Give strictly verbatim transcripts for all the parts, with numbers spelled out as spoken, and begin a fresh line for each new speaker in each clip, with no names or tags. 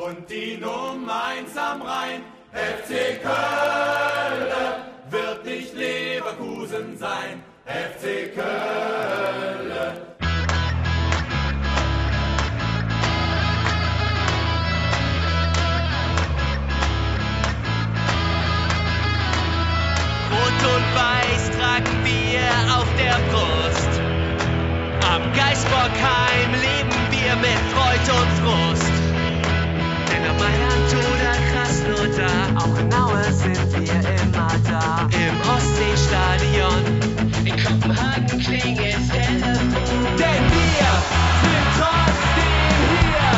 Und die Nummer eins am Rhein, F C Köln, wird nicht Leverkusen sein, F C Köln.
Rot und Weiß tragen wir auf der Brust. Am Geisbockheim leben wir mit Freud und Frust. Denn ob Mailand oder Krasnodar, auch in Aue sind wir immer da. Im Ostseestadion, in Kopenhagen klingelt Telefon. Denn wir sind trotzdem hier.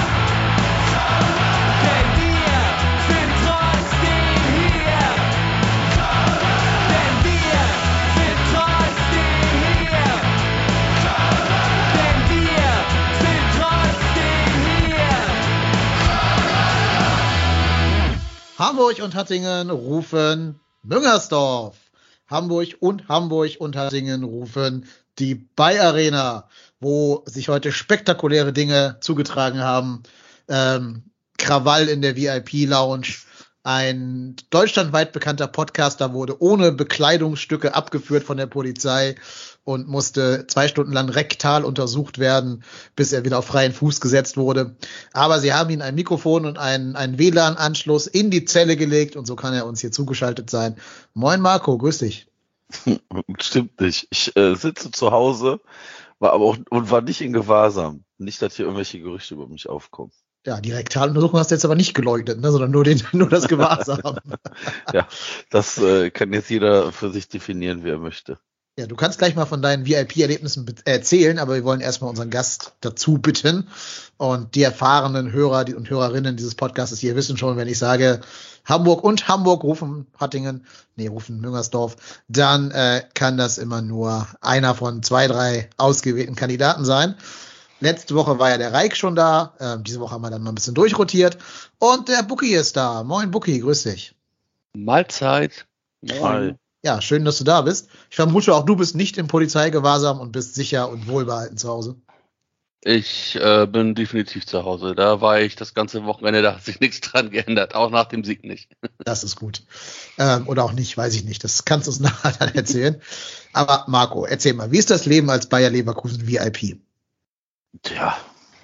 Denn wir sind trotzdem hier. Denn wir sind trotzdem hier. Denn wir sind trotzdem hier.
Hamburg und Hattingen rufen Müngersdorf. Hamburg und Hamburg und Hattingen rufen die Bay Arena, wo sich heute spektakuläre Dinge zugetragen haben. Ähm, Krawall in der V I P-Lounge. Ein deutschlandweit bekannter Podcaster wurde ohne Bekleidungsstücke abgeführt von der Polizei und musste zwei Stunden lang rektal untersucht werden, bis er wieder auf freien Fuß gesetzt wurde. Aber sie haben ihm ein Mikrofon und einen, einen W L A N-Anschluss in die Zelle gelegt und so kann er uns hier zugeschaltet sein. Moin Marco, grüß dich.
Stimmt nicht. Ich äh, sitze zu Hause, war aber auch und war nicht in Gewahrsam. Nicht, dass hier irgendwelche Gerüchte über mich aufkommen.
Ja, die Rektaluntersuchung hast du jetzt aber nicht geleugnet, ne, sondern nur, den, nur das Gewahrsam.
Ja, das äh, kann jetzt jeder für sich definieren, wie er möchte.
Ja, du kannst gleich mal von deinen V I P-Erlebnissen erzählen, aber wir wollen erstmal unseren Gast dazu bitten. Und die erfahrenen Hörer und Hörerinnen dieses Podcasts hier wissen schon, wenn ich sage Hamburg und Hamburg rufen Hattingen, nee, rufen Müngersdorf, dann äh, kann das immer nur einer von zwei, drei ausgewählten Kandidaten sein. Letzte Woche war ja der Reik schon da, äh, diese Woche haben wir dann mal ein bisschen durchrotiert. Und der Bucki ist da. Moin Bucki, grüß dich.
Mahlzeit.
Hi.
Ja, schön, dass du da bist. Ich vermute auch, du bist nicht im Polizeigewahrsam und bist sicher und wohlbehalten zu Hause.
Ich äh, bin definitiv zu Hause. Da war ich das ganze Wochenende, da hat sich nichts dran geändert, auch nach dem Sieg nicht.
Das ist gut. Ähm, oder auch nicht, weiß ich nicht. Das kannst du uns nachher dann erzählen. Aber Marco, erzähl mal, wie ist das Leben als Bayer Leverkusen V I P?
Tja.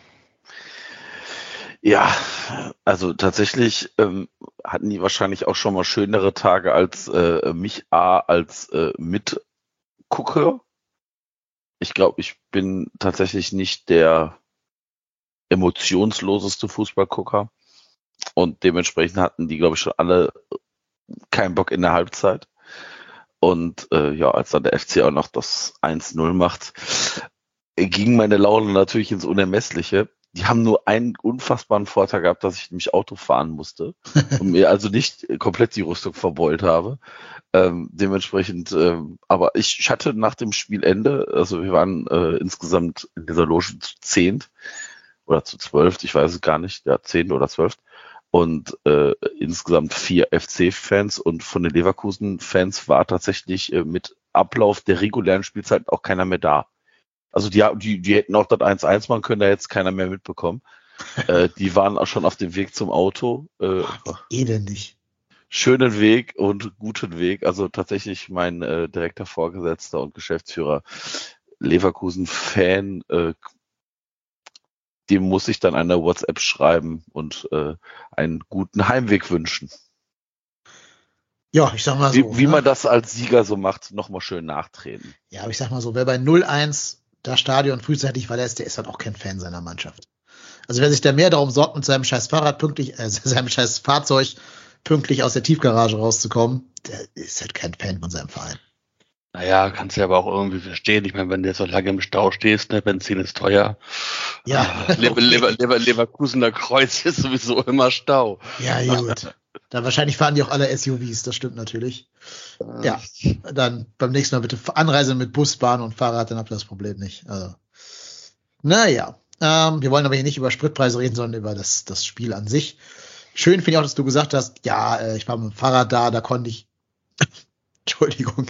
Ja, also tatsächlich ähm, hatten die wahrscheinlich auch schon mal schönere Tage als äh, mich A als äh, Mitgucker. Ich glaube, ich bin tatsächlich nicht der emotionsloseste Fußballgucker und dementsprechend hatten die, glaube ich, schon alle keinen Bock in der Halbzeit. Und äh, ja, als dann der F C auch noch das eins null macht, ging meine Laune natürlich ins Unermessliche. Die haben nur einen unfassbaren Vorteil gehabt, dass ich nämlich Auto fahren musste und mir also nicht komplett die Rüstung verbeult habe. Ähm, dementsprechend, ähm, aber ich, ich hatte nach dem Spielende, also wir waren äh, insgesamt in dieser Loge zu zehnt oder zu zwölf, ich weiß es gar nicht, ja, zehn oder zwölf und äh, insgesamt vier F C-Fans und von den Leverkusen-Fans war tatsächlich äh, mit Ablauf der regulären Spielzeit auch keiner mehr da. Also die, die, die hätten auch das eins eins machen können, da hätte es keiner mehr mitbekommen. äh, die waren auch schon auf dem Weg zum Auto. Äh,
Elendig.
Schönen Weg und guten Weg. Also tatsächlich mein äh, direkter Vorgesetzter und Geschäftsführer, Leverkusen-Fan, äh, dem muss ich dann eine WhatsApp schreiben und äh, einen guten Heimweg wünschen.
Ja, ich sag mal so.
Wie, wie
ne?
man das als Sieger so macht, nochmal schön nachtreten.
Ja, aber ich sag mal so, wer bei null eins das Stadion frühzeitig verlässt, der ist halt auch kein Fan seiner Mannschaft. Also wer sich da mehr darum sorgt, mit seinem scheiß Fahrrad pünktlich, äh, seinem scheiß Fahrzeug pünktlich aus der Tiefgarage rauszukommen, der ist halt kein Fan von seinem Verein.
Naja, kannst du ja aber auch irgendwie verstehen. Ich meine, wenn du jetzt so lange im Stau stehst, ne, Benzin ist teuer.
Ja.
Ah, Lever, Lever, Lever, Leverkusener Kreuz ist sowieso immer Stau.
Ja, gut. Dann wahrscheinlich fahren die auch alle S U Vs, das stimmt natürlich. Ja, dann beim nächsten Mal bitte Anreise mit Bus, Bahn und Fahrrad, dann habt ihr das Problem nicht. Also, naja, ähm, wir wollen aber hier nicht über Spritpreise reden, sondern über das, das Spiel an sich. Schön finde ich auch, dass du gesagt hast, ja, äh, ich war mit dem Fahrrad da, da konnte ich, Entschuldigung,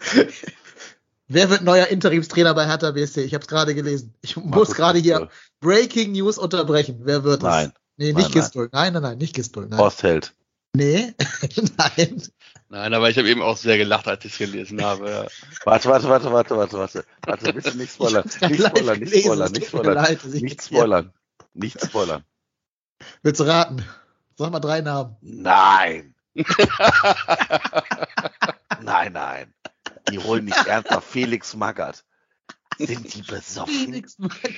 wer wird neuer Interimstrainer bei Hertha B S C? Ich habe es gerade gelesen. Ich muss gerade hier Breaking News unterbrechen. Wer wird es?
Nein,
Nee, nicht
Nein, nein.
Gistol. Nein, nein, nein, nicht Gistol. Nein.
Horst Held.
Nee, nein.
Nein, aber ich habe eben auch sehr gelacht, als ich es gelesen habe. Ja.
Warte, warte, warte, warte, warte, warte. Warte, bitte nicht spoilern.
Ich hab's
Nicht
live
spoilern, nicht
gelesen,
spoilern,
es
nicht
tut mir
spoilern.
leid, dass ich
Nicht
jetzt
spoilern. Nicht spoilern.
Willst du raten? Sag mal drei Namen.
Nein. Nein, nein. Die holen nicht ernsthaft Felix Magath. Sind die besoffen?
Felix Magath.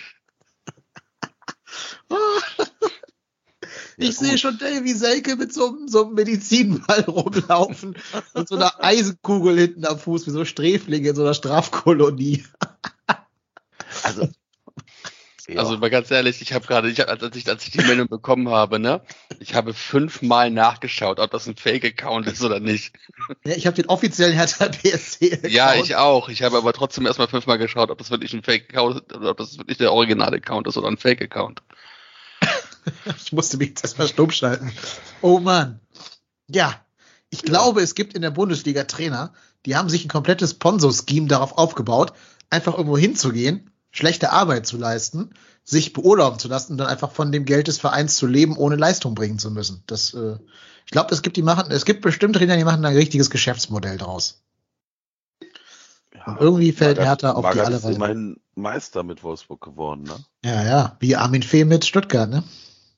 Ja,
Ich sehe
gut.
schon Davy Selke mit so, einem- so einem Medizinball rumlaufen und so einer Eisenkugel hinten am Fuß, wie so Sträflinge in so einer Strafkolonie.
Also, ja.
Also mal ganz ehrlich, ich habe gerade, ich hab, als ich als ich die Meldung bekommen habe, ne, ich habe fünfmal nachgeschaut, ob das ein Fake-Account ist oder nicht.
Ja, ich habe den offiziellen Hertha B S C.
Ja, ich auch. Ich habe aber trotzdem erstmal fünfmal geschaut, ob das wirklich ein Fake-Account ist, oder ob das wirklich der Original-Account ist oder ein Fake-Account.
Ich musste mich jetzt erstmal stumm schalten. Oh Mann. Ja, ich glaube, es gibt in der Bundesliga Trainer, die haben sich ein komplettes Ponzo-Scheme darauf aufgebaut, einfach irgendwo hinzugehen, schlechte Arbeit zu leisten, sich beurlauben zu lassen und dann einfach von dem Geld des Vereins zu leben, ohne Leistung bringen zu müssen. Das, äh, ich glaube, es gibt die machen, es gibt bestimmt Trainer, die machen da ein richtiges Geschäftsmodell draus. Und irgendwie fällt
Magath-
Hertha auf die
Magath
alle
ist
rein.
immerhin Meister mit Wolfsburg geworden, ne?
Ja, ja, wie Armin Fee mit Stuttgart, ne?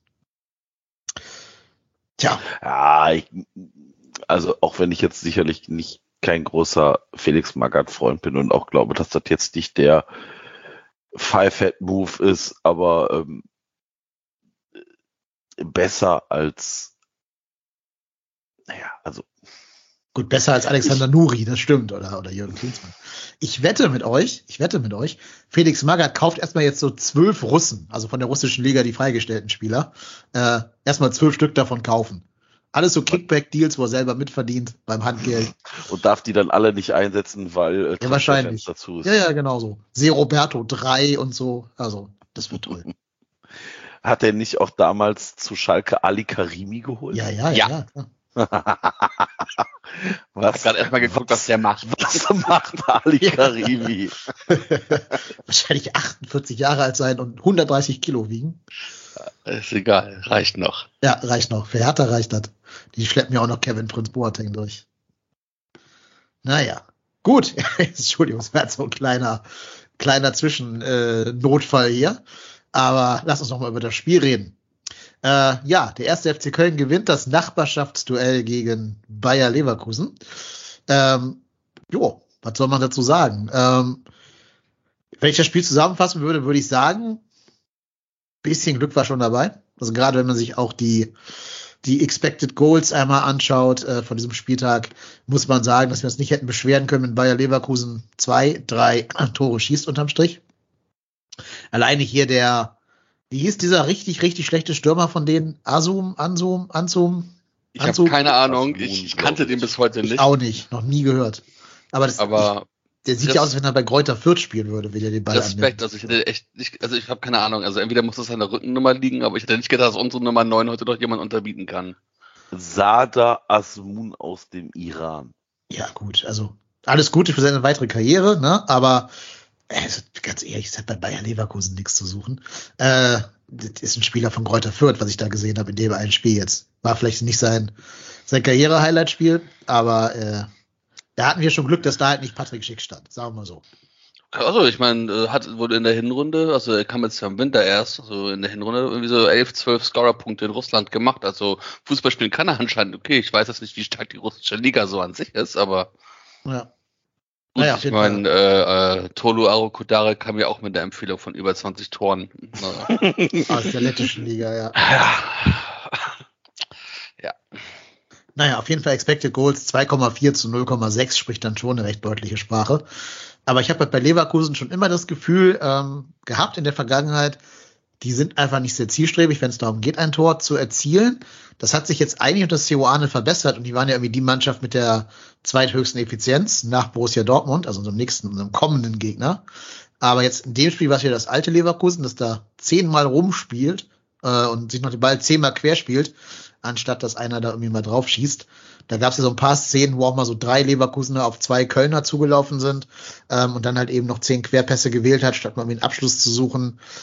Tja,
Ja, ich, also auch wenn ich jetzt sicherlich nicht kein großer Felix Magath-Freund bin und auch glaube, dass das jetzt nicht der Five-Head-Move ist, aber ähm, besser als, naja, also
gut, besser als Alexander Nuri, das stimmt, oder, oder Jürgen Klinsmann. Ich wette mit euch, ich wette mit euch, Felix Magath kauft erstmal jetzt so zwölf Russen, also von der russischen Liga die freigestellten Spieler, äh, erstmal zwölf Stück davon kaufen. Alles so Kickback-Deals, wo er selber mitverdient beim Handgeld.
und darf die dann alle nicht einsetzen, weil äh,
Ja, wahrscheinlich.
dazu ist.
Ja, ja, genau so. Se Roberto drei und so. Also, das wird toll.
Hat er nicht auch damals zu Schalke Ali Karimi geholt?
Ja, ja,
Ja.
ja. ja.
Ich habe
Was,
gerade erstmal geguckt, was der macht.
was macht Ali Karimi?
Wahrscheinlich achtundvierzig Jahre alt sein und hundertdreißig Kilo wiegen.
Ist egal, reicht noch.
Ja, reicht noch. Für Hertha reicht das. Die schleppen ja auch noch Kevin Prince Boateng durch. Naja, gut. Entschuldigung, es war jetzt so ein kleiner, kleiner Zwischennotfall äh, Notfall hier. Aber lass uns noch mal über das Spiel reden. Äh, ja, der erste F C Köln gewinnt das Nachbarschaftsduell gegen Bayer Leverkusen. Ähm, jo, was soll man dazu sagen? Ähm, wenn ich das Spiel zusammenfassen würde, würde ich sagen, bisschen Glück war schon dabei. Also gerade wenn man sich auch die, die Expected Goals einmal anschaut äh, von diesem Spieltag, muss man sagen, dass wir uns nicht hätten beschweren können, wenn Bayer Leverkusen zwei, drei Tore schießt unterm Strich. Alleine hier der, wie hieß dieser richtig, richtig schlechte Stürmer von denen? Asum, Ansum, Ansum?
Ich habe
Ansum?
keine Ahnung,
Asmun,
ich, ich
glaub
kannte
ich.
den bis heute
Ich
nicht.
auch nicht, noch nie gehört. Aber, das,
Aber
der sieht
das-
ja aus, als wenn er bei Greuther Fürth spielen würde, wie der den Ball
Respekt,
annimmt.
also ich hätte echt nicht, also ich habe keine Ahnung, also entweder muss das an der Rückennummer liegen, aber ich hätte nicht gedacht, dass unsere Nummer neun heute noch jemand unterbieten kann.
Sada Asmun aus dem Iran.
Ja, gut, also alles Gute für seine weitere Karriere, ne? Aber äh, also, ganz ehrlich, es hat bei Bayer Leverkusen nichts zu suchen. Äh, das ist ein Spieler von Greuther Fürth, was ich da gesehen habe in dem einen Spiel jetzt. War vielleicht nicht sein, sein Karriere-Highlight-Spiel, aber äh, da hatten wir schon Glück, dass da halt nicht Patrick Schick stand, sagen wir mal so.
Also ich meine, hat wurde in der Hinrunde, also er kam jetzt ja im Winter erst, also in der Hinrunde irgendwie so elf, zwölf Scorer-Punkte in Russland gemacht. Also Fußball spielen kann er anscheinend. Okay, ich weiß jetzt nicht, wie stark die russische Liga so an sich ist, aber
Ja.
gut,
Naja, auf
ich
jeden
meine, äh, äh, Tolu Arokudare kam ja auch mit der Empfehlung von über zwanzig Toren. Naja.
Aus der lettischen Liga, ja.
Ja.
Naja, auf jeden Fall Expected Goals zwei Komma vier zu null Komma sechs spricht dann schon eine recht deutliche Sprache. Aber ich habe halt bei Leverkusen schon immer das Gefühl ähm, gehabt in der Vergangenheit, die sind einfach nicht sehr zielstrebig, wenn es darum geht, ein Tor zu erzielen. Das hat sich jetzt eigentlich unter Seoane verbessert und die waren ja irgendwie die Mannschaft mit der zweithöchsten Effizienz nach Borussia Dortmund, also unserem nächsten, unserem kommenden Gegner. Aber jetzt in dem Spiel war es ja das alte Leverkusen, das da zehnmal rumspielt äh, und sich noch den Ball zehnmal querspielt, anstatt dass einer da irgendwie mal drauf schießt. Da gab es ja so ein paar Szenen, wo auch mal so drei Leverkusener auf zwei Kölner zugelaufen sind ähm, und dann halt eben noch zehn Querpässe gewählt hat, statt mal irgendwie einen Abschluss zu suchen.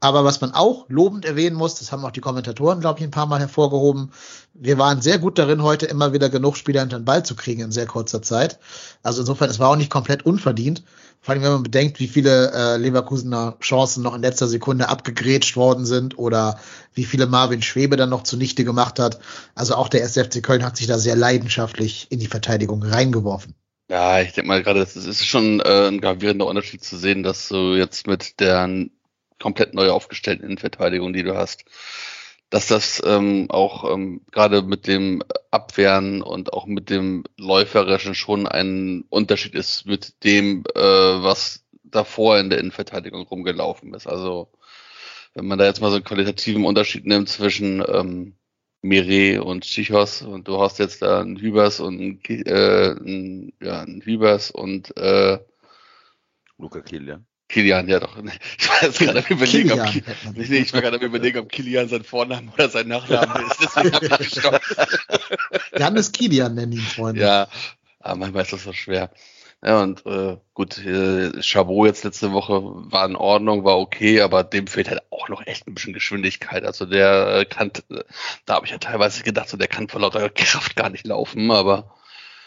Aber was man auch lobend erwähnen muss, das haben auch die Kommentatoren, glaube ich, ein paar Mal hervorgehoben, wir waren sehr gut darin, heute immer wieder genug Spieler hinter den Ball zu kriegen in sehr kurzer Zeit. Also insofern, es war auch nicht komplett unverdient. Vor allem, wenn man bedenkt, wie viele äh, Leverkusener Chancen noch in letzter Sekunde abgegrätscht worden sind oder wie viele Marvin Schwebe dann noch zunichte gemacht hat. Also auch der erste F C Köln hat sich da sehr leidenschaftlich in die Verteidigung reingeworfen.
Ja, ich denke mal gerade, es ist schon äh, ein gravierender Unterschied zu sehen, dass du jetzt mit der komplett neu aufgestellten Innenverteidigung, die du hast, dass das ähm, auch ähm, gerade mit dem Abwehren und auch mit dem Läuferischen schon ein Unterschied ist mit dem, äh, was davor in der Innenverteidigung rumgelaufen ist. Also wenn man da jetzt mal so einen qualitativen Unterschied nimmt zwischen ähm, Mire und Chichos und du hast jetzt da einen Hübers und einen, äh, einen, ja, einen Hübers und äh,
Luca Kilian.
Kilian, ja doch. Ich war jetzt gerade am überlegen, ob, Ki- nee, ich war gerade am überlegen, ob Kilian sein Vorname oder sein Nachname ist. Deswegen habe ich gestoppt.
Johannes Kilian nennen ihn Freunde.
Ja, aber manchmal ist das so schwer. Ja, und äh, gut, äh, Chabot jetzt letzte Woche war in Ordnung, war okay, aber dem fehlt halt auch noch echt ein bisschen Geschwindigkeit. Also der äh, kann, äh, da habe ich ja teilweise gedacht, so der kann vor lauter Kraft gar nicht laufen, aber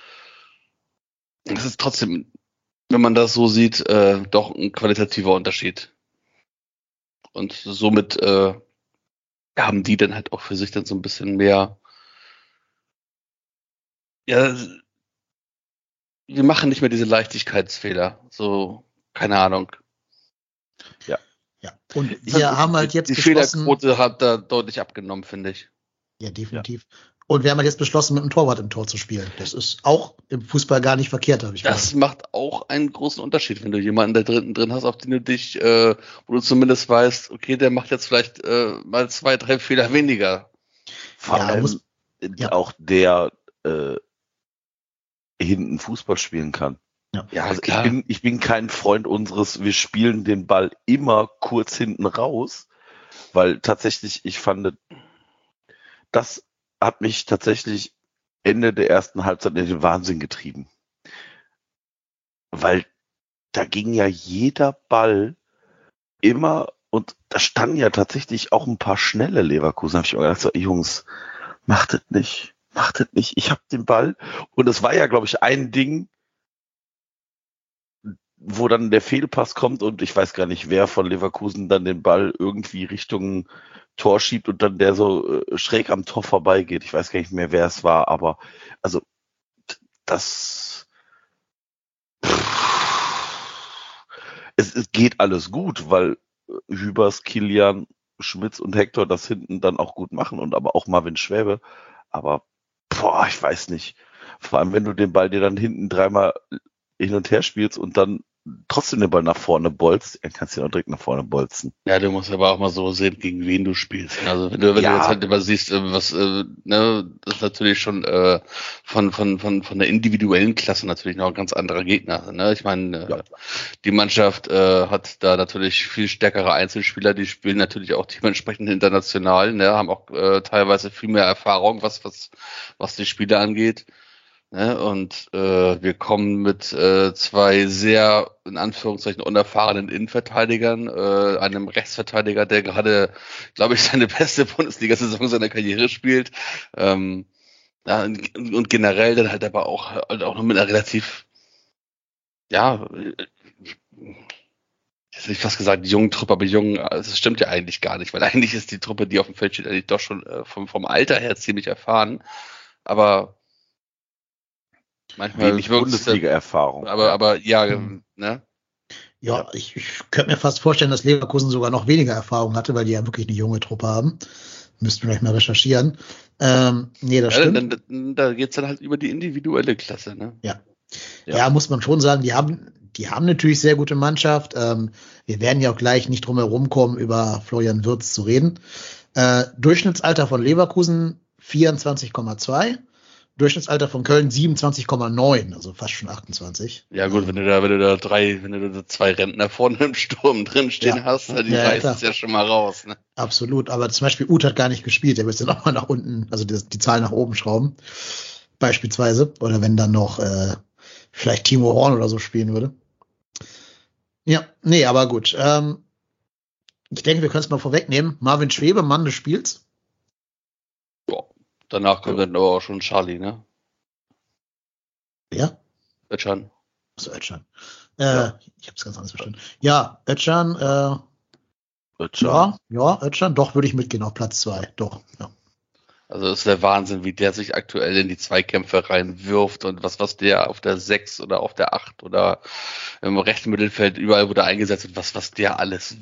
es ist trotzdem, wenn man das so sieht, äh, doch ein qualitativer Unterschied. Und somit äh, haben die dann halt auch für sich dann so ein bisschen mehr, ja, wir machen nicht mehr diese Leichtigkeitsfehler. So, keine Ahnung.
Ja.
Ja. Und wir haben halt jetzt
die
beschlossen.
Die Fehlerquote hat da deutlich abgenommen, finde ich.
Ja, definitiv. Ja. Und wir haben halt jetzt beschlossen, mit einem Torwart im Tor zu spielen. Das ist auch im Fußball gar nicht verkehrt, habe ich
Das gehört. Macht auch einen großen Unterschied, wenn du jemanden da drin, drin hast, auf den du dich, äh, wo du zumindest weißt, okay, der macht jetzt vielleicht äh, mal zwei, drei Fehler weniger.
Vor ja, allem muss, ja. auch der äh, hinten Fußball spielen kann.
Ja,
ja also klar. Ich bin, ich bin kein Freund unseres, wir spielen den Ball immer kurz hinten raus, weil tatsächlich, ich fand, das hat mich tatsächlich Ende der ersten Halbzeit in den Wahnsinn getrieben. Weil da ging ja jeder Ball immer, und da standen ja tatsächlich auch ein paar schnelle Leverkusen. Da habe ich mir gedacht, so, Jungs, macht das nicht, macht das nicht. Ich habe den Ball, und es war ja, glaube ich, ein Ding, wo dann der Fehlpass kommt und ich weiß gar nicht, wer von Leverkusen dann den Ball irgendwie Richtung Tor schiebt und dann der so äh, schräg am Tor vorbeigeht. Ich weiß gar nicht mehr, wer es war, aber also das es, es geht alles gut, weil Hübers, Kilian, Schmitz und Hector das hinten dann auch gut machen und aber auch Marvin Schwäbe. Aber boah, ich weiß nicht. Vor allem, wenn du den Ball dir dann hinten dreimal hin und her spielst und dann trotzdem den Ball nach vorne bolzt, dann kannst du ihn auch direkt nach vorne bolzen.
Ja, du musst aber auch mal so sehen, gegen wen du spielst. Also wenn du, wenn ja. du jetzt halt immer siehst, was, äh, ne, das ist natürlich schon äh, von von von von der individuellen Klasse natürlich noch ein ganz anderer Gegner. Ne? Ich meine, äh, ja. die Mannschaft äh, hat da natürlich viel stärkere Einzelspieler, die spielen natürlich auch dementsprechend international, ne, haben auch äh, teilweise viel mehr Erfahrung, was was was die Spiele angeht. Ne, und äh, wir kommen mit äh, zwei sehr, in Anführungszeichen, unerfahrenen Innenverteidigern, äh, einem Rechtsverteidiger, der gerade, glaube ich, seine beste Bundesliga-Saison seiner Karriere spielt. Ähm, ja, und, und generell dann halt aber auch, halt auch noch mit einer relativ, ja, jetzt hätte ich fast gesagt, jungen Truppe, aber jung, das stimmt ja eigentlich gar nicht, weil eigentlich ist die Truppe, die auf dem Feld steht, eigentlich doch schon äh, vom, vom Alter her ziemlich erfahren. Aber manchmal
wenig Bundesliga-Erfahrung.
Aber, aber ja, mhm. ne?
Ja, ja. Ich, ich könnte mir fast vorstellen, dass Leverkusen sogar noch weniger Erfahrung hatte, weil die ja wirklich eine junge Truppe haben. Müssten wir gleich mal recherchieren. Ähm, nee, das
ja,
stimmt.
Dann, dann, da geht's dann halt über die individuelle Klasse, ne?
Ja. Ja, ja muss man schon sagen, die haben, die haben natürlich sehr gute Mannschaft. Ähm, wir werden ja auch gleich nicht drum herum kommen, über Florian Wirtz zu reden. Äh, Durchschnittsalter von Leverkusen vierundzwanzig Komma zwei. Durchschnittsalter von Köln siebenundzwanzig Komma neun, also fast schon achtundzwanzig.
Ja gut, wenn du da, wenn du da drei, wenn du da zwei Rentner vorne im Sturm drin stehen ja. hast, die ja, reißt es ja schon mal raus. Ne?
Absolut, aber zum Beispiel Uth hat gar nicht gespielt, der wird dann auch mal nach unten, also die, die Zahl nach oben schrauben, beispielsweise. Oder wenn dann noch äh, vielleicht Timo Horn oder so spielen würde. Ja, nee, aber gut. Ähm, Ich denke, wir können es mal vorwegnehmen. Marvin Schwebe, Mann des Spiels.
Ja. Danach kommt dann aber auch schon Charlie, ne?
Wer?
Özcan.
Achso, Özcan. Äh, ja. Ich habe es ganz anders verstanden. Ja, Özcan, äh,
Özcan.
ja, ja, Özcan, doch, würde ich mitgehen auf Platz zwei. Doch, ja.
Also es ist der Wahnsinn, wie der sich aktuell in die Zweikämpfe reinwirft und was, was der auf der sechs oder auf der acht oder im rechten Mittelfeld überall, wo der eingesetzt wird, was, was der alles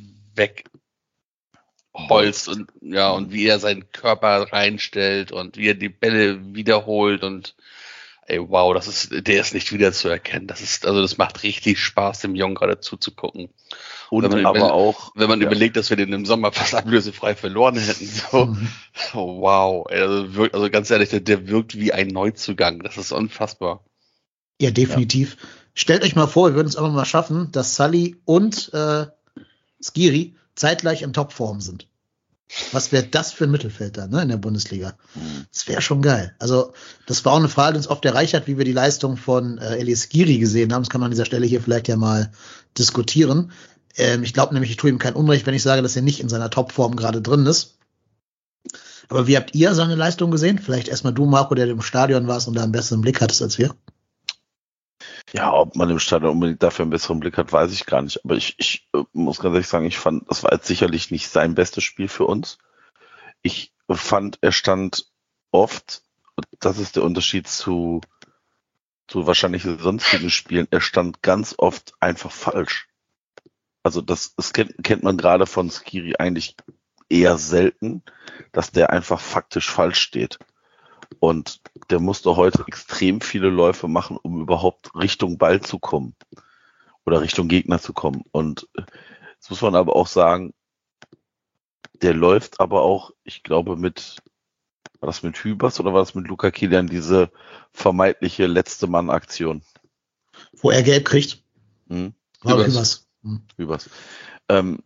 wegholzt und ja, und wie er seinen Körper reinstellt und wie er die Bälle wiederholt und ey, wow, das ist, der ist nicht wieder zu erkennen. Das ist, also das macht richtig Spaß, dem Jungen gerade zuzugucken.
Und
wenn man,
aber
wenn,
auch,
wenn man
ja.
überlegt, dass wir den im Sommer fast ablösefrei verloren hätten, so,
Mhm.
oh, wow, ey, also, wirkt, also ganz ehrlich, der, der wirkt wie ein Neuzugang. Das ist unfassbar.
Ja, definitiv. Ja. Stellt euch mal vor, wir würden es einfach mal schaffen, dass Sully und äh, Skiri zeitgleich in Topform sind. Was wäre das für ein Mittelfeld da, ne, in der Bundesliga? Das wäre schon geil. Also, das war auch eine Frage, die uns oft erreicht hat, wie wir die Leistung von äh, Elias Skiri gesehen haben. Das kann man an dieser Stelle hier vielleicht ja mal diskutieren. Ähm, ich glaube nämlich, ich tue ihm kein Unrecht, wenn ich sage, dass er nicht in seiner Topform gerade drin ist. Aber wie habt ihr seine Leistung gesehen? Vielleicht erstmal du, Marco, der im Stadion warst und da einen besseren Blick hattest als wir.
Ja, ob man im Stadion unbedingt dafür einen besseren Blick hat, weiß ich gar nicht. Aber ich, ich äh, muss ganz ehrlich sagen, ich fand, das war jetzt sicherlich nicht sein bestes Spiel für uns. Ich fand, er stand oft, das ist der Unterschied zu, zu wahrscheinlich sonstigen Spielen, er stand ganz oft einfach falsch. Also das, das kennt, kennt man gerade von Skiri eigentlich eher selten, dass der einfach faktisch falsch steht. Und der musste heute extrem viele Läufe machen, um überhaupt Richtung Ball zu kommen oder Richtung Gegner zu kommen. Und jetzt muss man aber auch sagen, der läuft aber auch, ich glaube mit, war das mit Hübers oder war das mit Luca Kilian, diese vermeintliche letzte Mann-Aktion?
Wo er gelb kriegt.
Hm?
War
Hübers.
Hübers. Hm.
Hübers. Ähm,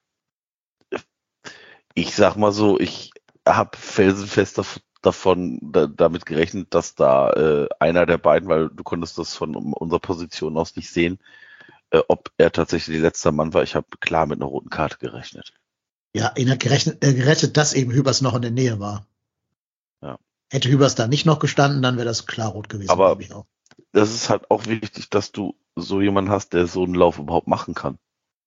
ich sag mal so, ich habe felsenfest dav- davon da, damit gerechnet, dass da äh, einer der beiden, weil du konntest das von unserer Position aus nicht sehen, äh, ob er tatsächlich der letzte Mann war. Ich habe klar mit einer roten Karte gerechnet.
Ja, ihn hat gerechnet, äh, gerettet, dass eben Hübers noch in der Nähe war.
Ja.
Hätte Hübers da nicht noch gestanden, dann wäre das klar rot gewesen.
Aber
glaub ich auch.
das ist halt auch wichtig, dass du so jemanden hast, der so einen Lauf überhaupt machen kann.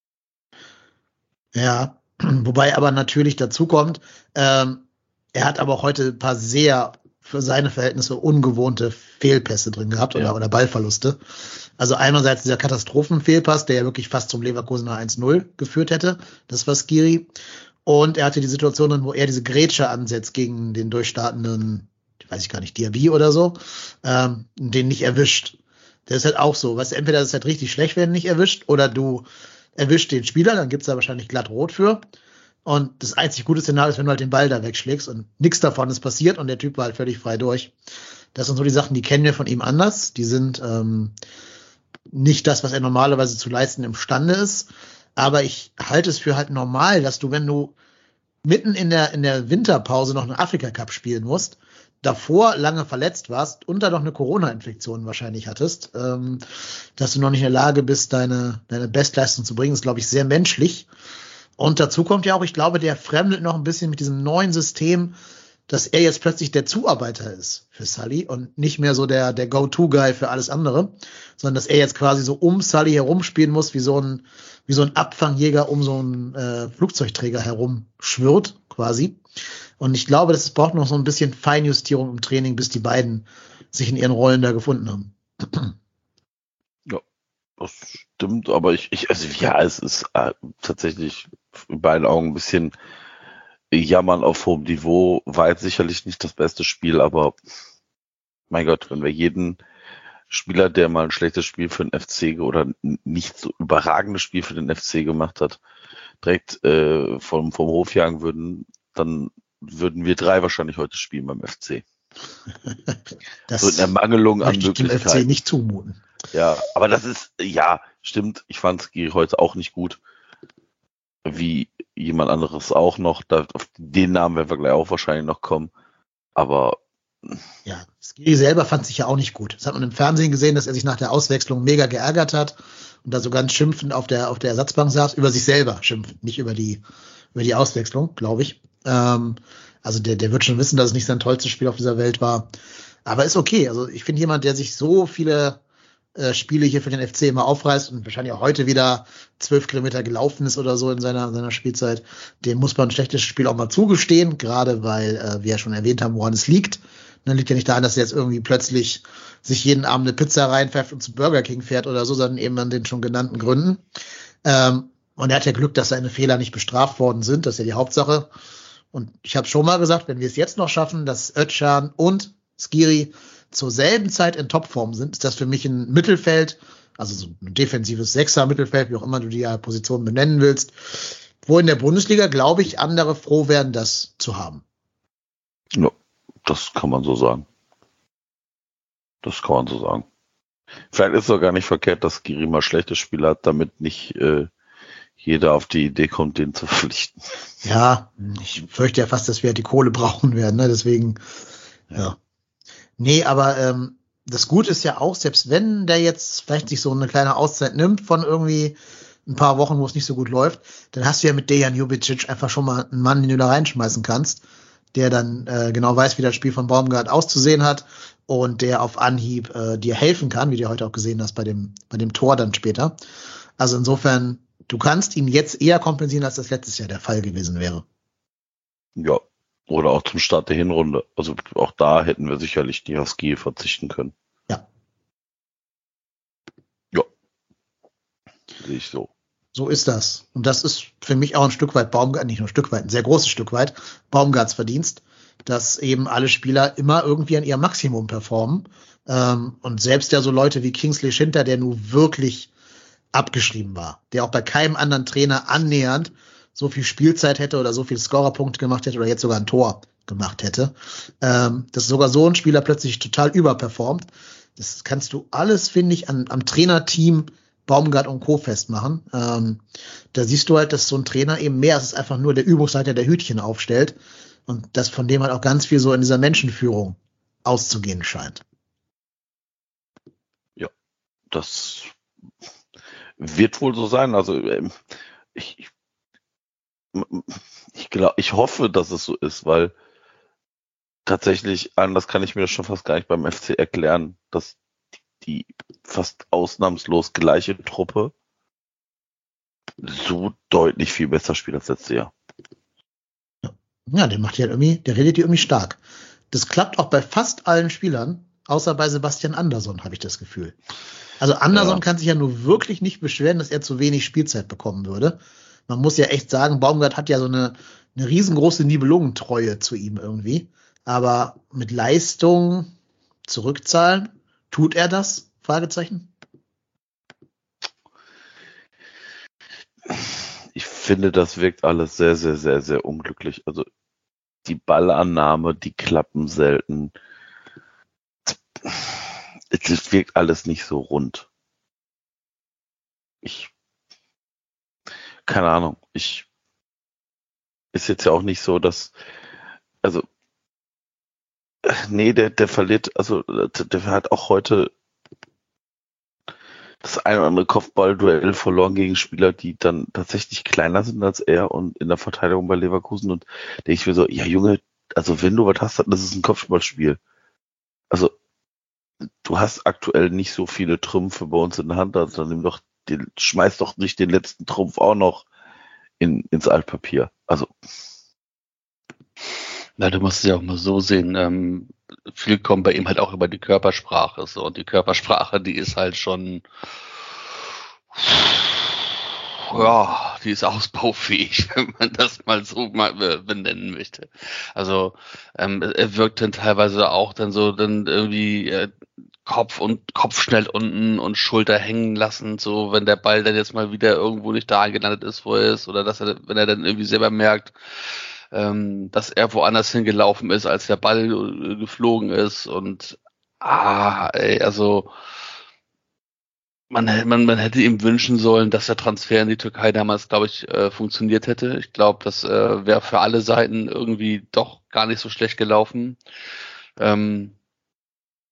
Ja, wobei aber natürlich dazu kommt, ähm, er hat aber auch heute ein paar sehr für seine Verhältnisse ungewohnte Fehlpässe drin gehabt oder,
Ja.
oder Ballverluste. Also einerseits dieser Katastrophenfehlpass, der ja wirklich fast zum Leverkusener eins null geführt hätte. Das war Skiri. Und er hatte die Situation, drin, wo er diese Grätsche ansetzt gegen den durchstartenden, ich weiß ich gar nicht, Diaby oder so, ähm, den nicht erwischt. Der ist halt auch so, weißt du, entweder ist es halt richtig schlecht, wenn er nicht erwischt, oder du erwischt den Spieler, dann gibt's da wahrscheinlich glatt rot für. Und das einzig gute Szenario ist, wenn du halt den Ball da wegschlägst und nichts davon ist passiert und der Typ war halt völlig frei durch. Das sind so die Sachen, die kennen wir von ihm anders. Die sind ähm, nicht das, was er normalerweise zu leisten imstande ist. Aber ich halte es für halt normal, dass du, wenn du mitten in der, in der Winterpause noch einen Afrika-Cup spielen musst, davor lange verletzt warst und da noch eine Corona-Infektion wahrscheinlich hattest, ähm, dass du noch nicht in der Lage bist, deine, deine Bestleistung zu bringen, ist, glaube ich, sehr menschlich. Und dazu kommt ja auch, ich glaube, der fremdelt noch ein bisschen mit diesem neuen System, dass er jetzt plötzlich der Zuarbeiter ist für Sully und nicht mehr so der, der Go-To-Guy für alles andere, sondern dass er jetzt quasi so um Sully herumspielen muss, wie so ein, wie so ein Abfangjäger um so einen äh, Flugzeugträger herum schwirrt, quasi. Und ich glaube, das braucht noch so ein bisschen Feinjustierung im Training, bis die beiden sich in ihren Rollen da gefunden haben.
Ja, das stimmt, aber ich, ich also ja, es ist äh, tatsächlich in beiden Augen ein bisschen Jammern auf hohem Niveau. War jetzt sicherlich nicht das beste Spiel, aber mein Gott, wenn wir jeden Spieler, der mal ein schlechtes Spiel für den F C oder nicht so überragendes Spiel für den F C gemacht hat, direkt äh, vom, vom Hof jagen würden, dann würden wir drei wahrscheinlich heute spielen beim F C.
Das
So in Ermangelung an
möchte ich dem F C
Möglichkeiten.
nicht zumuten.
Ja, aber das ist, ja, stimmt. Ich fand Skiri heute auch nicht gut. Wie jemand anderes auch noch. Da, auf den Namen werden wir gleich auch wahrscheinlich noch kommen. Aber
Ja, Skiri selber fand sich ja auch nicht gut. Das hat man im Fernsehen gesehen, dass er sich nach der Auswechslung mega geärgert hat und da so ganz schimpfend auf der, auf der Ersatzbank saß, über sich selber schimpfend, nicht über die, über die Auswechslung, glaube ich. Ähm, also der, der wird schon wissen, dass es nicht sein tollstes Spiel auf dieser Welt war. Aber ist okay. Also ich finde, jemand, der sich so viele äh, Spiele hier für den F C immer aufreißt und wahrscheinlich auch heute wieder zwölf Kilometer gelaufen ist oder so in seiner, seiner Spielzeit, dem muss man ein schlechtes Spiel auch mal zugestehen, gerade weil äh, wir ja schon erwähnt haben, woran es liegt. Dann liegt ja nicht daran, dass er jetzt irgendwie plötzlich sich jeden Abend eine Pizza reinpfeift und zu Burger King fährt oder so, sondern eben an den schon genannten Gründen. Ähm, und er hat ja Glück, dass seine Fehler nicht bestraft worden sind. Das ist ja die Hauptsache. Und ich habe schon mal gesagt, wenn wir es jetzt noch schaffen, dass Özcan und Skiri zur selben Zeit in Topform sind, ist das für mich ein Mittelfeld, also so ein defensives Sechser-Mittelfeld, wie auch immer du die Position benennen willst, wo in der Bundesliga, glaube ich, andere froh werden, das zu haben.
Ja, das kann man so sagen. Das kann man so sagen. Vielleicht ist es doch gar nicht verkehrt, dass Skiri mal schlechtes Spiel hat, damit nicht äh, jeder auf die Idee kommt, den zu verpflichten.
Ja, ich fürchte ja fast, dass wir die Kohle brauchen werden, ne? Deswegen, ja. Nee, aber ähm, das Gute ist ja auch, selbst wenn der jetzt vielleicht sich so eine kleine Auszeit nimmt von irgendwie ein paar Wochen, wo es nicht so gut läuft, dann hast du ja mit Dejan Ljubicic einfach schon mal einen Mann, den du da reinschmeißen kannst, der dann äh, genau weiß, wie das Spiel von Baumgart auszusehen hat und der auf Anhieb äh, dir helfen kann, wie du heute auch gesehen hast bei dem bei dem Tor dann später. Also insofern, du kannst ihn jetzt eher kompensieren, als das letztes Jahr der Fall gewesen wäre.
Ja, oder auch zum Start der Hinrunde. Also auch da hätten wir sicherlich nicht auf Skiri verzichten können.
Ja.
Ja. Sehe ich so.
So ist das. Und das ist für mich auch ein Stück weit Baumgart, nicht nur ein Stück weit, ein sehr großes Stück weit Baumgarts Verdienst, dass eben alle Spieler immer irgendwie an ihrem Maximum performen. Ähm, und selbst ja so Leute wie Kingsley Schinter, der nun wirklich abgeschrieben war, der auch bei keinem anderen Trainer annähernd so viel Spielzeit hätte oder so viel Scorerpunkte gemacht hätte oder jetzt sogar ein Tor gemacht hätte, ähm, dass sogar so ein Spieler plötzlich total überperformt. Das kannst du alles, finde ich, an, am Trainerteam Baumgart und Co. festmachen. Ähm, da siehst du halt, dass so ein Trainer eben mehr als einfach nur der Übungsleiter, der Hütchen aufstellt und dass von dem halt auch ganz viel so in dieser Menschenführung auszugehen scheint.
Ja, das wird wohl so sein. Also ich, ich Ich glaube, ich hoffe, dass es so ist, weil tatsächlich, anders kann ich mir das schon fast gar nicht beim F C erklären, dass die fast ausnahmslos gleiche Truppe so deutlich viel besser spielt als letztes Jahr.
Ja, der macht ja irgendwie, der redet die irgendwie stark. Das klappt auch bei fast allen Spielern, außer bei Sebastian Andersson, habe ich das Gefühl. Also Andersson
Ja.
kann sich ja nur wirklich nicht beschweren, dass er zu wenig Spielzeit bekommen würde. Man muss ja echt sagen, Baumgart hat ja so eine, eine riesengroße Nibelungentreue zu ihm irgendwie. Aber mit Leistung zurückzahlen, tut er das? Fragezeichen.
Ich finde, das wirkt alles sehr, sehr, sehr, sehr unglücklich. Also die Ballannahme, die klappen selten. Es wirkt alles nicht so rund. Ich Keine Ahnung. Ich ist jetzt ja auch nicht so, dass also nee, der der verliert, also der, der hat auch heute das ein oder andere Kopfballduell verloren gegen Spieler, die dann tatsächlich kleiner sind als er und in der Verteidigung bei Leverkusen und denke ich mir so, ja Junge, also wenn du was hast, dann ist es ein Kopfballspiel. Also du hast aktuell nicht so viele Trümpfe bei uns in der Hand, also dann nimm doch den, schmeiß doch nicht den letzten Trumpf auch noch in, ins Altpapier. Also.
Na, du musst es ja auch mal so sehen, ähm, viel kommt bei ihm halt auch über die Körpersprache, so, und die Körpersprache, die ist halt schon, ja, die ist ausbaufähig, wenn man das mal so mal benennen möchte. Also, ähm, er wirkt dann teilweise auch dann so, dann irgendwie, äh, Kopf und Kopf schnell unten und Schulter hängen lassen, so wenn der Ball dann jetzt mal wieder irgendwo nicht da gelandet ist, wo er ist, oder dass er, wenn er dann irgendwie selber merkt, ähm, dass er woanders hingelaufen ist, als der Ball äh, geflogen ist und ah, ey, also man, man, man hätte ihm wünschen sollen, dass der Transfer in die Türkei damals, glaube ich, äh, funktioniert hätte. Ich glaube, das äh, wäre für alle Seiten irgendwie doch gar nicht so schlecht gelaufen. Ähm,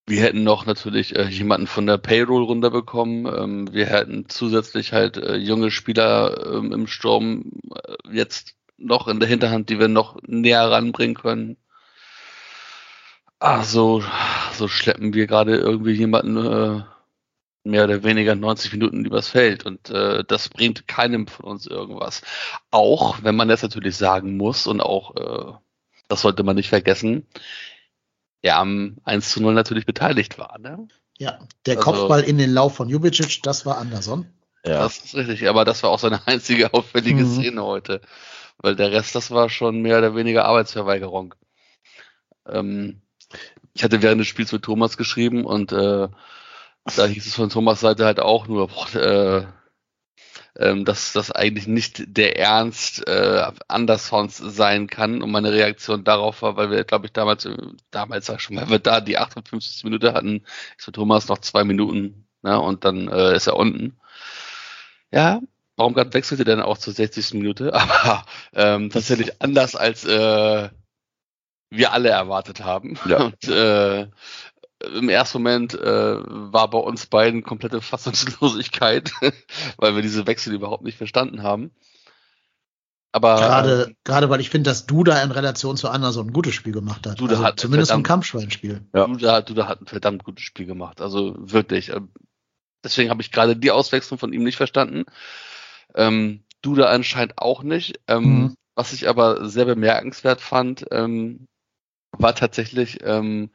Wir hätten noch natürlich äh, jemanden von der Payroll runterbekommen. Ähm, wir hätten zusätzlich halt äh, junge Spieler ähm, im Sturm äh, jetzt noch in der Hinterhand, die wir noch näher ranbringen können. Ach, so, so schleppen wir gerade irgendwie jemanden äh, mehr oder weniger neunzig Minuten übers Feld. Und äh, das bringt keinem von uns irgendwas. Auch, wenn man das natürlich sagen muss und auch, äh, das sollte man nicht vergessen, der am eins zu null natürlich beteiligt war. Ne?
Ja, der
Also,
Kopfball in den Lauf von Jubicic, das war Anderson.
Ja.
Das ist richtig, aber das war auch seine einzige auffällige
Mhm.
Szene heute. Weil der Rest, das war schon mehr oder weniger Arbeitsverweigerung. Ähm, ich hatte während des Spiels mit Thomas geschrieben und äh, da hieß es von Thomas Seite halt auch nur, boah, äh, ähm, dass das eigentlich nicht der Ernst äh, Andersons sein kann. Und meine Reaktion darauf war, weil wir, glaube ich, damals, äh, damals sag ich schon, weil wir da die achtundfünfzigste Minute hatten, ist für Thomas noch zwei Minuten, ne, und dann äh, ist er unten. Ja, Baumgart wechselte dann auch zur sechzigsten Minute, aber ähm, tatsächlich anders als äh, wir alle erwartet haben.
Ja.
Und äh, im ersten Moment äh, war bei uns beiden komplette Fassungslosigkeit, weil wir diese Wechsel überhaupt nicht verstanden haben. Aber
Gerade,
äh,
gerade weil ich finde, dass Duda in Relation zu Anderson ein gutes Spiel gemacht hat.
Duda
also
hat
zumindest im
verdammt-
Kampfschweinspiel.
Ja.
Duda, Duda hat ein verdammt gutes Spiel gemacht. Also wirklich. Ähm, Deswegen habe ich gerade die Auswechslung von ihm nicht verstanden. Ähm, Duda anscheinend auch nicht. Ähm,
Mhm.
Was ich aber sehr bemerkenswert fand, ähm, war tatsächlich, ähm,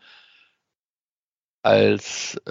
als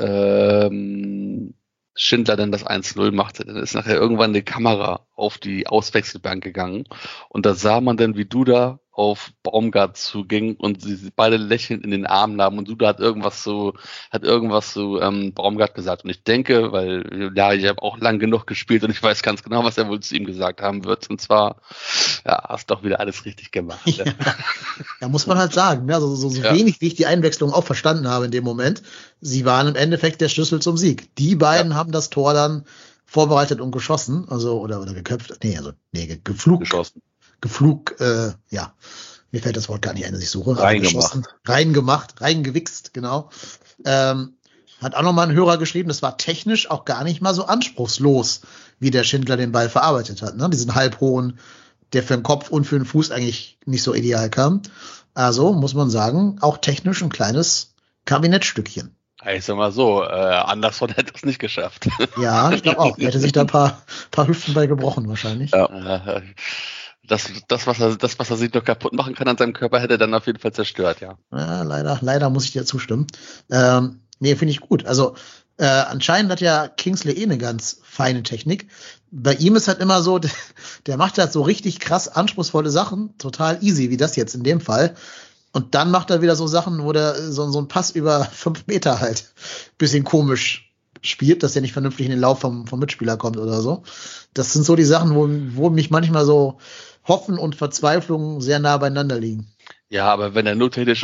ähm, Schindler dann das eins null machte, dann ist nachher irgendwann die Kamera auf die Auswechselbank gegangen und da sah man dann, wie Duda auf Baumgart zuging und sie beide lächelnd in den Armen nahmen und Duda hat irgendwas so, hat irgendwas so ähm, Baumgart gesagt. Und ich denke, weil ja, ich habe auch lang genug gespielt und ich weiß ganz genau, was er wohl zu ihm gesagt haben wird. Und zwar, ja, hast doch wieder alles richtig gemacht. Ne?
Ja. Ja, muss man halt sagen. Ne? Also, so, so
Ja.
wenig, wie ich die Einwechslung auch verstanden habe in dem Moment, sie waren im Endeffekt der Schlüssel zum Sieg. Die beiden haben das Tor dann vorbereitet und geschossen, also oder oder geköpft. Nee, also nee, ge- geflugt.
Geschossen.
Geflug, äh, ja, mir fällt das Wort gar nicht ein, das ich suche. aber
Reingemacht.
geschossen. Reingemacht, reingewichst, genau. Ähm, hat auch nochmal ein Hörer geschrieben, das war technisch auch gar nicht mal so anspruchslos, wie der Schindler den Ball verarbeitet hat. Ne? Diesen halbhohen, der für den Kopf und für den Fuß eigentlich nicht so ideal kam. Also muss man sagen, auch technisch ein kleines Kabinettstückchen.
Ich sag mal so, äh, Anderson hätte es nicht geschafft.
Ja, ich glaube auch. Er hätte sich da ein paar, paar Hüften bei gebrochen wahrscheinlich.
Ja.
Äh, Das, das, was er, das, was er sich noch kaputt machen kann an seinem Körper, hätte er dann auf jeden Fall zerstört, ja.
Ja, leider, leider muss ich dir zustimmen. Ähm, nee, finde ich gut. Also äh, anscheinend hat ja Kingsley eh eine ganz feine Technik. Bei ihm ist halt immer so, der, der macht halt so richtig krass anspruchsvolle Sachen, total easy, wie das jetzt in dem Fall. Und dann macht er wieder so Sachen, wo der so, so ein Pass über fünf Meter halt bisschen komisch spielt, dass der nicht vernünftig in den Lauf vom, vom Mitspieler kommt oder so. Das sind so die Sachen, wo, wo mich manchmal so Hoffen und Verzweiflung sehr nah beieinander liegen.
Ja, aber wenn er nur technisch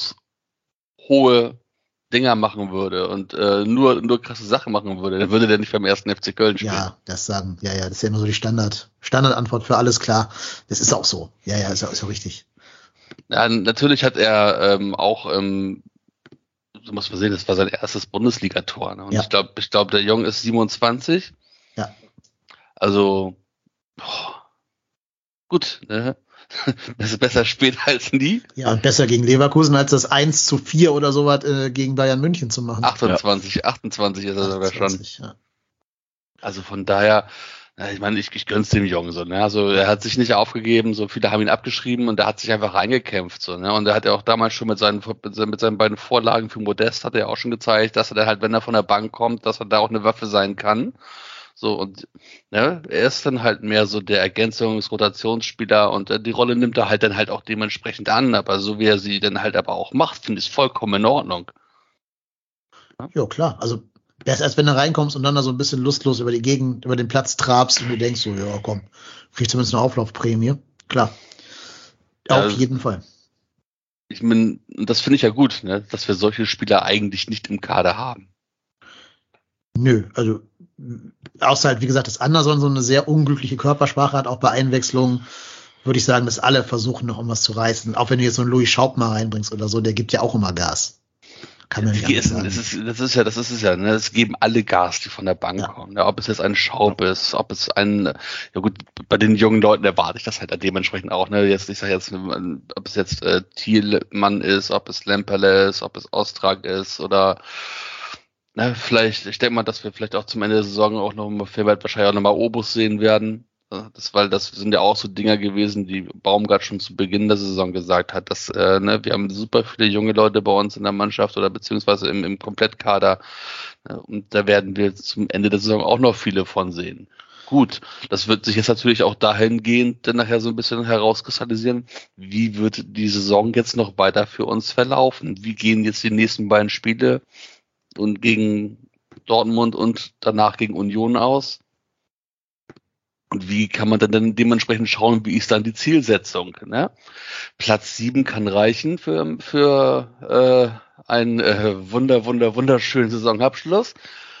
anspruchshohe Dinger machen würde und äh, nur, nur krasse Sachen machen würde, dann würde der nicht beim ersten F C Köln spielen.
Ja, das sagen, ja, ja, das ist ja immer so die Standard, Standardantwort für alles, klar. Das ist auch so. Ja, ja, ist ja, ist ja richtig.
Ja, natürlich hat er ähm, auch, ähm, so muss man sehen, das war sein erstes Bundesligator. Ne? Und
Ja.
ich glaube, ich glaube, der Jung ist siebenundzwanzig.
Ja.
Also, boah, gut, ne? Das ist besser spät als nie.
Ja, und besser gegen Leverkusen als das eins zu vier oder sowas äh, gegen Bayern München zu machen.
achtundzwanzig, achtundzwanzig ist er sogar schon.
achtundzwanzig, ja.
Also von daher, ja, ich meine, ich, ich gönn's dem Jungen so, ne? Also er hat sich nicht aufgegeben, so viele haben ihn abgeschrieben und er hat sich einfach reingekämpft, so, ne? Und er hat ja auch damals schon mit seinen, mit seinen, mit seinen beiden Vorlagen für Modest hat er ja auch schon gezeigt, dass er dann halt, wenn er von der Bank kommt, dass er da auch eine Waffe sein kann. So, und ne, er ist dann halt mehr so der Ergänzungs-Rotationsspieler und äh, die Rolle nimmt er halt dann halt auch dementsprechend an, aber so wie er sie dann halt aber auch macht, finde ich es vollkommen in Ordnung.
Ja, klar. Also besser als wenn du reinkommst und dann da so ein bisschen lustlos über die Gegend, über den Platz trabst und du denkst so, ja komm, krieg ich zumindest eine Auflaufprämie. Klar.
Ja,
Auf jeden Fall.
Ich meine, das finde ich ja gut, ne, dass wir solche Spieler eigentlich nicht im Kader haben.
Nö, also außer halt, wie gesagt, dass Anderson so eine sehr unglückliche Körpersprache hat, auch bei Einwechslungen, würde ich sagen, dass alle versuchen, noch irgendwas zu reißen. Auch wenn du jetzt so einen Louis Schaub mal reinbringst oder so, der gibt ja auch immer Gas. kann man nicht
Die
anders
ist,
sagen.
das, ist, das ist ja, das ist es ja, ne? Es geben alle Gas, die von der Bank
Ja.
kommen. Ja, ob es jetzt ein Schaub ist, ob es ein, ja gut, bei den jungen Leuten erwarte ich das halt dementsprechend auch, ne? Jetzt, ich sag jetzt, ob es jetzt äh, Thielmann ist, ob es Lemperle ist, ob es Ostrag ist oder ne, vielleicht, ich denke mal, dass wir vielleicht auch zum Ende der Saison auch noch mal, wahrscheinlich auch nochmal Obus sehen werden. Das, weil das sind ja auch so Dinger gewesen, die Baumgart schon zu Beginn der Saison gesagt hat, dass äh, ne, wir haben super viele junge Leute bei uns in der Mannschaft oder beziehungsweise im, im Komplettkader äh, und da werden wir zum Ende der Saison auch noch viele von sehen. Gut, das wird sich jetzt natürlich auch dahingehend dann nachher so ein bisschen herauskristallisieren, wie wird die Saison jetzt noch weiter für uns verlaufen? Wie gehen jetzt die nächsten beiden Spiele und gegen Dortmund und danach gegen Union aus? Und wie kann man dann, dann dementsprechend schauen, wie ist dann die Zielsetzung? Ne? Platz sieben kann reichen für, für äh, einen äh, wunder, wunder, wunderschönen Saisonabschluss.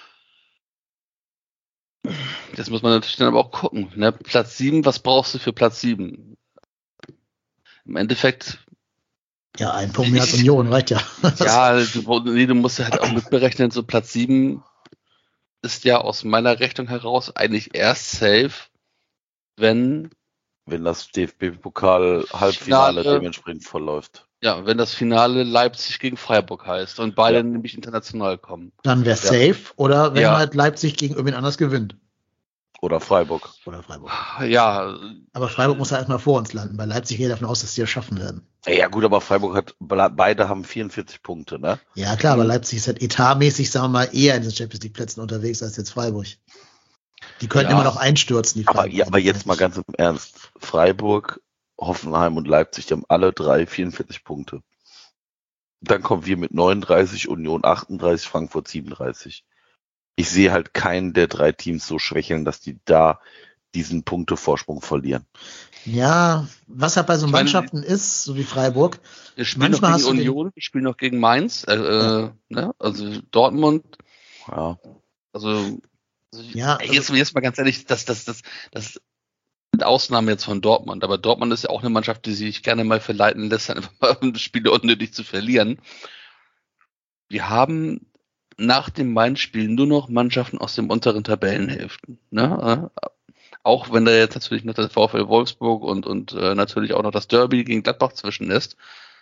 Jetzt muss man natürlich dann aber auch gucken. Ne? Platz sieben, was brauchst du für Platz sieben? Im Endeffekt...
Ja, ein Punkt mehr als Union, reicht ja.
Ja, du, nee, du musst ja halt auch mitberechnen, so Platz sieben ist ja aus meiner Rechnung heraus eigentlich erst safe, wenn
Wenn das D F B-Pokal-Halbfinale
Finale-
dementsprechend verläuft.
ja, wenn das Finale Leipzig gegen Freiburg heißt und beide
Ja.
nämlich international kommen.
Dann wäre
Ja.
safe oder wenn
Ja.
halt Leipzig gegen irgendwen anders gewinnt.
Oder Freiburg.
Oder Freiburg.
Ja,
Aber Freiburg muss ja erstmal vor uns landen. Bei Leipzig geht davon aus, dass die das schaffen werden.
Ja gut, aber Freiburg hat, beide haben vierundvierzig Punkte, ne?
Ja, klar, aber
Mhm.
Leipzig ist halt etatmäßig, sagen wir mal, eher in den Champions League Plätzen unterwegs als jetzt Freiburg. Die könnten
Ja.
immer noch einstürzen, die
Aber,
Freiburg.
ja, aber jetzt mal ganz im Ernst. Freiburg, Hoffenheim und Leipzig, die haben alle drei vierundvierzig Punkte. Dann kommen wir mit neununddreißig, Union achtunddreißig, Frankfurt siebenunddreißig. Ich sehe halt keinen der drei Teams so schwächeln, dass die da diesen Punktevorsprung verlieren.
Ja, was halt bei so
Ich meine,
Mannschaften ist, so wie Freiburg,
wir spielen
Manchmal
noch
hast
gegen
du den-
Union, wir spielen noch gegen Mainz, äh, äh, ne? Also Dortmund,
Ja.
also, also
Ja,
ey,
also-
jetzt, jetzt mal ganz ehrlich, das, das, das, das mit Ausnahme jetzt von Dortmund, aber Dortmund ist ja auch eine Mannschaft, die sich gerne mal verleiten lässt, einfach mal Spiele unnötig zu verlieren. Wir haben nach dem Mainz-Spiel nur noch Mannschaften aus den unteren Tabellenhälften. Ne? Äh, Auch wenn da jetzt natürlich noch das VfL Wolfsburg und, und äh, natürlich auch noch das Derby gegen Gladbach zwischen ist.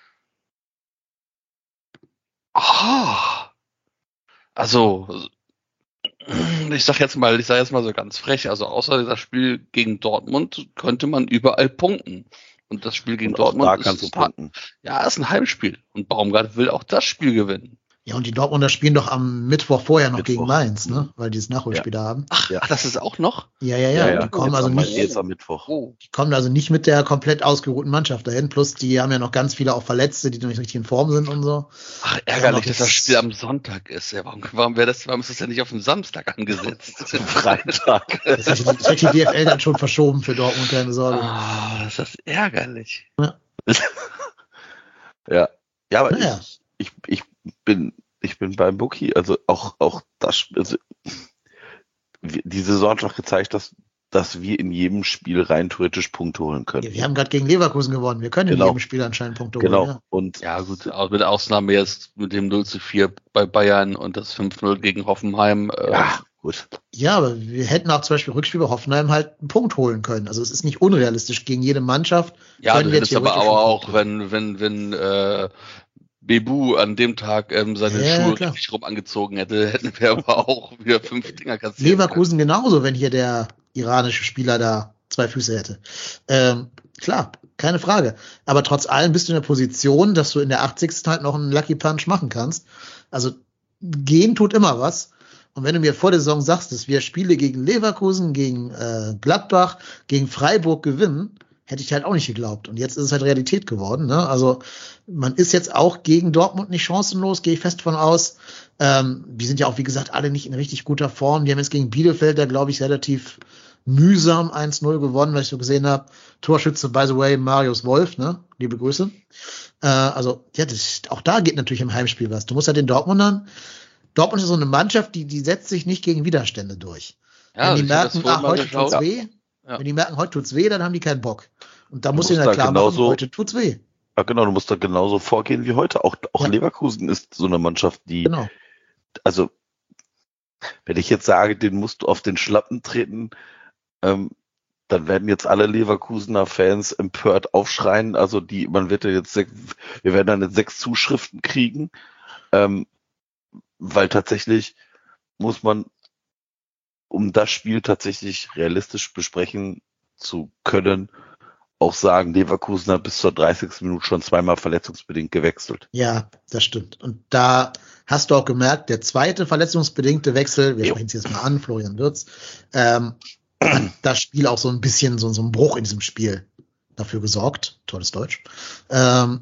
Ah, also, ich sag jetzt mal, ich sag jetzt mal so ganz frech, also außer das Spiel gegen Dortmund könnte man überall punkten. Und das Spiel gegen
Und auch
Dortmund
da kannst du
ist,
punkten.
ja, ist ein Heimspiel. Und Baumgart will auch das Spiel gewinnen.
ja, und die Dortmunder spielen doch am Mittwoch vorher noch
Mittwoch.
gegen Mainz, ne? Weil die das Nachholspiel da haben.
Ach,
Ja.
ach, das ist auch noch?
Ja, ja, ja.
Ja, ja.
Die kommen
Jetzt
also
am-
nicht,
Jetzt am Mittwoch.
Oh.
die kommen also nicht mit der komplett ausgeruhten Mannschaft dahin. Plus die haben ja noch ganz viele auch Verletzte, die noch nicht richtig in Form sind und so.
Ach,
Ja,
ärgerlich,
noch
dass das
jetzt-
Spiel am Sonntag ist. Ja, warum, warum, wäre das, warum ist das denn nicht auf den Samstag angesetzt?
Freitag.
Das hat die- das hat die D F L dann schon verschoben für Dortmund, keine Sorge.
Ah, ist das ärgerlich.
Ja. Ja, aber
Naja.
ich, ich, ich bin, ich bin beim Bookie, also auch, auch das, also, wir- die Saison hat doch gezeigt, dass, dass wir in jedem Spiel rein theoretisch Punkte holen können.
Ja, wir haben gerade gegen Leverkusen gewonnen. Wir können
Genau.
in jedem Spiel anscheinend Punkte
Genau.
holen.
Und
Ja, gut, auch mit Ausnahme jetzt mit dem null zu vier bei Bayern und das fünf null gegen Hoffenheim. Äh,
ja, gut.
Ja, aber wir hätten auch zum Beispiel Rückspiel bei Hoffenheim halt einen Punkt holen können. Also es ist nicht unrealistisch gegen jede Mannschaft.
ja,
können
du
wir
hättest aber
theoretisch
aber
schon
auch,
Punkte
wenn, wenn, wenn, äh, Bebu an dem Tag ähm, seine
Ja,
Schuhe
klar.
richtig rum angezogen hätte, hätten wir aber auch wieder fünf Dinger kassiert.
Leverkusen genauso, wenn hier der iranische Spieler da zwei Füße hätte. Ähm, klar, keine Frage. Aber trotz allem bist du in der Position, dass du in der achtzigsten halt noch einen Lucky Punch machen kannst. Also gehen tut immer was. Und wenn du mir vor der Saison sagst, dass wir Spiele gegen Leverkusen, gegen äh, Gladbach, gegen Freiburg gewinnen, hätte ich halt auch nicht geglaubt. Und jetzt ist es halt Realität geworden. Ne? Also man ist jetzt auch gegen Dortmund nicht chancenlos, gehe ich fest von aus. Ähm, die sind ja auch, wie gesagt, alle nicht in richtig guter Form. Die haben jetzt gegen Bielefeld da, glaube ich, relativ mühsam eins null gewonnen, was ich so gesehen habe. Torschütze, by the way, Marius Wolf, ne? Liebe Grüße. Äh, also, ja, das, auch da geht natürlich im Heimspiel was. Du musst ja den Dortmundern, Dortmund ist so eine Mannschaft, die, die setzt sich nicht gegen Widerstände durch.
Ja,
Wenn die
ich hab das
merken,
vorhin
ah,
mal
heute
geschaut.
tut's weh,
Ja.
wenn die merken, heute tut's weh, dann haben die keinen Bock. Und da
Du
muss ihnen
musst
halt
da
klar machen,
genauso-
heute tut's weh.
Ja, genau, du musst da genauso vorgehen wie heute. Auch, auch
Ja.
Leverkusen ist so eine Mannschaft, die,
Genau.
also, wenn ich jetzt sage, den musst du auf den Schlappen treten, ähm, dann werden jetzt alle Leverkusener Fans empört aufschreien. Also die, man wird ja jetzt, sech, wir werden dann jetzt sechs Zuschriften kriegen, ähm, weil tatsächlich muss man, um das Spiel tatsächlich realistisch besprechen zu können, auch sagen, Leverkusen hat bis zur dreißigsten Minute schon zweimal verletzungsbedingt gewechselt.
Ja, das stimmt. Und da hast du auch gemerkt, der zweite verletzungsbedingte Wechsel, wir
Jo.
sprechen es jetzt mal an, Florian Wirtz, ähm, hat das Spiel auch so ein bisschen, so, so ein Bruch in diesem Spiel dafür gesorgt. Tolles Deutsch. Ähm,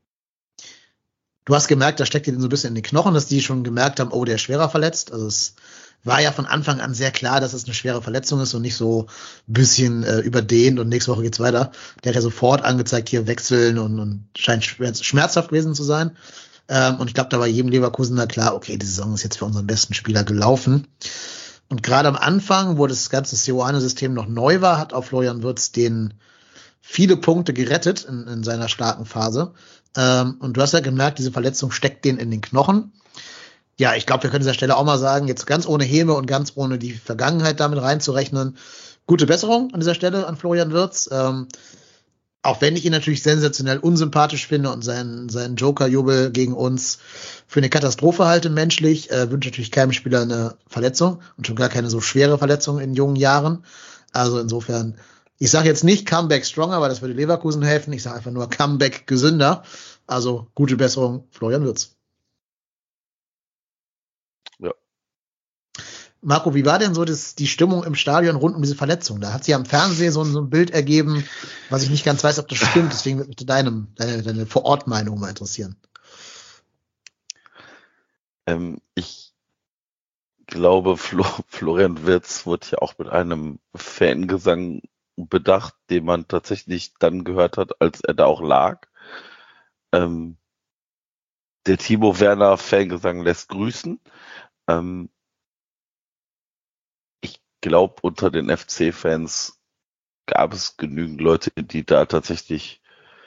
du hast gemerkt, da steckt dir so ein bisschen in die Knochen, dass die schon gemerkt haben, oh, der ist schwerer verletzt. Also es war ja von Anfang an sehr klar, dass es eine schwere Verletzung ist und nicht so ein bisschen äh, überdehnt und nächste Woche geht's weiter. Der hat ja sofort angezeigt, hier wechseln und, und scheint schmerz, schmerzhaft gewesen zu sein. Ähm, und ich glaube, da war jedem Leverkusener klar, okay, die Saison ist jetzt für unseren besten Spieler gelaufen. Und gerade am Anfang, wo das ganze Seoane-System noch neu war, hat auch Florian Wirtz den viele Punkte gerettet in, in seiner starken Phase. Ähm, und du hast ja gemerkt, diese Verletzung steckt denen in den Knochen. Ja, ich glaube, wir können an dieser Stelle auch mal sagen, jetzt ganz ohne Häme und ganz ohne die Vergangenheit damit reinzurechnen, gute Besserung an dieser Stelle an Florian Wirtz. Ähm, auch wenn ich ihn natürlich sensationell unsympathisch finde und seinen, seinen Joker-Jubel gegen uns für eine Katastrophe halte menschlich, äh, wünsche natürlich keinem Spieler eine Verletzung und schon gar keine so schwere Verletzung in jungen Jahren. Also insofern, ich sage jetzt nicht Comeback stronger, weil das würde Leverkusen helfen. Ich sage einfach nur Comeback gesünder. Also gute Besserung, Florian Wirtz.
Ja.
Marco, wie war denn so das, die Stimmung im Stadion rund um diese Verletzung? Da hat sich am Fernsehen so ein, so ein Bild ergeben, was ich nicht ganz weiß, ob das stimmt. Deswegen würde mich deinem, deine, deine Vor-Ort-Meinung mal interessieren.
Ähm, ich glaube, Flo, Florian Wirtz wurde ja auch mit einem Fangesang bedacht, den man tatsächlich dann gehört hat, als er da auch lag. Ähm, der Timo Werner Fangesang lässt grüßen. Ähm, ich glaube, unter den F C-Fans gab es genügend Leute, die da tatsächlich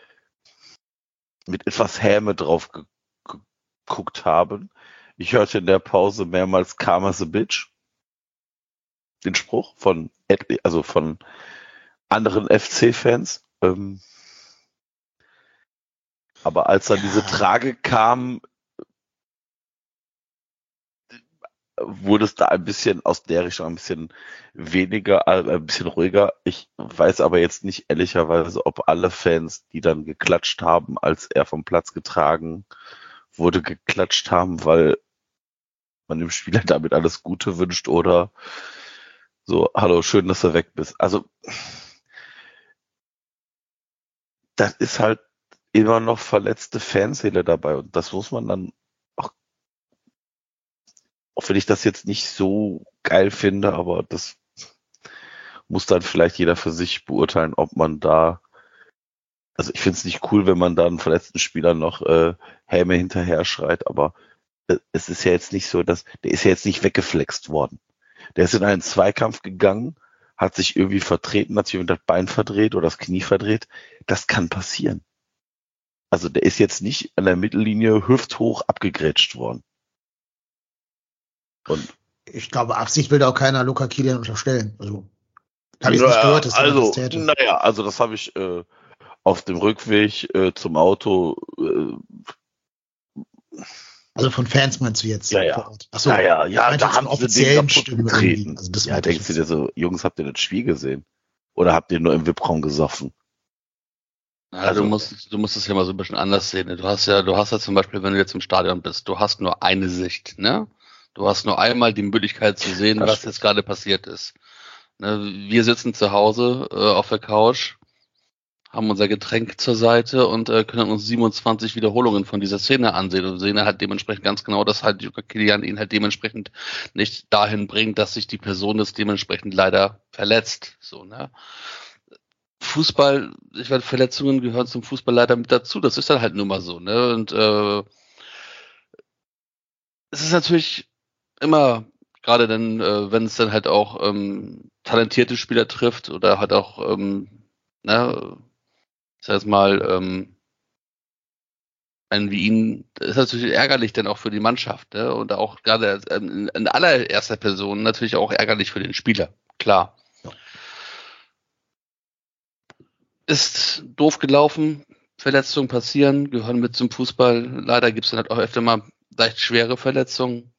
mit etwas Häme drauf ge- geguckt haben. Ich hörte in der Pause mehrmals Karma's a Bitch. Den Spruch von, etli- also von anderen F C-Fans. Ähm, aber als dann
Ja.
diese Tragik kam, wurde es da ein bisschen aus der Richtung ein bisschen weniger, äh, ein bisschen ruhiger. Ich weiß aber jetzt nicht ehrlicherweise, ob alle Fans, die dann geklatscht haben, als er vom Platz getragen wurde, geklatscht haben, weil man dem Spieler damit alles Gute wünscht oder so, hallo, schön, dass du weg bist. Also, das ist halt immer noch verletzte Fanseele dabei und das muss man dann auch, auch wenn ich das jetzt nicht so geil finde, aber das muss dann vielleicht jeder für sich beurteilen, ob man da, also ich finde es nicht cool, wenn man da einen verletzten Spieler noch äh, Häme hinterher schreit, aber äh, es ist ja jetzt nicht so, dass, der ist ja jetzt nicht weggeflext worden. Der ist in einen Zweikampf gegangen, hat sich irgendwie vertreten, hat sich irgendwie das Bein verdreht oder das Knie verdreht. Das kann passieren. Also der ist jetzt nicht an der Mittellinie hüfthoch abgegrätscht worden. Und
Ich glaube, Absicht will da auch keiner Luca Kilian unterstellen. Also, habe ich nicht
naja,
gehört, dass er
also,
das täte.
naja, also das habe ich äh, auf dem Rückweg äh, zum Auto äh,
Also von Fans meinst du jetzt
Ja, ja.
vor Ort? Achso,
ja, ja, ja,
meinst
da
jetzt
haben
von
sie den
offiziellen
kaputt
Stimmen
getreten.
irgendwie. Also das
Ja,
meinte ich
denkst du
jetzt.
dir so, Jungs, habt ihr das Spiel gesehen? Oder habt ihr nur im V I P-Raum gesoffen?
Ja,
Also-
du musst, du musst es ja mal so ein bisschen anders sehen. Du hast ja, du hast ja zum Beispiel, wenn du jetzt im Stadion bist, du hast nur eine Sicht, ne? Du hast nur einmal die Möglichkeit zu sehen,
Das
was
stimmt.
jetzt gerade passiert ist. Ne? Wir sitzen zu Hause äh, auf der Couch, haben unser Getränk zur Seite und äh, können uns siebenundzwanzig Wiederholungen von dieser Szene ansehen und sehen halt dementsprechend ganz genau, dass halt Luca Kilian ihn halt dementsprechend nicht dahin bringt, dass sich die Person das dementsprechend leider verletzt. So, ne? Fußball, ich meine, Verletzungen gehören zum Fußball leider mit dazu. Das ist dann halt nun mal so, ne? Und äh, es ist natürlich immer, gerade dann, äh, wenn es dann halt auch ähm, talentierte Spieler trifft oder halt auch, ähm, ne, ich sag jetzt mal, ähm, einen wie ihn, das ist natürlich ärgerlich dann auch für die Mannschaft, ne? Und auch gerade in, in allererster Person natürlich auch ärgerlich für den Spieler, klar.
Ja.
Ist doof gelaufen, Verletzungen passieren, gehören mit zum Fußball. Leider gibt es dann halt auch öfter mal leicht schwere Verletzungen.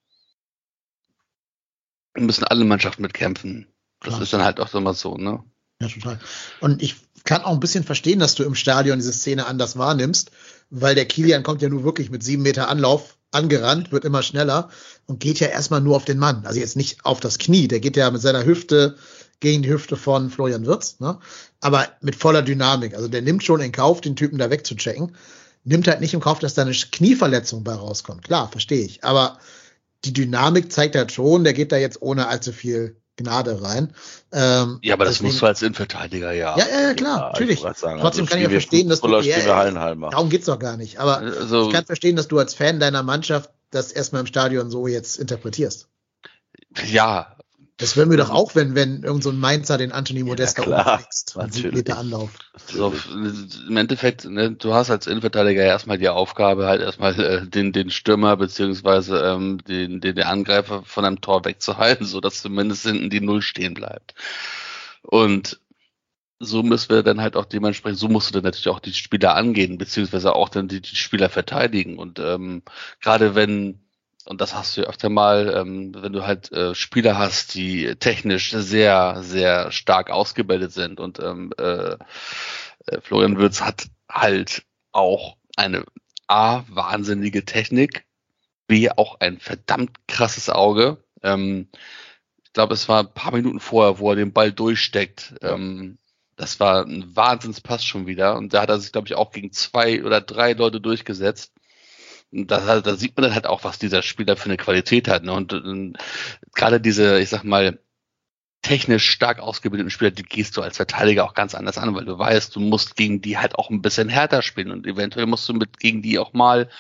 Müssen alle Mannschaften mitkämpfen. Das
Klar.
ist dann halt auch immer so, ne?
Ja, total. Und ich kann auch ein bisschen verstehen, dass du im Stadion diese Szene anders wahrnimmst, weil der Kilian kommt ja nur wirklich mit sieben Meter Anlauf angerannt, wird immer schneller und geht ja erstmal nur auf den Mann. Also jetzt nicht auf das Knie, der geht ja mit seiner Hüfte gegen die Hüfte von Florian Wirtz, ne? Aber mit voller Dynamik. Also der nimmt schon in Kauf, den Typen da wegzuchecken. Nimmt halt nicht in Kauf, dass da eine Knieverletzung bei rauskommt. Klar, verstehe ich. Aber die Dynamik zeigt halt schon, der geht da jetzt ohne allzu viel Gnade rein. Ähm,
Ja, aber das
deswegen-
musst du als Innenverteidiger, ja.
Ja, ja, ja, klar,
Ja, ich
natürlich.
wollte sagen,
Trotzdem
also
kann ich ja
spielen wir
verstehen, dass du
Fußballer, spielen wir
ja,
Hallenhalmer.
darum geht's doch gar nicht. Aber
Also,
ich kann verstehen, dass du als Fan deiner Mannschaft das erstmal im Stadion so jetzt interpretierst.
ja,
Das würden wir doch auch, wenn, wenn irgend so ein Mainzer den Anthony Modesta
klar,
umfliegst. Mit sieben
natürlich.
Meter Anlauf.
so, im Endeffekt, ne, du hast als Innenverteidiger erstmal die Aufgabe, halt erstmal äh, den, den Stürmer beziehungsweise ähm, den, den, den Angreifer von einem Tor wegzuhalten, so dass zumindest hinten die Null stehen bleibt. Und so müssen wir dann halt auch dementsprechend, so musst du dann natürlich auch die Spieler angehen, beziehungsweise auch dann die, die Spieler verteidigen. Und ähm, gerade wenn, und das hast du ja öfter mal, ähm, wenn du halt äh, Spieler hast, die technisch sehr, sehr stark ausgebildet sind und ähm, äh, äh, Florian Wirtz hat halt auch eine A, wahnsinnige Technik, B, auch ein verdammt krasses Auge. Ähm, ich glaube, es war ein paar Minuten vorher, wo er den Ball durchsteckt.
Ja.
Ähm, das war ein Wahnsinnspass schon wieder. Und da hat er sich, glaube ich, auch gegen zwei oder drei Leute durchgesetzt. Und da, da sieht man dann halt auch, was dieser Spieler für eine Qualität hat. Ne? Und, und gerade diese, ich sag mal, technisch stark ausgebildeten Spieler, die gehst du als Verteidiger auch ganz anders an, weil du weißt, du musst gegen die halt auch ein bisschen härter spielen und eventuell musst du mit gegen die auch mal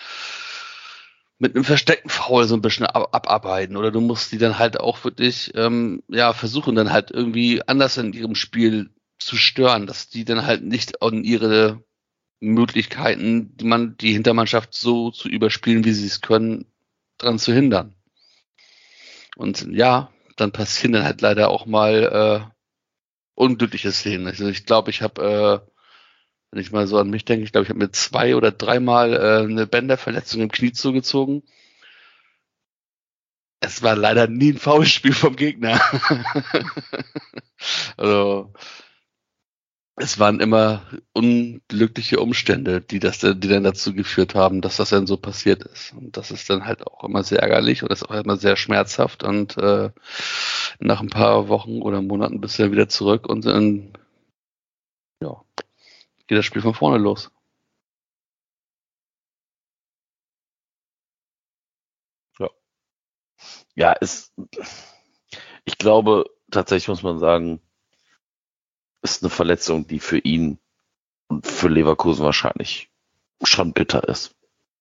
mit einem versteckten Foul so ein bisschen ab, abarbeiten oder du musst die dann halt auch wirklich ähm, ja versuchen dann halt irgendwie anders in ihrem Spiel zu stören, dass die dann halt nicht an ihre Möglichkeiten, die man die Hintermannschaft so zu überspielen, wie sie es können, dran zu hindern. Und ja, dann passieren dann halt leider auch mal äh, unglückliche Szenen. Also ich glaube, ich habe, äh, wenn ich mal so an mich denke, ich glaube, ich habe mir zwei oder dreimal äh, eine Bänderverletzung im Knie zugezogen. Es war leider nie ein Foulspiel vom Gegner. Also es waren immer unglückliche Umstände, die das, die dann dazu geführt haben, dass das dann so passiert ist. Und das ist dann halt auch immer sehr ärgerlich und das ist auch immer sehr schmerzhaft. Und äh, nach ein paar Wochen oder Monaten bist du dann wieder zurück und dann ja, geht das Spiel von vorne los.
Ja. Ja, es, ich glaube, tatsächlich muss man sagen, ist eine Verletzung, die für ihn und für Leverkusen wahrscheinlich schon bitter ist.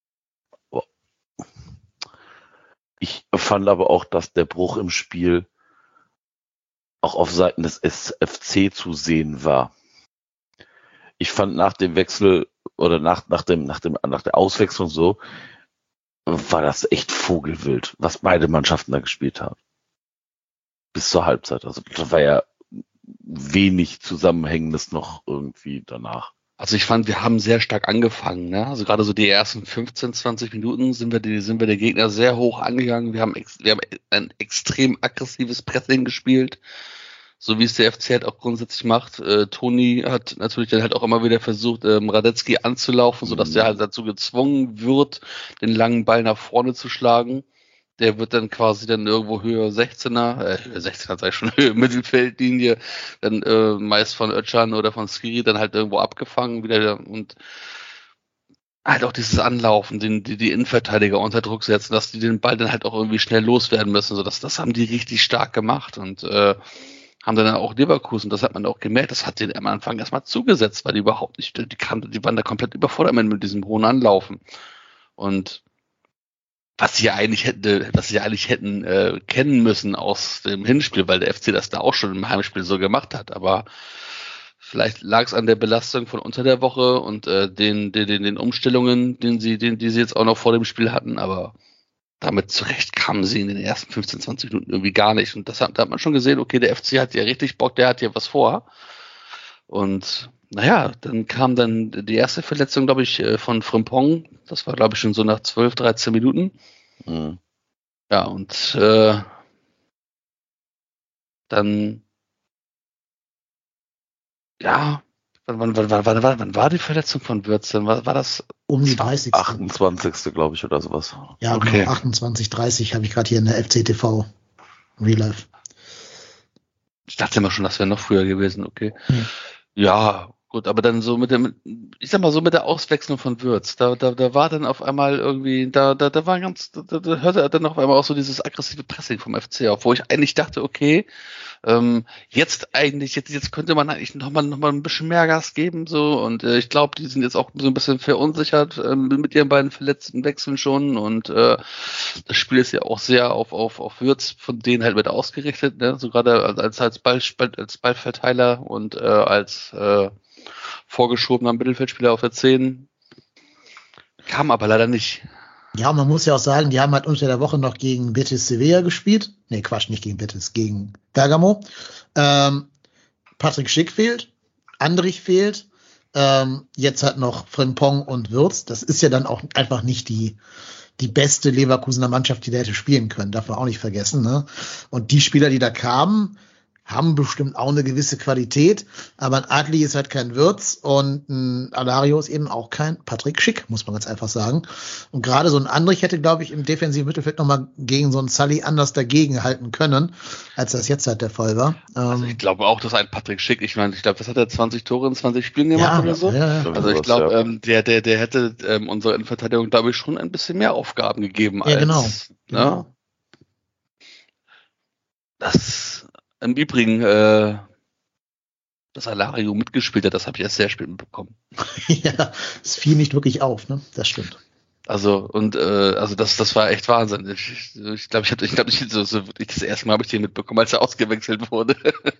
Ich fand aber auch, dass der Bruch im Spiel auch auf Seiten des S F C zu sehen war. Ich fand nach dem Wechsel oder nach, nach dem, nach dem, nach der Auswechslung so, war das echt Vogelwild, was beide Mannschaften da gespielt haben. Bis zur Halbzeit. Also, das war ja wenig Zusammenhängendes noch irgendwie danach.
Also ich fand, wir haben sehr stark angefangen, ne? Also gerade so die ersten fünfzehn, zwanzig Minuten sind wir die, sind wir der Gegner sehr hoch angegangen. Wir haben, ex, wir haben ein extrem aggressives Pressing gespielt, so wie es der F C halt auch grundsätzlich macht. Äh, Toni hat natürlich dann halt auch immer wieder versucht, ähm, Radetzky anzulaufen, sodass
Mhm.
der halt dazu gezwungen wird, den langen Ball nach vorne zu schlagen. Der wird dann quasi dann irgendwo Höhe sechzehner, äh, Höhe sechzehner sag ich schon, Höhe Mittelfeldlinie, dann äh, meist von Özcan oder von Skiri dann halt irgendwo abgefangen wieder und halt auch dieses Anlaufen, den, die, die Innenverteidiger unter Druck setzen, dass die den Ball dann halt auch irgendwie schnell loswerden müssen, so dass das haben die richtig stark gemacht und äh, haben dann auch Leverkusen, das hat man auch gemerkt, das hat denen am Anfang erstmal zugesetzt, weil die überhaupt nicht, die, kamen, die waren da komplett überfordert mit diesem hohen Anlaufen und was sie ja eigentlich hätten, was sie ja eigentlich hätten äh, kennen müssen aus dem Hinspiel, weil der F C das da auch schon im Heimspiel so gemacht hat. Aber Vielleicht lag es an der Belastung von unter der Woche und äh, den, den, den, den Umstellungen, den sie, den, die sie jetzt auch noch vor dem Spiel hatten, aber damit zurecht kamen sie in den ersten fünfzehn, zwanzig Minuten irgendwie gar nicht. Und das hat, da hat man schon gesehen, okay, der F C hat ja richtig Bock, der hat ja was vor. Und naja, dann kam dann die erste Verletzung, glaube ich, von Frimpong. Das war, glaube ich, schon so nach zwölf, dreizehn Minuten. Mhm. Ja, und äh, dann ja, wann, wann, wann, wann, wann, wann war die Verletzung von Würz denn? War, war das
um die dreißig.
achtundzwanzigste glaube ich, oder sowas.
Ja,
okay.
Genau, achtundzwanzig, dreißig habe ich gerade hier in der F C T V Real Life.
Ich dachte immer schon, das wäre noch früher gewesen, okay.
Hm.
Ja, gut, aber dann so mit dem, ich sag mal so mit der Auswechslung von Würz, da, da, da war dann auf einmal irgendwie, da, da, da war ganz, da, da hörte er dann auf einmal auch so dieses aggressive Pressing vom F C auf, wo ich eigentlich dachte, okay, ähm, jetzt eigentlich, jetzt, jetzt könnte man eigentlich nochmal noch mal ein bisschen mehr Gas geben, so, und äh, ich glaube, die sind jetzt auch so ein bisschen verunsichert ähm, mit ihren beiden verletzten Wechseln schon, und äh, das Spiel ist ja auch sehr auf, auf, auf Würz von denen halt mit ausgerichtet, ne, so gerade als, als Ball, als Ballverteiler und äh, als äh, vorgeschobener Mittelfeldspieler auf der zehn. Kam aber leider nicht.
Ja, man muss ja auch sagen, die haben halt unter der Woche noch gegen Betis Sevilla gespielt. Nee, Quatsch, nicht gegen Betis, gegen Bergamo. Ähm, Patrick Schick fehlt, Andrich fehlt, ähm, jetzt hat noch Frimpong und Würz. Das ist ja dann auch einfach nicht die die beste Leverkusener Mannschaft, die da hätte spielen können. Darf man auch nicht vergessen, ne? Und die Spieler, die da kamen, haben bestimmt auch eine gewisse Qualität, aber ein Adli ist halt kein Würz und ein Alario ist eben auch kein Patrick Schick, muss man ganz einfach sagen. Und gerade so ein Andrich hätte, glaube ich, im defensiven Mittelfeld nochmal gegen so einen Sully anders dagegen halten können, als das jetzt halt der Fall war.
Also ich glaube auch, dass ein Patrick Schick, ich meine, ich glaube, das hat er zwanzig Tore in zwanzig Spielen gemacht
ja,
oder so.
Ja, ja.
Also ich glaube, ähm, der, der, der hätte ähm, unserer Innenverteidigung, glaube ich, schon ein bisschen mehr Aufgaben gegeben.
Ja,
als,
genau.
Ne?
genau.
Das Im Übrigen, äh, dass Alario mitgespielt hat, das habe ich erst sehr spät mitbekommen.
Ja, es fiel nicht wirklich auf, ne? Das stimmt.
Also, und äh, also das das war echt Wahnsinn. Ich glaube, ich glaube, ich, glaub, ich, glaub, ich so, so wirklich das erste Mal habe ich den mitbekommen, als er ausgewechselt wurde.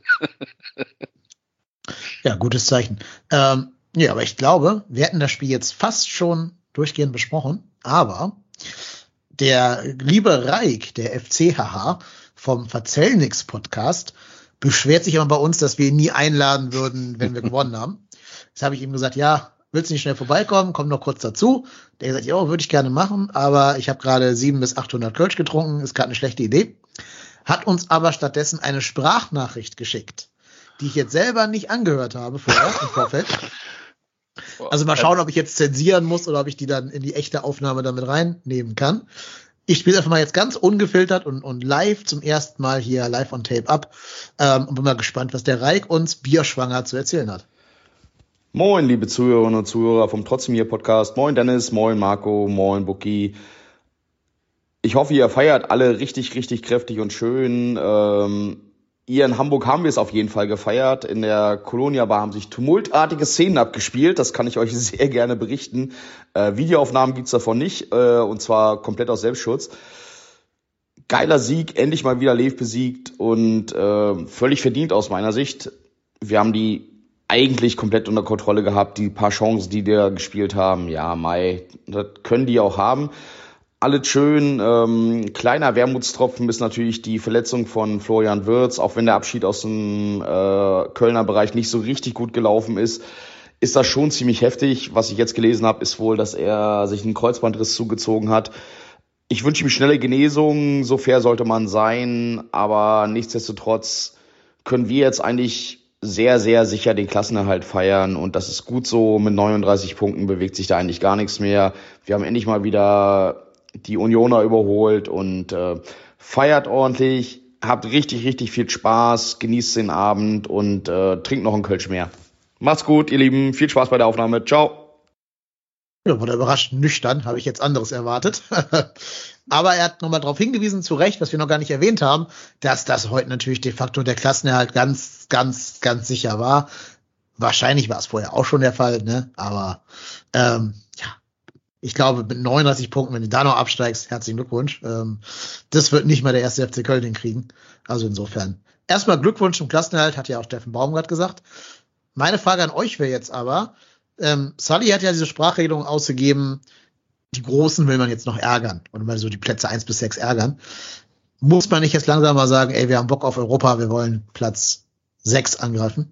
Ja, gutes Zeichen. Ähm, ja, aber ich glaube, wir hätten das Spiel jetzt fast schon durchgehend besprochen, aber der liebe Reik, der F C H H, vom Verzellnix-Podcast, beschwert sich immer bei uns, dass wir ihn nie einladen würden, wenn wir gewonnen haben. Jetzt habe ich ihm gesagt, ja, willst du nicht schnell vorbeikommen? Komm noch kurz dazu. Der hat gesagt, ja, würde ich gerne machen, aber ich habe gerade sieben bis achthundert Kölsch getrunken, ist gerade eine schlechte Idee. Hat uns aber stattdessen eine Sprachnachricht geschickt, die ich jetzt selber nicht angehört habe vorher im Vorfeld. Also mal schauen, ob ich jetzt zensieren muss oder ob ich die dann in die echte Aufnahme damit reinnehmen kann. Ich spiele einfach mal jetzt ganz ungefiltert und, und live zum ersten Mal hier live on Tape ab ähm, und bin mal gespannt, was der Reik uns bierschwanger zu erzählen hat.
Moin, liebe Zuhörerinnen und Zuhörer vom Trotzdem hier Podcast. Moin Dennis, moin Marco, moin Buki. Ich hoffe, ihr feiert alle richtig, richtig kräftig und schön. Ähm, Ihr in Hamburg haben wir es auf jeden Fall gefeiert. In der Colonia Bar haben sich tumultartige Szenen abgespielt. Das kann ich euch sehr gerne berichten. Äh, Videoaufnahmen gibt's davon nicht, äh, und zwar komplett aus Selbstschutz. Geiler Sieg, endlich mal wieder Lev besiegt und äh, völlig verdient aus meiner Sicht. Wir haben die eigentlich komplett unter Kontrolle gehabt. Die paar Chancen, die wir gespielt haben, ja, Mai, das können die auch haben. Alles schön. Ähm, kleiner Wermutstropfen ist natürlich die Verletzung von Florian Wirtz. Auch wenn der Abschied aus dem äh, Kölner Bereich nicht so richtig gut gelaufen ist, ist das schon ziemlich heftig. Was ich jetzt gelesen habe, ist wohl, dass er sich einen Kreuzbandriss zugezogen hat. Ich wünsche ihm schnelle Genesung, so fair sollte man sein. Aber nichtsdestotrotz können wir jetzt eigentlich sehr, sehr sicher den Klassenerhalt feiern. Und das ist gut so. Mit neununddreißig Punkten bewegt sich da eigentlich gar nichts mehr. Wir haben endlich mal wieder die Unioner überholt und äh, feiert ordentlich, habt richtig, richtig viel Spaß, genießt den Abend und äh, trinkt noch einen Kölsch mehr. Macht's gut, ihr Lieben, viel Spaß bei der Aufnahme, ciao.
Ja, wurde überrascht nüchtern, habe ich jetzt anderes erwartet. Aber er hat nochmal darauf hingewiesen, zu Recht, was wir noch gar nicht erwähnt haben, dass das heute natürlich de facto der Klassenerhalt ganz, ganz, ganz sicher war. Wahrscheinlich war es vorher auch schon der Fall, ne? Aber ähm, ja, ich glaube, mit neununddreißig Punkten, wenn du da noch absteigst, herzlichen Glückwunsch. Ähm, das wird nicht mal der erste F C Köln hinkriegen. Also insofern. Erstmal Glückwunsch zum Klassenerhalt, hat ja auch Steffen Baumgart gesagt. meine Frage an euch wäre jetzt aber, ähm, Sully hat ja diese Sprachregelung ausgegeben, die Großen will man jetzt noch ärgern und mal so die Plätze eins bis sechs ärgern. Muss man nicht jetzt langsam mal sagen, ey, wir haben Bock auf Europa, wir wollen Platz sechs angreifen?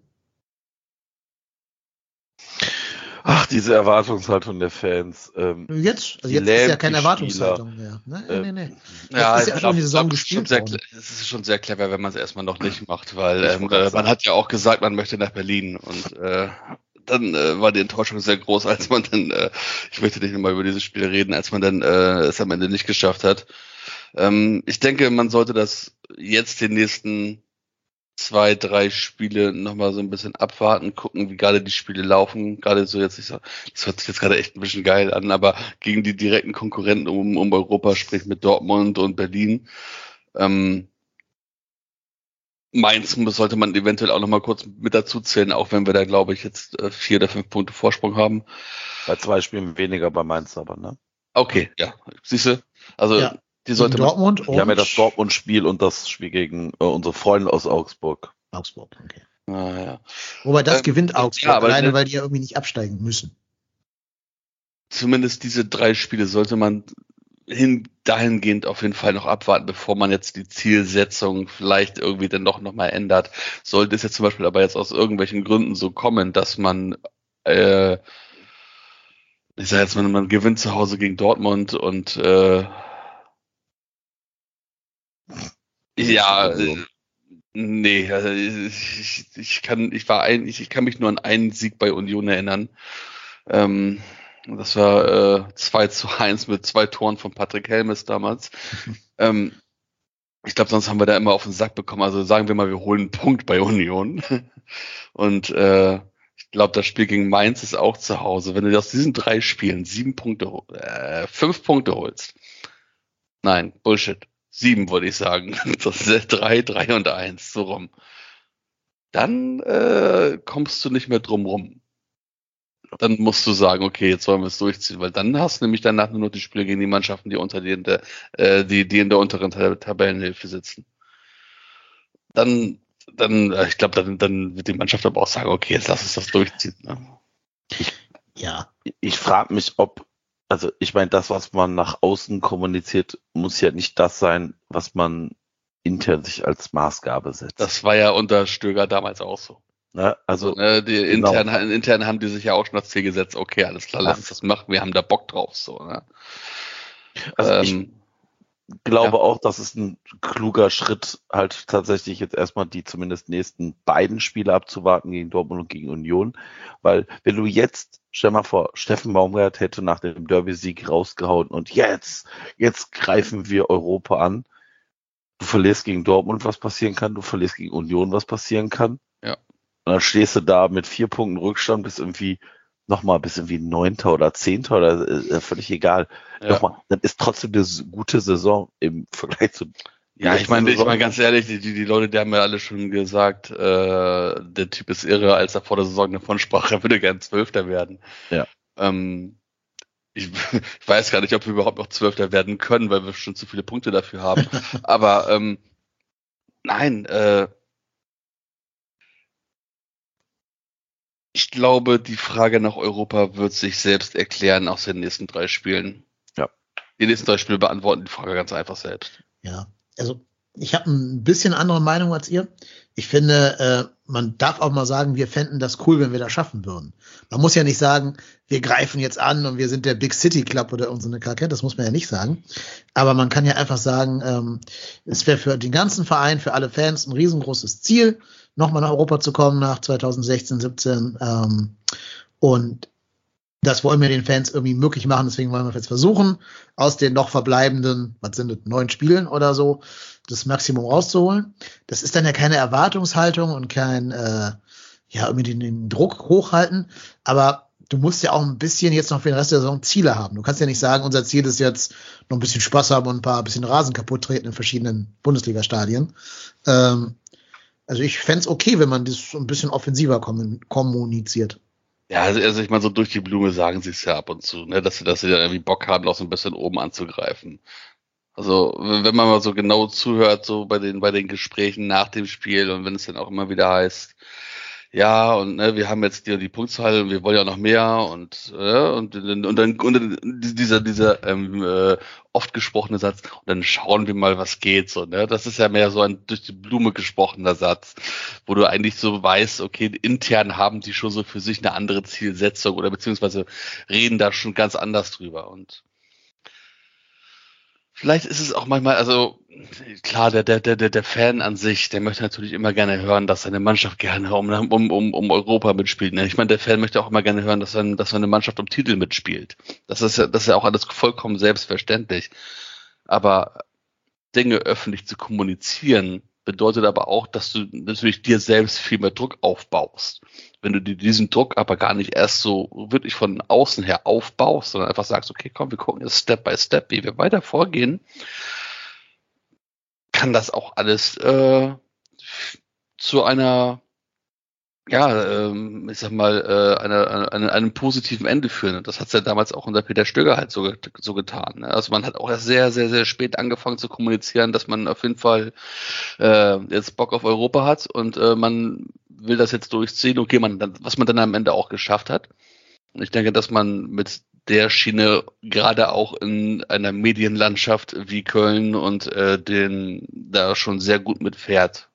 Ach, diese Erwartungshaltung der Fans. Ähm,
jetzt, also jetzt ist ja keine Erwartungshaltung mehr. Ne?
Äh,
nee, nee.
Ja,
ist ja
ich
schon
glaub,
die Saison
glaub, es ist schon
gespielt
sehr,
worden.
es ist schon sehr clever, wenn man es erstmal noch nicht macht, weil
Ich
ähm,
wollte grad
äh, man
sagen.
hat ja auch gesagt, man möchte nach Berlin und äh, dann äh, war die Enttäuschung sehr groß, als man dann, äh, ich möchte nicht nochmal über dieses Spiel reden, als man dann äh, es am Ende nicht geschafft hat. Ähm, ich denke, man sollte das jetzt den nächsten zwei, drei Spiele nochmal so ein bisschen abwarten, gucken, wie gerade die Spiele laufen. Gerade so jetzt, ich sag, das hört sich jetzt gerade echt ein bisschen geil an, aber gegen die direkten Konkurrenten um, um Europa, sprich mit Dortmund und Berlin. Ähm, Mainz sollte man eventuell auch nochmal kurz mit dazu zählen, auch wenn wir da, glaube ich, jetzt äh, vier oder fünf Punkte Vorsprung haben.
Bei zwei Spielen weniger bei Mainz aber, ne?
Okay, ja. Siehst du? Also,
Ja.
die sollte
Gegen
man,
Dortmund
Wir haben ja
und
das Dortmund-Spiel und das Spiel gegen äh, unsere Freunde aus Augsburg.
Augsburg. Okay.
ah, ja.
Wobei das
Ähm,
gewinnt Augsburg,
ja, aber
alleine
ne-
weil die ja irgendwie nicht absteigen müssen.
Zumindest diese drei Spiele sollte man hin, dahingehend auf jeden Fall noch abwarten, bevor man jetzt die Zielsetzung vielleicht irgendwie dann doch nochmal ändert. Sollte es jetzt zum Beispiel aber jetzt aus irgendwelchen Gründen so kommen, dass man, äh, ich sag jetzt mal, man gewinnt zu Hause gegen Dortmund und äh, ja, äh, nee, also ich, ich, ich kann, ich war ein, ich, ich kann mich nur an einen Sieg bei Union erinnern. Ähm, das war äh, zwei zu eins mit zwei Toren von Patrick Helmes damals. ähm, ich glaube, sonst haben wir da immer auf den Sack bekommen. Also sagen wir mal, wir holen einen Punkt bei Union. Und äh, ich glaube, das Spiel gegen Mainz ist auch zu Hause. Wenn du aus diesen drei Spielen sieben Punkte, hol- äh, fünf Punkte holst. Nein, Bullshit. Sieben, würde ich sagen. Das ist drei, drei und eins, so rum. Dann äh, kommst du nicht mehr drum rum. Dann musst du sagen, okay, jetzt wollen wir es durchziehen, weil dann hast du nämlich danach nur noch die Spiele gegen die Mannschaften, die unter die, in der, äh, die, die in der unteren Tab- Tabellenhälfte sitzen. Dann, dann, äh, ich glaube, dann, dann wird die Mannschaft aber auch sagen, okay, jetzt lass uns das durchziehen. Ne?
Ja.
Ich frage mich, ob, also ich meine, das, was man nach außen kommuniziert, muss ja nicht das sein, was man intern sich als Maßgabe setzt.
Das war ja unter Stöger damals auch so.
Ne? Also,
Also, ne, die
genau.
intern, intern haben die sich ja auch schon das Ziel gesetzt, okay, alles klar, lass uns das machen, wir haben da Bock drauf, so, ne?
also ich
Ähm,
glaube
ja.
auch, dass es ein kluger Schritt halt tatsächlich jetzt erstmal die zumindest nächsten beiden Spiele abzuwarten gegen Dortmund und gegen Union, weil wenn du jetzt, stell mal vor, Steffen Baumgart hätte nach dem Derby-Sieg rausgehauen und jetzt, jetzt greifen wir Europa an. Du verlierst gegen Dortmund, was passieren kann, du verlierst gegen Union, was passieren kann.
Ja.
Und dann stehst du da mit vier Punkten Rückstand, bist irgendwie nochmal bis irgendwie Neunter oder Zehnter oder äh, völlig egal.
Ja.
Nochmal, das ist trotzdem eine s- gute Saison im Vergleich zu.
Ja, ich meine, ich
Saison.
meine ganz ehrlich, die, die die Leute, die haben ja alle schon gesagt, äh, der Typ ist irre, als er vor der Saison davon sprach, er würde gern Zwölfter werden.
Ja.
Ähm, ich, ich weiß gar nicht, ob wir überhaupt noch Zwölfter werden können, weil wir schon zu viele Punkte dafür haben. Aber ähm, nein, äh, ich glaube, die Frage nach Europa wird sich selbst erklären aus den nächsten drei Spielen.
Ja.
Die nächsten drei Spiele beantworten die Frage ganz einfach selbst.
Ja, also ich habe ein bisschen andere Meinung als ihr. Ich finde, äh, man darf auch mal sagen, wir fänden das cool, wenn wir das schaffen würden. Man muss ja nicht sagen, wir greifen jetzt an und wir sind der Big City Club oder irgendeine Kacke, das muss man ja nicht sagen. Aber man kann ja einfach sagen, ähm, es wäre für den ganzen Verein, für alle Fans ein riesengroßes Ziel, nochmal nach Europa zu kommen nach zweitausendsechzehn, siebzehn. Ähm, und das wollen wir den Fans irgendwie möglich machen, deswegen wollen wir jetzt versuchen, aus den noch verbleibenden, was sind das, neun Spielen oder so, das Maximum rauszuholen. Das ist dann ja keine Erwartungshaltung und kein, äh, ja, irgendwie den, den Druck hochhalten, aber du musst ja auch ein bisschen jetzt noch für den Rest der Saison Ziele haben. Du kannst ja nicht sagen, unser Ziel ist jetzt noch ein bisschen Spaß haben und ein paar ein bisschen Rasen kaputt treten in verschiedenen Bundesliga-Stadien. Ähm, also ich fänd's okay, wenn man das so ein bisschen offensiver kommun- kommuniziert.
Ja, also, also ich meine, so durch die Blume sagen sie es ja ab und zu, ne, dass sie, dass sie dann irgendwie Bock haben, auch so ein bisschen oben anzugreifen. Also, wenn wenn man mal so genau zuhört, so bei den, bei den Gesprächen nach dem Spiel und wenn es dann auch immer wieder heißt, ja, und ne, wir haben jetzt die, die Punktzahl und wir wollen ja noch mehr und äh, und, und dann und dann dieser dieser ähm, äh, oft gesprochene Satz, und dann schauen wir mal, was geht, so, ne? Das ist ja mehr so ein durch die Blume gesprochener Satz, wo du eigentlich so weißt, okay, intern haben die schon so für sich eine andere Zielsetzung oder beziehungsweise reden da schon ganz anders drüber. Und vielleicht ist es auch manchmal, also klar, der, der, der, der Fan an sich, der möchte natürlich immer gerne hören, dass seine Mannschaft gerne um, um, um, um Europa mitspielt. Ne? Ich meine, der Fan möchte auch immer gerne hören, dass, sein, dass seine Mannschaft um Titel mitspielt. Das ist ja, das ist ja auch alles vollkommen selbstverständlich. Aber Dinge öffentlich zu kommunizieren, bedeutet aber auch, dass du natürlich dir selbst viel mehr Druck aufbaust. Wenn du dir diesen Druck aber gar nicht erst so wirklich von außen her aufbaust, sondern einfach sagst, okay, komm, wir gucken jetzt Step by Step, wie wir weiter vorgehen, kann das auch alles äh, zu einer, ja, ähm, ich sag mal, äh, einer, einer, einem positiven Ende führen. Und das hat es ja damals auch unter Peter Stöger halt so, so getan. Ne? Also man hat auch erst sehr, sehr, sehr spät angefangen zu kommunizieren, dass man auf jeden Fall äh, jetzt Bock auf Europa hat und äh, man will das jetzt durchziehen, okay, man dann, was man dann am Ende auch geschafft hat. Und ich denke, dass man mit der Schiene gerade auch in einer Medienlandschaft wie Köln und äh, den da schon sehr gut mitfährt.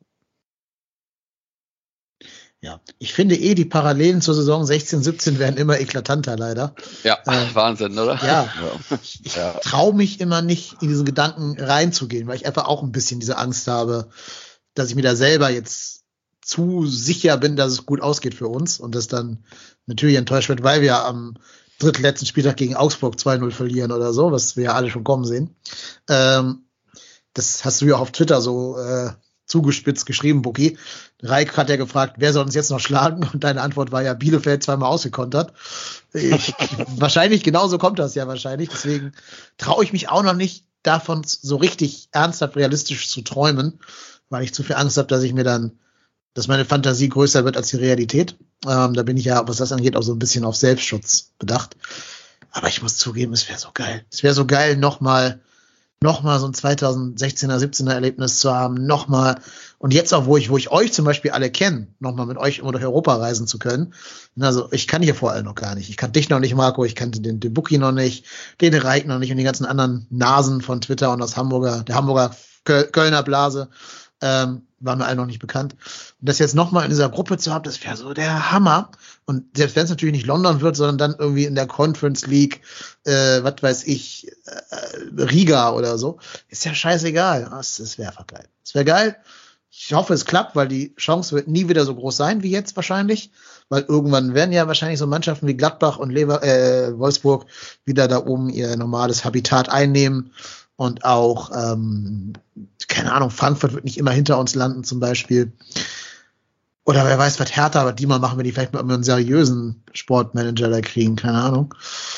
Ja, ich finde eh, die Parallelen zur Saison sechzehn, siebzehn werden immer eklatanter, leider.
Ja, äh, Wahnsinn, oder?
Ja, ja. ich ja. traue mich immer nicht, in diesen Gedanken reinzugehen, weil ich einfach auch ein bisschen diese Angst habe, dass ich mir da selber jetzt zu sicher bin, dass es gut ausgeht für uns und das dann natürlich enttäuscht wird, weil wir am drittletzten Spieltag gegen Augsburg zwei null verlieren oder so, was wir ja alle schon kommen sehen. Ähm, das hast du ja auf Twitter so äh, zugespitzt geschrieben, Buki. Reik hat ja gefragt, wer soll uns jetzt noch schlagen? Und deine Antwort war ja Bielefeld zweimal ausgekontert. Ich, wahrscheinlich, genauso kommt das ja wahrscheinlich. Deswegen traue ich mich auch noch nicht davon so richtig ernsthaft realistisch zu träumen, weil ich zu viel Angst habe, dass ich mir dann, dass meine Fantasie größer wird als die Realität. Ähm, da bin ich ja, was das angeht, auch so ein bisschen auf Selbstschutz bedacht. Aber ich muss zugeben, es wäre so geil. Es wäre so geil, nochmal nochmal so ein zweitausendsechzehner, siebzehner Erlebnis zu haben, nochmal, und jetzt auch, wo ich, wo ich euch zum Beispiel alle kenne, nochmal mit euch durch Europa reisen zu können. Also, ich kann hier vor allem noch gar nicht. Ich kannte dich noch nicht, Marco, ich kannte den, den Buki noch nicht, den Reik noch nicht und die ganzen anderen Nasen von Twitter und aus Hamburger, der Hamburger Kölner Blase, ähm, waren mir alle noch nicht bekannt. Und das jetzt nochmal in dieser Gruppe zu haben, das wäre so der Hammer. Und selbst wenn es natürlich nicht London wird, sondern dann irgendwie in der Conference League, äh, was weiß ich, äh, Riga oder so, ist ja scheißegal. Das, das wäre einfach geil. Das wäre geil. Ich hoffe, es klappt, weil die Chance wird nie wieder so groß sein wie jetzt wahrscheinlich. Weil irgendwann werden ja wahrscheinlich so Mannschaften wie Gladbach und Lever, äh, Wolfsburg wieder da oben ihr normales Habitat einnehmen. Und auch, ähm, keine Ahnung, Frankfurt wird nicht immer hinter uns landen zum Beispiel. Oder wer weiß, was Hertha, aber die mal machen wir die vielleicht mal einen seriösen Sportmanager da kriegen, keine Ahnung.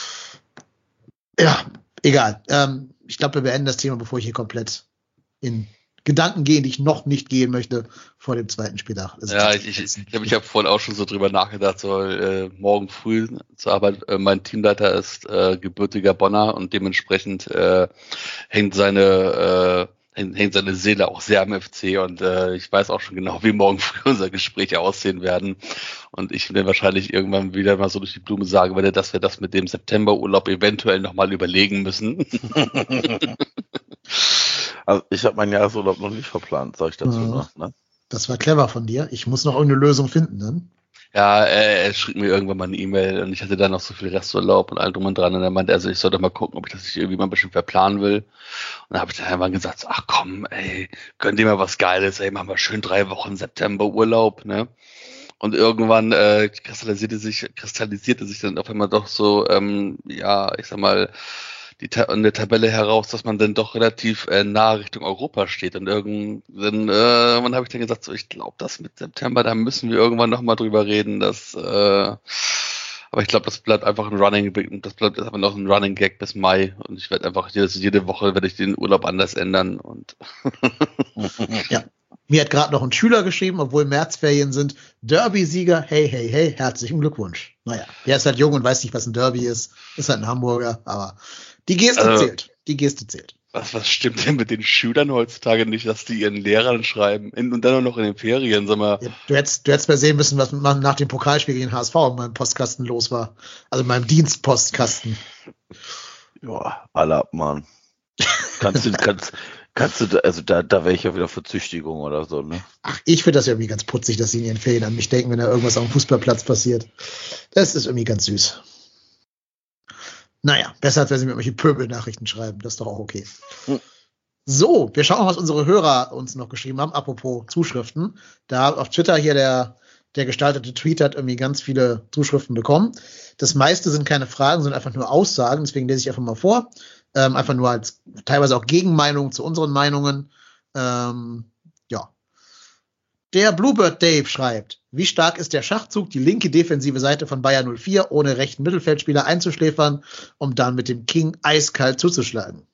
Ja, egal. Ähm, ich glaube, wir beenden das Thema, bevor ich hier komplett in Gedanken gehe, die ich noch nicht gehen möchte vor dem zweiten Spieltag. Also
ja, ich, ich, ich habe ich hab vorhin auch schon so drüber nachgedacht, so äh, morgen früh zur Arbeit. Äh, mein Teamleiter ist äh, gebürtiger Bonner und dementsprechend äh, hängt seine äh, hängt seine Seele auch sehr am F C und äh, ich weiß auch schon genau, wie morgen früh unser Gespräche aussehen werden und ich mir wahrscheinlich irgendwann wieder mal so durch die Blume sagen werde, dass wir das mit dem Septemberurlaub eventuell nochmal überlegen müssen.
Also ich habe meinen Jahresurlaub noch nicht verplant, sag ich dazu
ja.
noch. Ne?
Das war clever von dir. Ich muss noch irgendeine Lösung finden dann.
Ja, er, er schrieb mir irgendwann mal eine E-Mail und ich hatte dann noch so viel Resturlaub und all drum und dran und er meinte, also ich sollte mal gucken, ob ich das nicht irgendwie mal ein bisschen verplanen will. Und dann habe ich dann irgendwann gesagt, ach komm, ey, gönn dir mal was Geiles, ey, machen wir schön drei Wochen Septemberurlaub, ne? Und irgendwann äh, kristallisierte sich, kristallisierte sich dann auf einmal doch so, ähm, ja, ich sag mal, die Ta- in der Tabelle heraus, dass man dann doch relativ äh, nah Richtung Europa steht. Und irgendwann äh, wann habe ich dann gesagt, so ich glaube, das mit September, da müssen wir irgendwann nochmal drüber reden. Dass, äh, aber ich glaube, das bleibt einfach ein Running, das bleibt einfach noch ein Running Gag bis Mai. Und ich werde einfach jedes, jede Woche werde ich den Urlaub anders ändern. Und
ja. Mir hat gerade noch ein Schüler geschrieben, obwohl Märzferien sind, Derby-Sieger, hey, hey, hey, herzlichen Glückwunsch. Naja, der ist halt jung und weiß nicht, was ein Derby ist, ist halt ein Hamburger, aber die Geste
also,
zählt, die Geste zählt.
Was, was stimmt denn mit den Schülern heutzutage nicht, dass die ihren Lehrern schreiben? In, und dann auch noch in den Ferien, sag mal.
Ja, du hättest, du hättest mal sehen müssen, was man nach dem Pokalspiel gegen den H S V in meinem Postkasten los war. Also in meinem Dienstpostkasten.
Ja, alle abmahnen. Kannst du, kannst, kannst du, also da, da wäre ich ja wieder für Züchtigung oder so, ne?
Ach, ich finde das ja irgendwie ganz putzig, dass sie in ihren Ferien an mich denken, wenn da irgendwas auf dem Fußballplatz passiert. Das ist irgendwie ganz süß. Naja, besser als wenn sie mir irgendwelche Pöbelnachrichten schreiben. Das ist doch auch okay. Hm. So, wir schauen, was unsere Hörer uns noch geschrieben haben. Apropos Zuschriften. Da auf Twitter hier der, der gestaltete Tweet hat irgendwie ganz viele Zuschriften bekommen. Das meiste sind keine Fragen, sondern einfach nur Aussagen. Deswegen lese ich einfach mal vor. Ähm, einfach nur als teilweise auch Gegenmeinungen zu unseren Meinungen. Ähm, ja. Der Bluebird Dave schreibt: Wie stark ist der Schachzug, die linke defensive Seite von Bayer null vier ohne rechten Mittelfeldspieler einzuschläfern, um dann mit dem King eiskalt zuzuschlagen?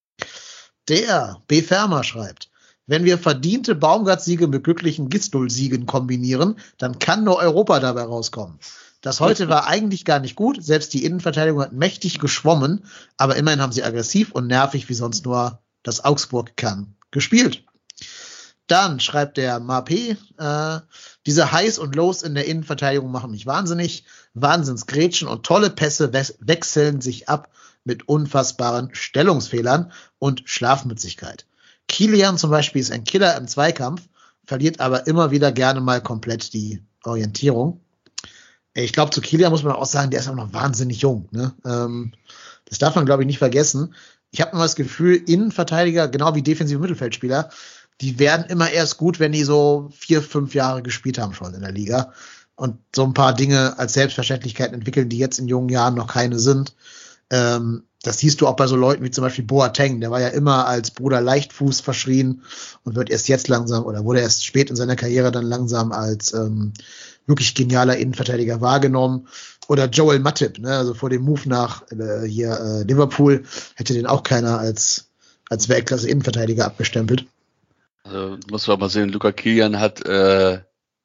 Der B. Fermer schreibt: Wenn wir verdiente Baumgart-Siege mit glücklichen Gistol-Siegen kombinieren, dann kann nur Europa dabei rauskommen. Das heute war eigentlich gar nicht gut, selbst die Innenverteidigung hat mächtig geschwommen, aber immerhin haben sie aggressiv und nervig, wie sonst nur das Augsburg kann, gespielt. Dann schreibt der M A P, äh, diese Highs und Lows in der Innenverteidigung machen mich wahnsinnig. Wahnsinnsgrätschen und tolle Pässe we- wechseln sich ab mit unfassbaren Stellungsfehlern und Schlafmützigkeit. Kilian zum Beispiel ist ein Killer im Zweikampf, verliert aber immer wieder gerne mal komplett die Orientierung. Ich glaube, zu Kilian muss man auch sagen, der ist auch noch wahnsinnig jung. Ne? Ähm, das darf man, glaube ich, nicht vergessen. Ich habe immer das Gefühl, Innenverteidiger, genau wie defensive Mittelfeldspieler, die werden immer erst gut, wenn die so vier, fünf Jahre gespielt haben schon in der Liga und so ein paar Dinge als Selbstverständlichkeiten entwickeln, die jetzt in jungen Jahren noch keine sind. Ähm, das siehst du auch bei so Leuten wie zum Beispiel Boateng, der war ja immer als Bruder Leichtfuß verschrien und wird erst jetzt langsam oder wurde erst spät in seiner Karriere dann langsam als ähm, wirklich genialer Innenverteidiger wahrgenommen. Oder Joel Matip, ne, also vor dem Move nach äh, hier äh, Liverpool hätte den auch keiner als als Weltklasse Innenverteidiger abgestempelt.
Also muss man mal sehen, Luca Kilian hat, äh,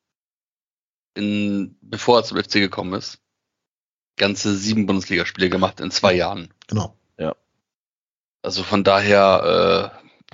in, bevor er zum F C gekommen ist, ganze sieben Bundesligaspiele gemacht in zwei Jahren.
Genau.
Ja.
Also von daher,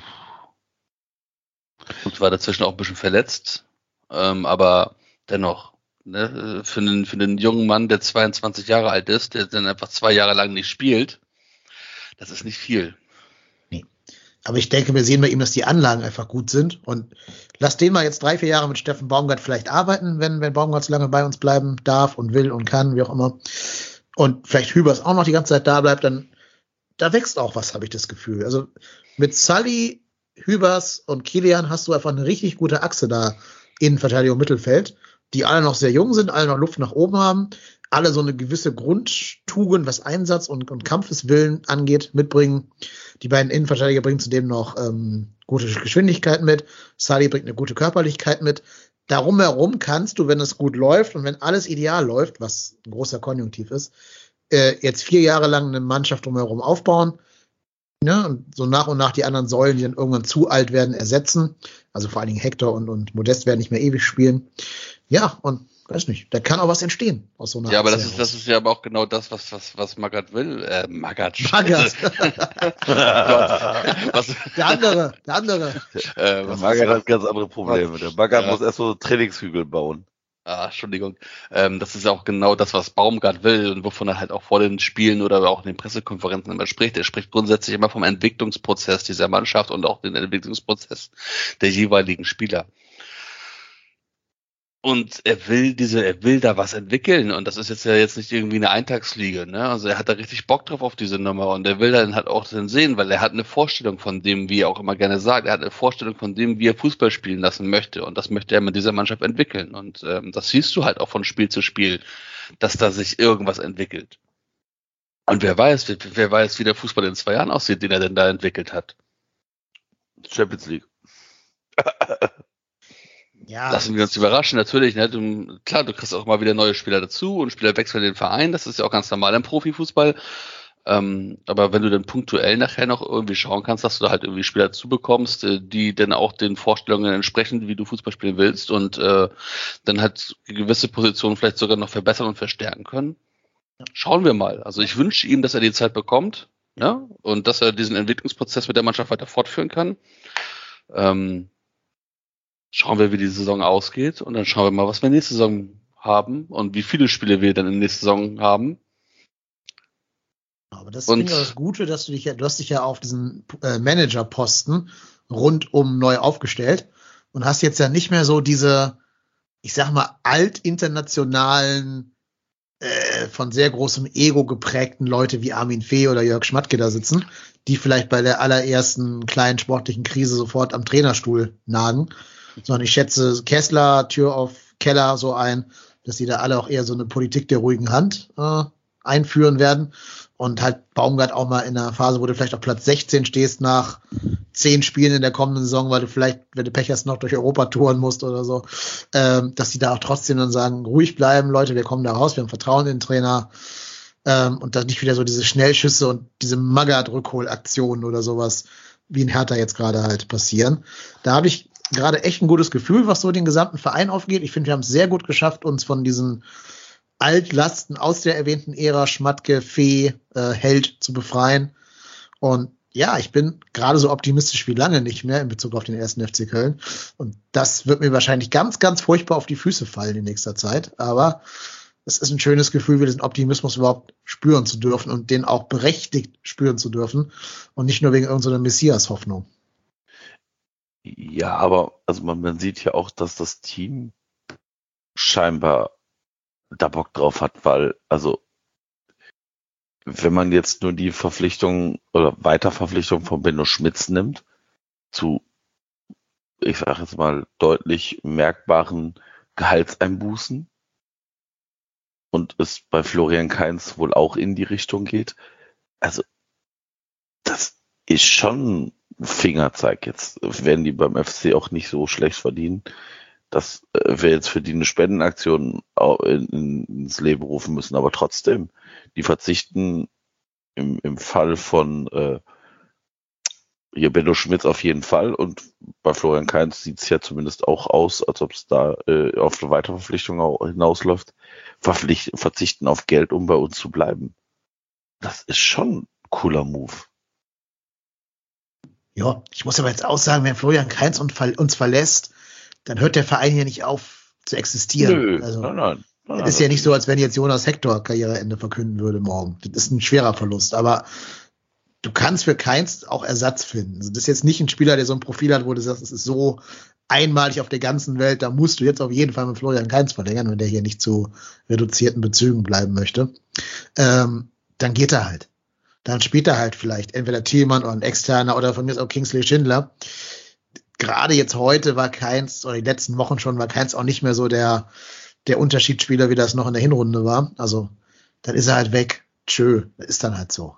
äh, und war dazwischen auch ein bisschen verletzt, ähm, aber dennoch, ne, für einen, für einen jungen Mann, der zweiundzwanzig Jahre alt ist, der dann einfach zwei Jahre lang nicht spielt, das ist nicht viel.
Aber ich denke, wir sehen bei ihm, dass die Anlagen einfach gut sind. Und lass den mal jetzt drei, vier Jahre mit Steffen Baumgart vielleicht arbeiten, wenn, wenn Baumgart so lange bei uns bleiben darf und will und kann, wie auch immer. Und vielleicht Hübers auch noch die ganze Zeit da bleibt, dann da wächst auch was, habe ich das Gefühl. Also mit Sully, Hübers und Kilian hast du einfach eine richtig gute Achse da, Innenverteidigung, Mittelfeld, die alle noch sehr jung sind, alle noch Luft nach oben haben, alle so eine gewisse Grundtugend, was Einsatz und, und Kampfeswillen angeht, mitbringen. Die beiden Innenverteidiger bringen zudem noch ähm, gute Geschwindigkeit mit. Sully bringt eine gute Körperlichkeit mit. Darum herum kannst du, wenn es gut läuft und wenn alles ideal läuft, was ein großer Konjunktiv ist, äh, jetzt vier Jahre lang eine Mannschaft drumherum aufbauen, ne, und so nach und nach die anderen Säulen, die dann irgendwann zu alt werden, ersetzen. Also vor allen Dingen Hector und, und Modest werden nicht mehr ewig spielen. Ja, und weiß nicht, da kann auch was entstehen aus so einer
Ja, aber das
Achse
ist,
heraus.
das ist ja aber auch genau das, was, was, was Magath will. Äh, Magath.
Magath.
was,
Der andere, der andere.
äh,
Der
was
Magath hat ganz andere Probleme. Der Magath
Ja.
muss erst so Trainingshügel bauen.
Ah, Entschuldigung. Ähm, das ist ja auch genau das, was Baumgart will und wovon er halt auch vor den Spielen oder auch in den Pressekonferenzen immer spricht. Er spricht grundsätzlich immer vom Entwicklungsprozess dieser Mannschaft und auch den Entwicklungsprozess der jeweiligen Spieler. Und er will diese, er will da was entwickeln und das ist jetzt ja jetzt nicht irgendwie eine Eintagsfliege, ne? Also er hat da richtig Bock drauf auf diese Nummer und er will dann halt auch dann sehen, weil er hat eine Vorstellung von dem, wie er auch immer gerne sagt, er hat eine Vorstellung von dem, wie er Fußball spielen lassen möchte und das möchte er mit dieser Mannschaft entwickeln und ähm, das siehst du halt auch von Spiel zu Spiel, dass da sich irgendwas entwickelt. Und wer weiß, wer, wer weiß, wie der Fußball in zwei Jahren aussieht, den er denn da entwickelt hat.
Champions League.
Ja,
Lassen wir uns überraschen, natürlich, ne? Du, klar, du kriegst auch mal wieder neue Spieler dazu und Spieler wechseln den Verein, das ist ja auch ganz normal im Profifußball. Ähm, aber wenn du dann punktuell nachher noch irgendwie schauen kannst, dass du da halt irgendwie Spieler dazu bekommst, äh, die dann auch den Vorstellungen entsprechen, wie du Fußball spielen willst und äh, dann halt gewisse Positionen vielleicht sogar noch verbessern und verstärken können. Schauen wir mal. Also ich wünsche ihm, dass er die Zeit bekommt. Ja, und dass er diesen Entwicklungsprozess mit der Mannschaft weiter fortführen kann. Ähm, schauen wir, wie die Saison ausgeht und dann schauen wir mal, was wir nächste Saison haben und wie viele Spiele wir dann in der nächsten Saison haben.
Aber das
Und-
finde ich auch das Gute, dass du dich ja, du hast dich ja auf diesen äh, Managerposten rundum neu aufgestellt und hast jetzt ja nicht mehr so diese, ich sag mal, altinternationalen, äh, von sehr großem Ego geprägten Leute wie Armin Fee oder Jörg Schmatke da sitzen, die vielleicht bei der allerersten kleinen sportlichen Krise sofort am Trainerstuhl nagen, sondern ich schätze Kessler, Tür auf Keller so ein, dass die da alle auch eher so eine Politik der ruhigen Hand äh, einführen werden und halt Baumgart auch mal in einer Phase, wo du vielleicht auf Platz sechzehn stehst nach zehn Spielen in der kommenden Saison, weil du vielleicht, wenn du Pech hast, noch durch Europa touren musst oder so, ähm, dass die da auch trotzdem dann sagen, ruhig bleiben, Leute, wir kommen da raus, wir haben Vertrauen in den Trainer, ähm, und dann nicht wieder so diese Schnellschüsse und diese Magath-Rückholaktionen oder sowas, wie in Hertha jetzt gerade halt passieren. Da habe ich gerade echt ein gutes Gefühl, was so den gesamten Verein aufgeht. Ich finde, wir haben es sehr gut geschafft, uns von diesen Altlasten aus der erwähnten Ära Schmatke, Fee, äh, Held zu befreien. Und ja, ich bin gerade so optimistisch wie lange nicht mehr in Bezug auf den ersten F C Köln. Und das wird mir wahrscheinlich ganz, ganz furchtbar auf die Füße fallen in nächster Zeit. Aber es ist ein schönes Gefühl, diesen Optimismus überhaupt spüren zu dürfen und den auch berechtigt spüren zu dürfen und nicht nur wegen irgendeiner Messias-Hoffnung.
Ja, aber also man, man sieht ja auch, dass das Team scheinbar da Bock drauf hat, weil, also wenn man jetzt nur die Verpflichtung oder Weiterverpflichtung von Benno Schmitz nimmt, zu, ich sage jetzt mal, deutlich merkbaren Gehaltseinbußen und es bei Florian Kainz wohl auch in die Richtung geht, also das ist schon ein Fingerzeig. Jetzt werden die beim F C auch nicht so schlecht verdienen. Das äh, wäre jetzt für die eine Spendenaktion au- in, in, ins Leben rufen müssen, aber trotzdem, die verzichten im, im Fall von äh, hier Benno Schmitz auf jeden Fall und bei Florian Kainz sieht es ja zumindest auch aus, als ob es da äh, auf eine Weiterverpflichtung auch hinausläuft, verpflicht, verzichten auf Geld, um bei uns zu bleiben. Das ist schon ein cooler Move.
Ja, ich muss aber jetzt auch sagen, wenn Florian Kainz uns, ver- uns verlässt, dann hört der Verein hier nicht auf zu existieren.
Nö,
also,
nein, nein. nein,
es ist ja nicht so, als wenn jetzt Jonas Hector Karriereende verkünden würde morgen. Das ist ein schwerer Verlust, aber du kannst für Kainz auch Ersatz finden. Also das ist jetzt nicht ein Spieler, der so ein Profil hat, wo du sagst, es ist so einmalig auf der ganzen Welt, da musst du jetzt auf jeden Fall mit Florian Kainz verlängern, wenn der hier nicht zu reduzierten Bezügen bleiben möchte. Ähm, dann geht er halt. Dann spielt er halt vielleicht entweder Thielmann oder ein Externer oder von mir ist auch Kingsley Schindler. Gerade jetzt heute war Kainz, oder die letzten Wochen schon, war Kainz auch nicht mehr so der, der Unterschiedsspieler, wie das noch in der Hinrunde war. Also, dann ist er halt weg. Tschö, das ist dann halt so.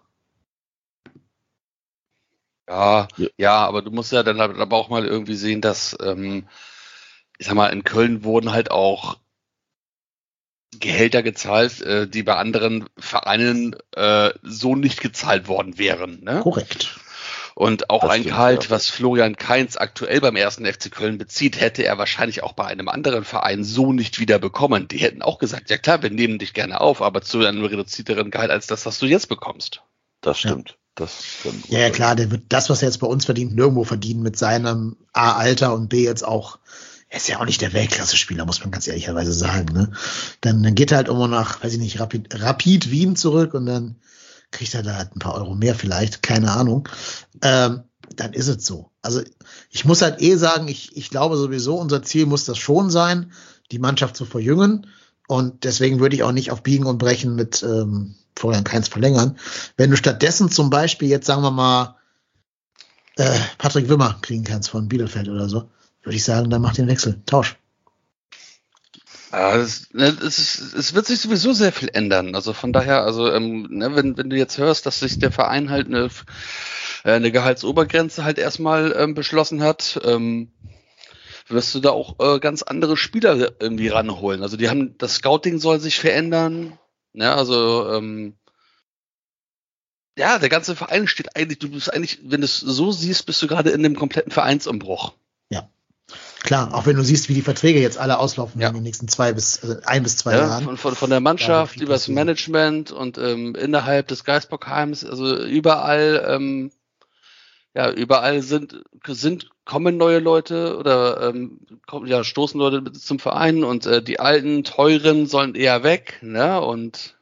Ja,
Ja.
ja, aber du musst ja dann halt aber auch mal irgendwie sehen, dass, ähm, ich sag mal, in Köln wurden halt auch Gehälter gezahlt, äh, die bei anderen Vereinen äh, so nicht gezahlt worden wären. Ne?
Korrekt.
Und auch
Das
ein
stimmt,
Gehalt,
ja.
was Florian Kainz aktuell beim ersten F C Köln bezieht, hätte er wahrscheinlich auch bei einem anderen Verein so nicht wieder bekommen. Die hätten auch gesagt, ja klar, wir nehmen dich gerne auf, aber zu einem reduzierteren Gehalt als das, was du jetzt bekommst.
Das stimmt. Das stimmt.
Ja, ja, klar, der wird das, was er jetzt bei uns verdient, nirgendwo verdienen mit seinem A, Alter und B jetzt auch. Er ist ja auch nicht der Weltklasse-Spieler, muss man ganz ehrlicherweise sagen. Ne? Dann, dann geht er halt immer nach, weiß ich nicht, Rapid, Rapid Wien zurück und dann kriegt er da halt ein paar Euro mehr vielleicht, keine Ahnung. Ähm, dann ist es so. Also ich muss halt eh sagen, ich, ich glaube sowieso, unser Ziel muss das schon sein, die Mannschaft zu verjüngen. Und deswegen würde ich auch nicht auf Biegen und Brechen mit ähm, Florian Kainz verlängern. Wenn du stattdessen zum Beispiel jetzt, sagen wir mal, äh, Patrick Wimmer kriegen kannst von Bielefeld oder so, würde ich sagen, dann mach den Wechsel. Tausch.
Ja, das, ne, es, ist, es wird sich sowieso sehr viel ändern. Also von daher, also ähm, ne, wenn, wenn du jetzt hörst, dass sich der Verein halt eine, äh, eine Gehaltsobergrenze halt erstmal ähm, beschlossen hat, ähm, wirst du da auch äh, ganz andere Spieler irgendwie ranholen. Also die haben, das Scouting soll sich verändern. Ne, also ähm, ja, der ganze Verein steht eigentlich, du bist eigentlich, wenn du es so siehst, bist du gerade in dem kompletten Vereinsumbruch.
Ja. Klar, auch wenn du siehst, wie die Verträge jetzt alle auslaufen
Ja.
in den nächsten zwei bis, also ein bis zwei
Ja,
Jahren.
von, von, von der Mannschaft
viel
über das
passieren.
Management und ähm, innerhalb des Geisbockheims, also überall, ähm, ja, überall sind, sind, kommen neue Leute oder ähm, kommen, ja, stoßen Leute mit zum Verein und äh, die alten, teuren sollen eher weg, ne? Und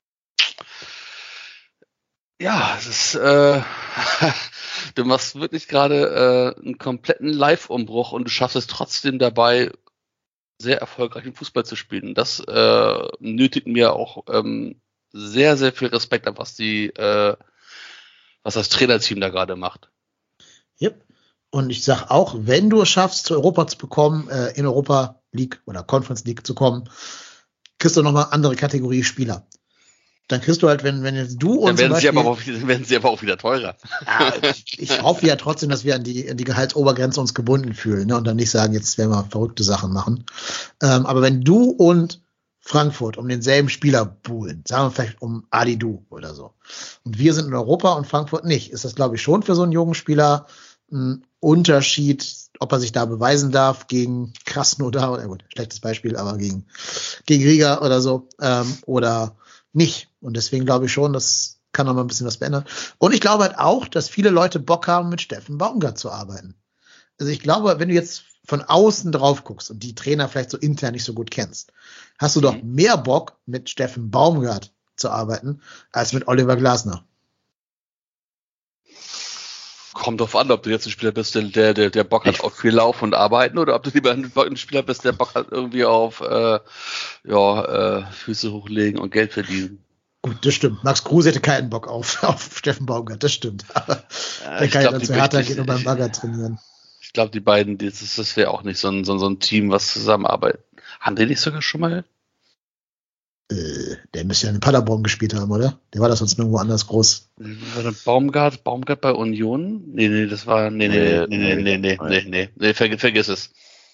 ja, es ist, äh, du machst wirklich gerade äh, einen kompletten Live-Umbruch und du schaffst es trotzdem dabei, sehr erfolgreichen Fußball zu spielen. Das äh, nötigt mir auch ähm, sehr, sehr viel Respekt ab, was die, äh, was das Trainerteam da gerade macht.
Yep. Und ich sag auch, wenn du es schaffst, zu Europa zu bekommen, äh, in Europa League oder Conference League zu kommen, kriegst du nochmal andere Kategorie Spieler. Dann kriegst du halt, wenn, wenn jetzt du und
Dann werden,
zum
sie
Beispiel,
aber auch, dann werden sie aber auch wieder teurer.
ja, ich hoffe ja trotzdem, dass wir an die, an die Gehaltsobergrenze uns gebunden fühlen, ne, und dann nicht sagen, jetzt werden wir verrückte Sachen machen. Ähm, aber wenn du und Frankfurt um denselben Spieler buhlen, sagen wir vielleicht um Adi Du oder so, und wir sind in Europa und Frankfurt nicht, ist das, glaube ich, schon für so einen jungen Spieler ein Unterschied, ob er sich da beweisen darf gegen Krasnodar oder, gut, schlechtes Beispiel, aber gegen, gegen Riga oder so, ähm, oder nicht. Und deswegen glaube ich schon, das kann noch mal ein bisschen was verändern. Und ich glaube halt auch, dass viele Leute Bock haben, mit Steffen Baumgart zu arbeiten. Also ich glaube, wenn du jetzt von außen drauf guckst und die Trainer vielleicht so intern nicht so gut kennst, hast du doch mehr Bock, mit Steffen Baumgart zu arbeiten, als mit Oliver Glasner.
Kommt drauf an, ob du jetzt ein Spieler bist, der, der, der Bock hat auf viel Laufen und Arbeiten, oder ob du lieber ein Spieler bist, der Bock hat irgendwie auf äh, ja, äh, Füße hochlegen und Geld verdienen.
Gut, das stimmt. Max Kruse hätte keinen Bock auf, auf Steffen Baumgart, das stimmt. Aber
Ja,
der
ich
kann ja
glaub,
dann
die
zu Hertha
möchte ich-
gehen und beim Bagger trainieren.
Ich glaube, die beiden, das, das wäre auch nicht so ein, so, ein- so ein Team, was zusammenarbeitet. Haben die nicht sogar schon mal?
Äh, der müsste ja in Paderborn gespielt haben, oder? Der war das sonst nirgendwo anders groß.
War das Baumgart, Baumgart bei Union? Nee, nee, das war, nee, nee, nee, nee, nee, nee, nee, nee, nee, vergiss, vergiss es.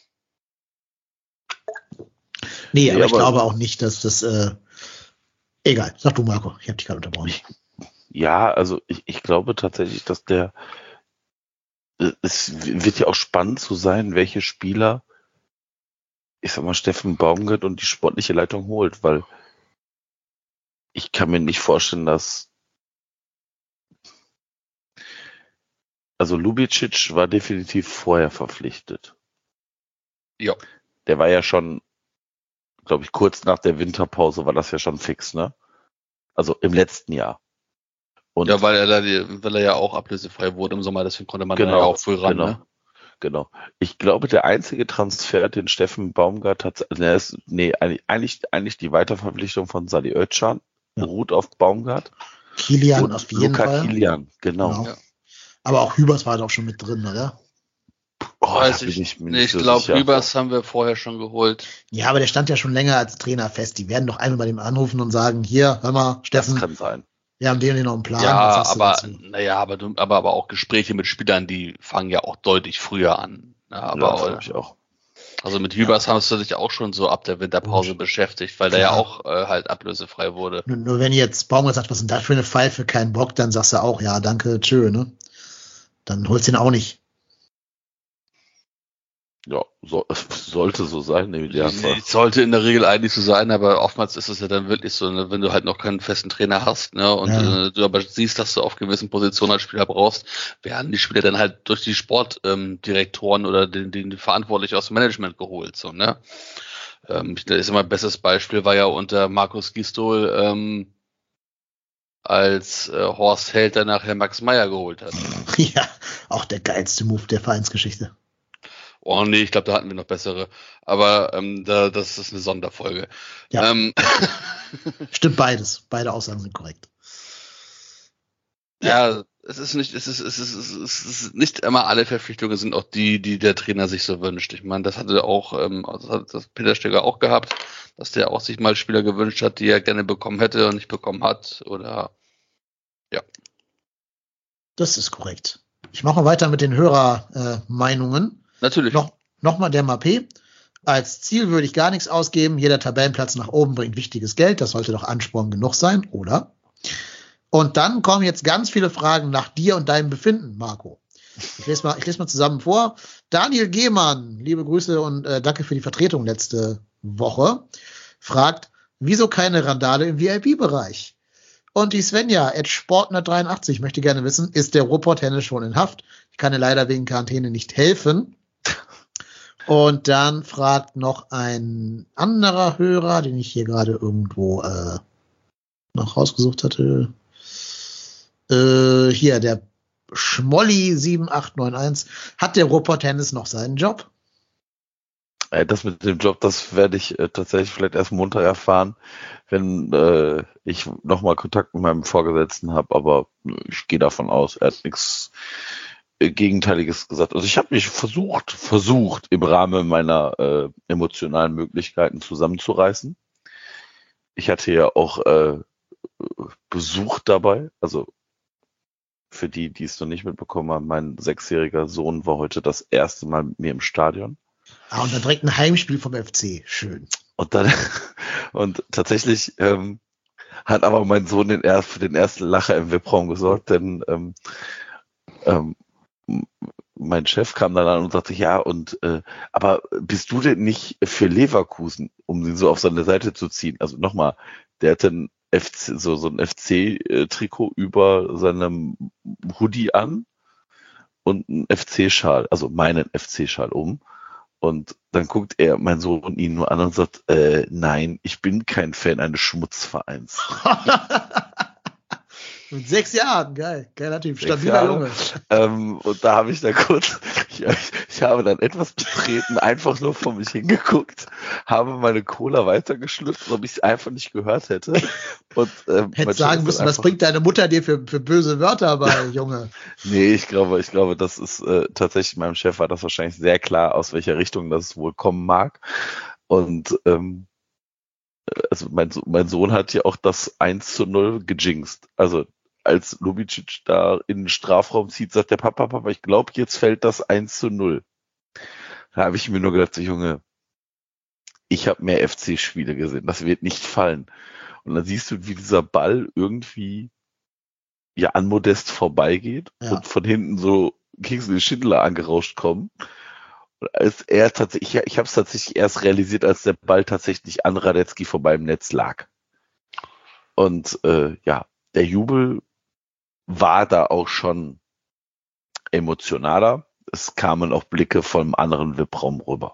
Nee,
Nee,
aber ich
aber-
glaube auch nicht, dass das, äh, egal. Sag du, Marco. Ich habe dich gerade unterbrochen.
Ja, also ich, ich glaube tatsächlich, dass der, äh, es wird ja auch spannend zu sein, welche Spieler, ich sag mal, Steffen Baumgart und die sportliche Leitung holt, weil ich kann mir nicht vorstellen, dass, also Lubicic war definitiv vorher verpflichtet.
Ja.
Der war ja schon, glaube ich, kurz nach der Winterpause war das ja schon fix, ne? Also im letzten Jahr. Und
Ja, weil er, da die, weil er ja auch ablösefrei wurde im Sommer, deswegen konnte man da
Genau,
ja auch früh ran,
genau.
ne?
Genau. Ich glaube, der einzige Transfer, den Steffen Baumgart hat, der ist, nee, eigentlich, eigentlich, eigentlich die Weiterverpflichtung von Sadi Özcan,
Ja.
beruht auf Baumgart.
Kilian
und
auf jeden
Luca
Fall.
Kilian, genau.
Genau.
Ja.
Aber auch Hübers war doch schon mit drin, oder?
Oh,
Weiß
da
ich,
bin ich mir
nee,
nicht
ich
so
glaube,
sicher.
Rübers haben wir vorher schon geholt.
Ja, aber der stand ja schon länger als Trainer fest. Die werden doch einmal bei dem anrufen und sagen, hier, hör mal,
Das
Steffen,
kann sein.
wir haben den und den noch einen Plan.
Ja,
was sagst du
aber,
dazu?
naja, aber, du- aber, aber auch Gespräche mit Spielern, die fangen ja auch deutlich früher an. Ja,
Ja,
aber
glaube ich auch.
also mit Hübers hast du dich auch schon so ab der Winterpause
Gut.
beschäftigt, weil der ja
Klar.
auch äh, halt ablösefrei wurde.
Nur, nur wenn jetzt Baumgart sagt, was ist denn das für eine Pfeife, kein Bock, dann sagst du auch, ja, danke, tschö, ne? Dann holst du ihn auch nicht.
Ja, so, sollte so sein. im Idealfall.
Es sollte in der Regel eigentlich so sein, aber oftmals ist es ja dann wirklich so, ne, wenn du halt noch keinen festen Trainer hast, ne, und
Ja.
äh, du aber siehst, dass du auf gewissen Positionen als Spieler brauchst, werden die Spieler dann halt durch die Sportdirektoren ähm, oder den, den Verantwortlichen aus dem Management geholt, so, ne. Ähm, ich, das ist immer ein bestes Beispiel, war ja unter Markus Gistol, ähm, als äh, Horst Held dann nachher Max Meyer geholt hat.
Ja, auch der geilste Move der Vereinsgeschichte.
Oh nee, ich glaube, da hatten wir noch bessere. Aber ähm, da, das ist eine Sonderfolge.
Ja.
Ähm,
Stimmt beides. Beide Aussagen sind korrekt.
ja, es ist nicht, es ist, es ist, es ist, es ist nicht immer alle Verpflichtungen sind auch die, die der Trainer sich so wünscht. Ich meine, das hatte auch, ähm, das hat das Peter Stöger auch gehabt, dass der auch sich mal Spieler gewünscht hat, die er gerne bekommen hätte und nicht bekommen hat. Oder
Das ist korrekt. Ich mache weiter mit den Hörermeinungen.
natürlich.
Noch, noch mal der M A P. Als Ziel würde ich gar nichts ausgeben. Jeder Tabellenplatz nach oben bringt wichtiges Geld. Das sollte doch Ansporn genug sein, oder? Und dann kommen jetzt ganz viele Fragen nach dir und deinem Befinden, Marco. Ich lese mal, ich lese mal zusammen vor. Daniel Gehmann, liebe Grüße und äh, danke für die Vertretung letzte Woche, fragt, wieso keine Randale im V I P-Bereich? Und die Svenja, at Sportner dreiundachtzig, möchte gerne wissen, ist der Ruhrpott-Tennis schon in Haft? Ich kann ihr leider wegen Quarantäne nicht helfen. Und dann fragt noch ein anderer Hörer, den ich hier gerade irgendwo äh, noch rausgesucht hatte. Äh, hier, der Schmolli sieben acht neun eins. Hat der Ruhrpott-Tennis noch seinen Job?
Äh, Das mit dem Job, das werde ich äh, tatsächlich vielleicht erst Montag erfahren, wenn äh, ich nochmal Kontakt mit meinem Vorgesetzten habe, aber ich gehe davon aus, er hat nichts äh, Gegenteiliges gesagt. Also ich habe mich versucht, versucht, im Rahmen meiner äh, emotionalen Möglichkeiten zusammenzureißen. Ich hatte ja auch äh, Besuch dabei, also für die, die es noch nicht mitbekommen haben, mein sechsjähriger Sohn war heute das erste Mal mit mir im Stadion.
Ah, und dann direkt ein Heimspiel vom F C. Schön.
Und dann, und tatsächlich ähm, hat aber mein Sohn den er, für den ersten Lacher im V I P-Raum gesorgt, denn ähm, ähm, mein Chef kam dann an und sagte, ja, und äh, aber bist du denn nicht für Leverkusen, um ihn so auf seine Seite zu ziehen? Also nochmal, der hatte ein F C, so, so ein F C-Trikot über seinem Hoodie an und einen F C-Schal, also meinen F C-Schal um. Und dann guckt er, mein Sohn, ihn nur an und sagt, äh, nein, ich bin kein Fan eines Schmutzvereins.
Mit sechs Jahren, geil. Geiler Typ, stabiler Junge.
Ähm, und da habe ich dann kurz, ich, ich habe dann etwas betreten, einfach nur vor mich hingeguckt, habe meine Cola weitergeschlürft, ob ich es einfach nicht gehört hätte. Und ähm,
hätte sagen müssen, was bringt deine Mutter dir für, für böse Wörter bei, Junge?
Nee, ich glaube, ich glaube, das ist äh, tatsächlich, meinem Chef war das wahrscheinlich sehr klar, aus welcher Richtung das wohl kommen mag. Und ähm, also mein, So- mein Sohn hat ja auch das eins zu null gejinxt. Also als Lubicic da in den Strafraum zieht, sagt der Papa, Papa, ich glaube, jetzt fällt das eins zu null. Da habe ich mir nur gedacht, so, Junge, ich habe mehr F C-Spiele gesehen, das wird nicht fallen. Und dann siehst du, wie dieser Ball irgendwie ja an Modest vorbeigeht
Ja.
und von hinten so Kingsley Schindler angerauscht kommen. Und als er tatsächlich, ich, ich habe es tatsächlich erst realisiert, als der Ball tatsächlich an Radetzky vorbei im Netz lag. Und äh, ja, der Jubel war da auch schon emotionaler. Es kamen auch Blicke vom anderen V I P-Raum rüber.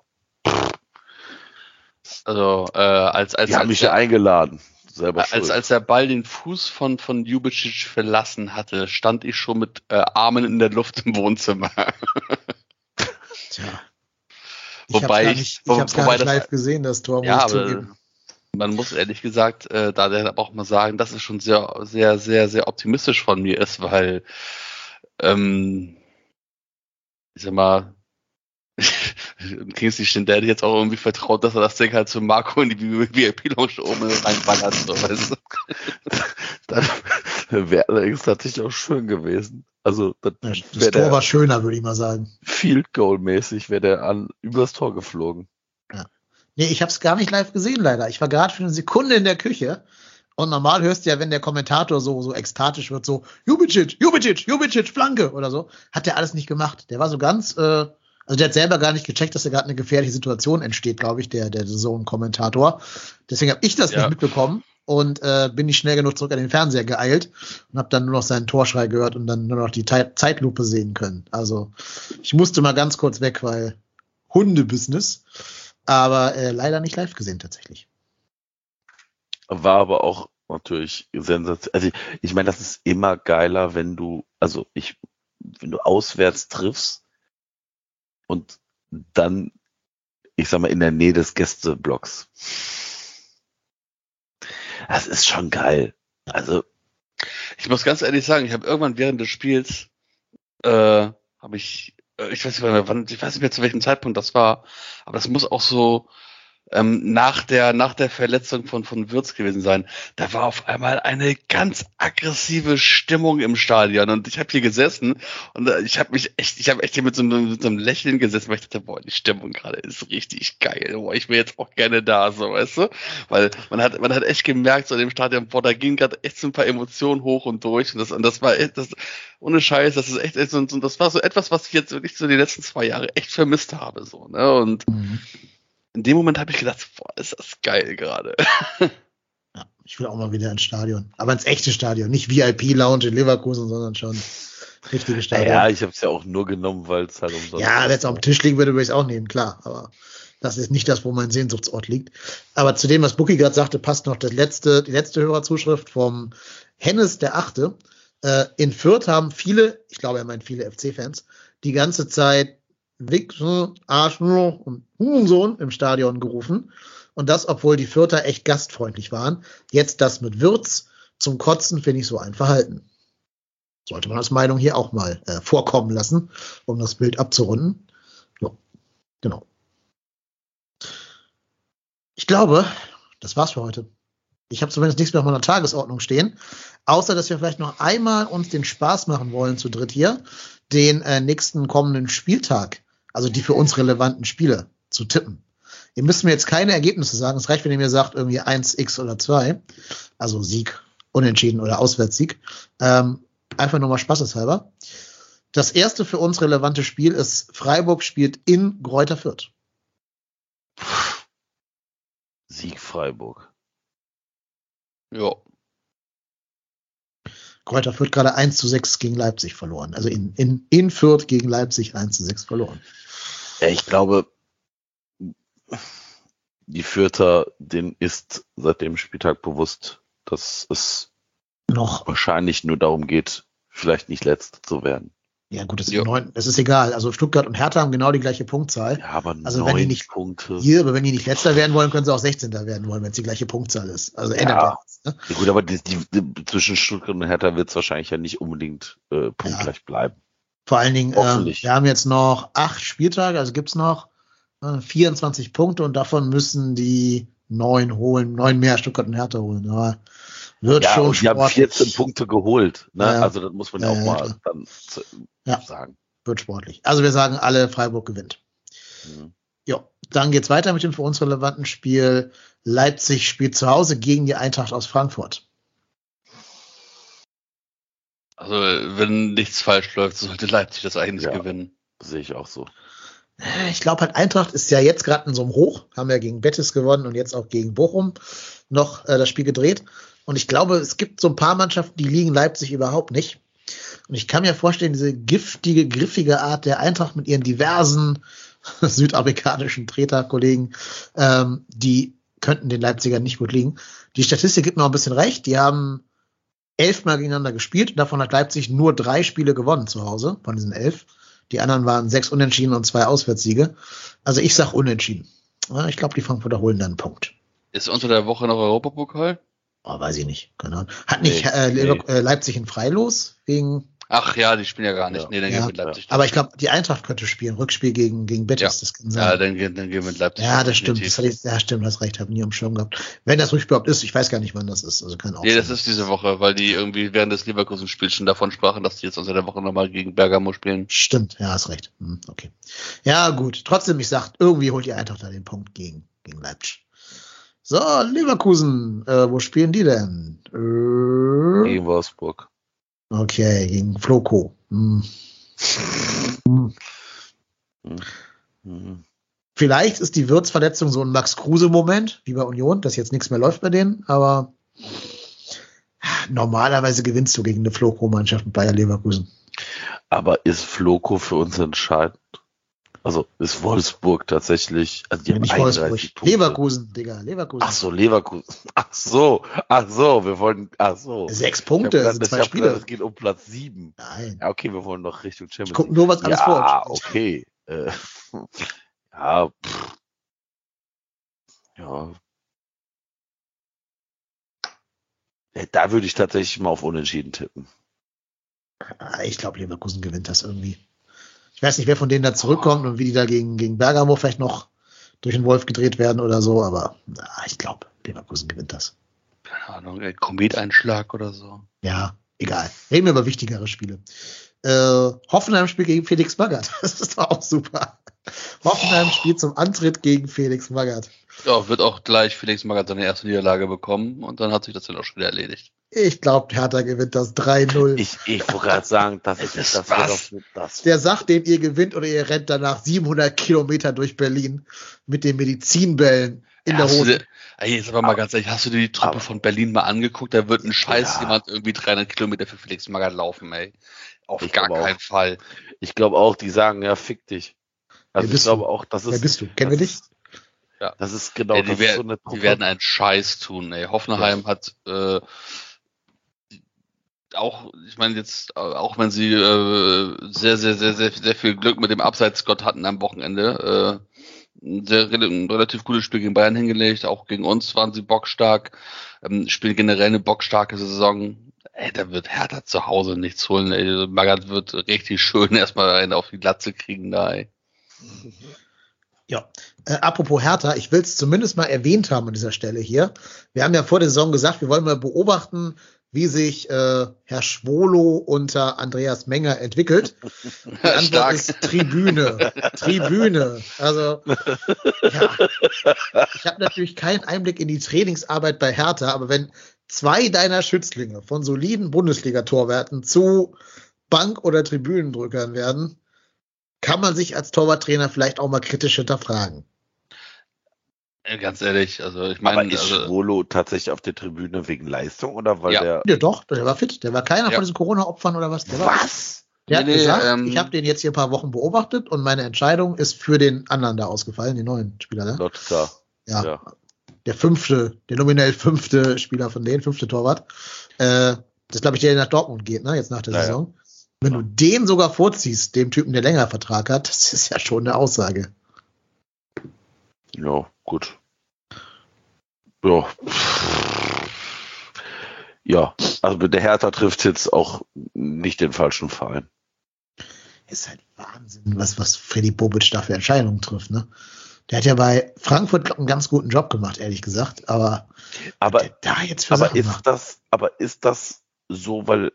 Also äh, als als
Die haben
als,
mich ja eingeladen. Selber
als
schuld.
als der Ball den Fuß von von Ljubicic verlassen hatte, stand ich schon mit äh, Armen in der Luft im Wohnzimmer.
Tja. Ich
Wobei
hab's gar
ich-
nicht,
wo-
ich hab's gar
wobei
nicht
das-
live gesehen, das Tor, muss
Ja,
ich
aber
zugeben.
man muss ehrlich gesagt, äh, da der auch mal sagen, dass es schon sehr, sehr, sehr, sehr optimistisch von mir ist, weil, ähm, ich sag mal, Kingsley Schindler hätte jetzt auch irgendwie vertraut, dass er das Ding halt zu Marco in die V I P-Lounge oben reinballert. So, weißt du?
Dann wäre allerdings tatsächlich auch schön gewesen. Also das
Ja,
wär
das Tor
der
war schöner, würde ich mal sagen.
Field Goal mäßig wäre der an übers Tor geflogen.
Nee, ich hab's gar nicht live gesehen, leider. Ich war gerade für eine Sekunde in der Küche. Und normal hörst du ja, wenn der Kommentator so, so ekstatisch wird, so, Jubicic, Jubicic, Jubicic, Flanke oder so. Hat der alles nicht gemacht. Der war so ganz, äh, also der hat selber gar nicht gecheckt, dass da gerade eine gefährliche Situation entsteht, glaube ich, der, der Zone-Kommentator. Deswegen habe ich das
Ja.
nicht mitbekommen und äh, bin nicht schnell genug zurück an den Fernseher geeilt und habe dann nur noch seinen Torschrei gehört und dann nur noch die Te- Zeitlupe sehen können. Also ich musste mal ganz kurz weg, weil Hundebusiness. Aber äh, leider nicht live gesehen tatsächlich.
War aber auch natürlich sensationell. Also ich, ich meine, das ist immer geiler, wenn du, also ich, wenn du auswärts triffst und dann, ich sag mal, in der Nähe des Gästeblocks. Das ist schon geil. Also,
Ich muss ganz ehrlich sagen, ich habe irgendwann während des Spiels, äh, habe ich, äh, ich weiß nicht mehr, wann, ich weiß nicht mehr zu welchem Zeitpunkt das war, aber das muss auch so ähm, nach der nach der Verletzung von von Wirtz gewesen sein. Da war auf einmal eine ganz aggressive Stimmung im Stadion und ich habe hier gesessen und äh, ich habe mich echt, ich habe echt hier mit so, einem, mit so einem Lächeln gesessen, weil ich dachte, boah, die Stimmung gerade ist richtig geil. Boah, ich wäre jetzt auch gerne da, so, weißt du? Weil man hat man hat echt gemerkt, so in dem Stadion, boah, da gingen gerade echt so ein paar Emotionen hoch und durch und das und das war echt, das ohne Scheiß, das ist echt, echt so, so, das war so etwas, was ich jetzt wirklich so die letzten zwei Jahre echt vermisst habe, so, ne? Und
Mhm.
in dem Moment habe ich gedacht, boah, ist das geil gerade.
Ja, ich will auch mal wieder ins Stadion. Aber ins echte Stadion. Nicht V I P-Lounge in Leverkusen, sondern schon richtige Stadion.
Ja, ich habe es ja auch nur genommen, weil es halt umsonst
Ja, wenn es
war.
auf dem Tisch liegen würde, würde ich es auch nehmen, klar. Aber das ist nicht das, wo mein Sehnsuchtsort liegt. Aber zu dem, was Bucky gerade sagte, passt noch das letzte, die letzte Hörerzuschrift vom Hennes der Achte. Äh, in Fürth haben viele, ich glaube, er meint viele F C-Fans, die ganze Zeit Wichsen, Arschloch und Hurensohn im Stadion gerufen. Und das, obwohl die Fürther echt gastfreundlich waren. Jetzt das mit Würz zum Kotzen finde ich so ein Verhalten. Sollte man als Meinung hier auch mal äh, vorkommen lassen, um das Bild abzurunden. Ja, genau. Ich glaube, das war's für heute. Ich habe zumindest nichts mehr auf meiner Tagesordnung stehen, außer dass wir vielleicht noch einmal uns den Spaß machen wollen zu dritt hier, den äh, nächsten kommenden Spieltag, also die für uns relevanten Spiele, zu tippen. Ihr müsst mir jetzt keine Ergebnisse sagen. Es reicht, wenn ihr mir sagt, irgendwie eins x oder zwei, also Sieg, Unentschieden oder Auswärtssieg. Ähm, einfach nur mal spaßeshalber. Das erste für uns relevante Spiel ist, Freiburg spielt in Greuther Fürth.
Sieg Freiburg.
Ja.
Greuther Fürth gerade eins zu sechs gegen Leipzig verloren. Also in, in, in Fürth gegen Leipzig eins zu sechs verloren.
Ja, ich glaube, die Fürther, denen ist seit dem Spieltag bewusst, dass es
Noch.
wahrscheinlich nur darum geht, vielleicht nicht Letzter zu werden.
Ja gut, das ist,
Jo.
neun, das ist egal. Also Stuttgart und Hertha haben genau die gleiche Punktzahl.
Ja, aber
Also wenn die
neun
nicht
Punkte.
Hier, aber wenn die nicht Letzter werden wollen, können sie auch sechzehnter werden wollen, wenn es die gleiche Punktzahl ist. Also ändert
Ja.
ja nichts, ne?
Ja, gut, aber die, die, die, zwischen Stuttgart und Hertha wird es wahrscheinlich ja nicht unbedingt äh, punktgleich bleiben.
Vor allen Dingen, ähm,
Hoffentlich.
wir haben jetzt noch acht Spieltage, also gibt's noch äh, vierundzwanzig Punkte und davon müssen die neun holen, neun mehr Stuttgart und Hertha holen. Aber wird
Ja,
schon
und die haben
sportlich.
vierzehn Punkte geholt. Ne?
Ja.
Also das muss man ja,
Ja,
auch
ja,
mal
klar.
dann zu,
Ja.
sagen.
Wird sportlich. Also wir sagen alle, Freiburg gewinnt.
Mhm.
Ja, dann geht's weiter mit dem für uns relevanten Spiel. Leipzig spielt zu Hause gegen die Eintracht aus Frankfurt.
Also, wenn nichts falsch läuft, sollte Leipzig das eigentlich
Ja.
gewinnen.
Sehe ich auch so.
Ich glaube halt, Eintracht ist ja jetzt gerade in so einem Hoch. Haben ja gegen Betis gewonnen und jetzt auch gegen Bochum noch äh, das Spiel gedreht. Und ich glaube, es gibt so ein paar Mannschaften, die liegen Leipzig überhaupt nicht. Und ich kann mir vorstellen, diese giftige, griffige Art der Eintracht mit ihren diversen südamerikanischen Treterkollegen, ähm, die könnten den Leipzigern nicht gut liegen. Die Statistik gibt mir noch ein bisschen recht. Die haben elfmal gegeneinander gespielt. Davon hat Leipzig nur drei Spiele gewonnen zu Hause, von diesen elf. Die anderen waren sechs Unentschieden und zwei Auswärtssiege. Also ich sag Unentschieden. Ja, ich glaube, die Frankfurter holen dann einen Punkt.
Ist unter der Woche noch Europapokal?
Oh, weiß ich nicht. Keine Ahnung. Hat nicht
Nee,
äh, Lever-
nee.
äh, Leipzig ein Freilos wegen.
Ach ja, die spielen ja gar nicht.
Ja.
Nee, dann
Ja.
gehen wir mit Leipzig.
Aber ich glaube, die Eintracht könnte spielen. Rückspiel gegen, gegen Betis.
Ja.
Das kann
Ja,
sein.
dann, gehen- dann gehen wir mit Leipzig.
Ja, das stimmt.
definitiv.
Das hatte ich, ja, stimmt, hast recht. Habe nie am Schirm gehabt. Wenn das Rückspiel überhaupt ist, ich weiß gar nicht, wann das ist. Also kann auch
Nee, das
sein.
ist diese Woche, weil die irgendwie während des Leverkusen-Spiels schon davon sprachen, dass die jetzt unter der Woche nochmal gegen Bergamo spielen.
Stimmt, ja, hast recht. Hm, okay. Ja, gut. Trotzdem, ich sag, irgendwie holt die Eintracht da den Punkt gegen, gegen Leipzig. So, Leverkusen, äh, wo spielen die denn? Äh,
Gegen Wolfsburg.
okay, gegen Floko. Hm.
Mhm.
Vielleicht ist die Wirtz-Verletzung so ein Max-Kruse-Moment, wie bei Union, dass jetzt nichts mehr läuft bei denen, aber normalerweise gewinnst du gegen eine Floko-Mannschaft mit Bayer Leverkusen.
Aber ist Floco für uns entscheidend? Also ist Wolfsburg tatsächlich, also die
Ja,
haben
nicht
einunddreißig
Wolfsburg.
Punkte.
Leverkusen, Digga, Leverkusen.
Ach so, Leverkusen. Ach so, ach so, wir wollen, ach so.
Sechs
Ich
Punkte,
hab
das sind
gedacht,
zwei
ich hab gedacht,
Spiele.
es geht um Platz sieben.
Nein.
Ja, okay, wir wollen noch Richtung
Ich
Champions
gucke nur, was alles vor
Ja,
uns steht.
okay. Äh, ja, pff. Ja. Äh, Da würde ich tatsächlich mal auf Unentschieden tippen.
Ah, Ich glaube, Leverkusen gewinnt das irgendwie. Ich weiß nicht, wer von denen da zurückkommt und wie die da gegen, gegen Bergamo vielleicht noch durch den Wolf gedreht werden oder so, aber na, ich glaube, Leverkusen gewinnt das.
Keine Ahnung, ey, Kometeinschlag oder so.
Ja, egal. Reden wir über wichtigere Spiele. Äh, Hoffenheim spielt gegen Felix Magath. Das ist doch auch super. Hoffenheim spielt zum Antritt gegen Felix Magath.
Ja, wird auch gleich Felix Magath seine erste Niederlage bekommen und dann hat sich das dann auch schon wieder erledigt.
Ich glaube, Hertha gewinnt das drei null.
Ich, ich wollte gerade sagen, das ist das, das,
was?
wird doch das.
Der sagt, den ihr gewinnt oder ihr rennt danach siebenhundert Kilometer durch Berlin mit den Medizinbällen in
Ja,
der
hast du
Hose.
dir, ey, jetzt aber mal ganz ehrlich, hast du dir die Truppe
aber-
von Berlin mal angeguckt? Da wird ein Scheiß
Ja.
jemand irgendwie dreihundert Kilometer für Felix Magath laufen, ey. Auf
Ich
gar
glaube
keinen
auch.
Fall.
Ich glaube auch, die sagen, ja, fick dich. Also
Wer
ich
bist
glaube
du?
auch, das ist.
Wer bist du? Kennen wir
das
dich?
ist- Das ist genau,
ey, die,
das
wer,
ist so eine
die
Truppe.
werden einen Scheiß tun, ey. Hoffenheim hat äh, auch, ich meine jetzt, äh, auch wenn sie äh, sehr, sehr, sehr, sehr, sehr viel Glück mit dem Abseitsgott hatten am Wochenende, äh, ein, sehr, ein relativ gutes Spiel gegen Bayern hingelegt, auch gegen uns waren sie bockstark, ähm, spielen generell eine bockstarke Saison. Ey, da wird Hertha zu Hause nichts holen, ey. Magath wird richtig schön erstmal einen auf die Glatze kriegen da, ey.
Ja, äh, apropos Hertha, ich will es zumindest mal erwähnt haben an dieser Stelle hier. Wir haben ja vor der Saison gesagt, wir wollen mal beobachten, wie sich äh, Herr Schwolo unter Andreas Menger entwickelt. Die Antwort
Stark.
ist Tribüne. Tribüne. Also, ja. Ich habe natürlich keinen Einblick in die Trainingsarbeit bei Hertha, aber wenn zwei deiner Schützlinge von soliden Bundesliga-Torwerten zu Bank- oder Tribünendrückern werden, kann man sich als Torwarttrainer vielleicht auch mal kritisch hinterfragen.
Ey, ganz ehrlich, also ich
Aber
meine,
ist
also,
Schwolo tatsächlich auf der Tribüne wegen Leistung oder weil
Ja.
der.
Ja doch, der war fit. Der war keiner
Ja.
von diesen Corona-Opfern oder was. Der war
Was?
Der hat
Nee, nee,
gesagt,
ähm,
ich habe den jetzt hier ein paar Wochen beobachtet und meine Entscheidung ist für den anderen da ausgefallen, den neuen Spieler. Ne?
Lotka.
Ja,
Ja.
der fünfte, der nominell fünfte Spieler von denen, fünfte Torwart. Äh, das ist, glaube ich, der, der nach Dortmund geht, ne? Jetzt nach der
Ja, ja.
Saison. Wenn du den sogar vorziehst, dem Typen, der länger Vertrag hat, das ist ja schon eine Aussage.
Ja, gut. Ja. Ja, also mit der Hertha trifft jetzt auch nicht den falschen Verein.
Ist halt Wahnsinn, was, was Freddy Bobic da für Entscheidungen trifft, ne? Der hat ja bei Frankfurt glaub, einen ganz guten Job gemacht, ehrlich gesagt, aber
Aber,
was der da jetzt für
aber
Sachen
ist
macht.
das, aber ist das so, weil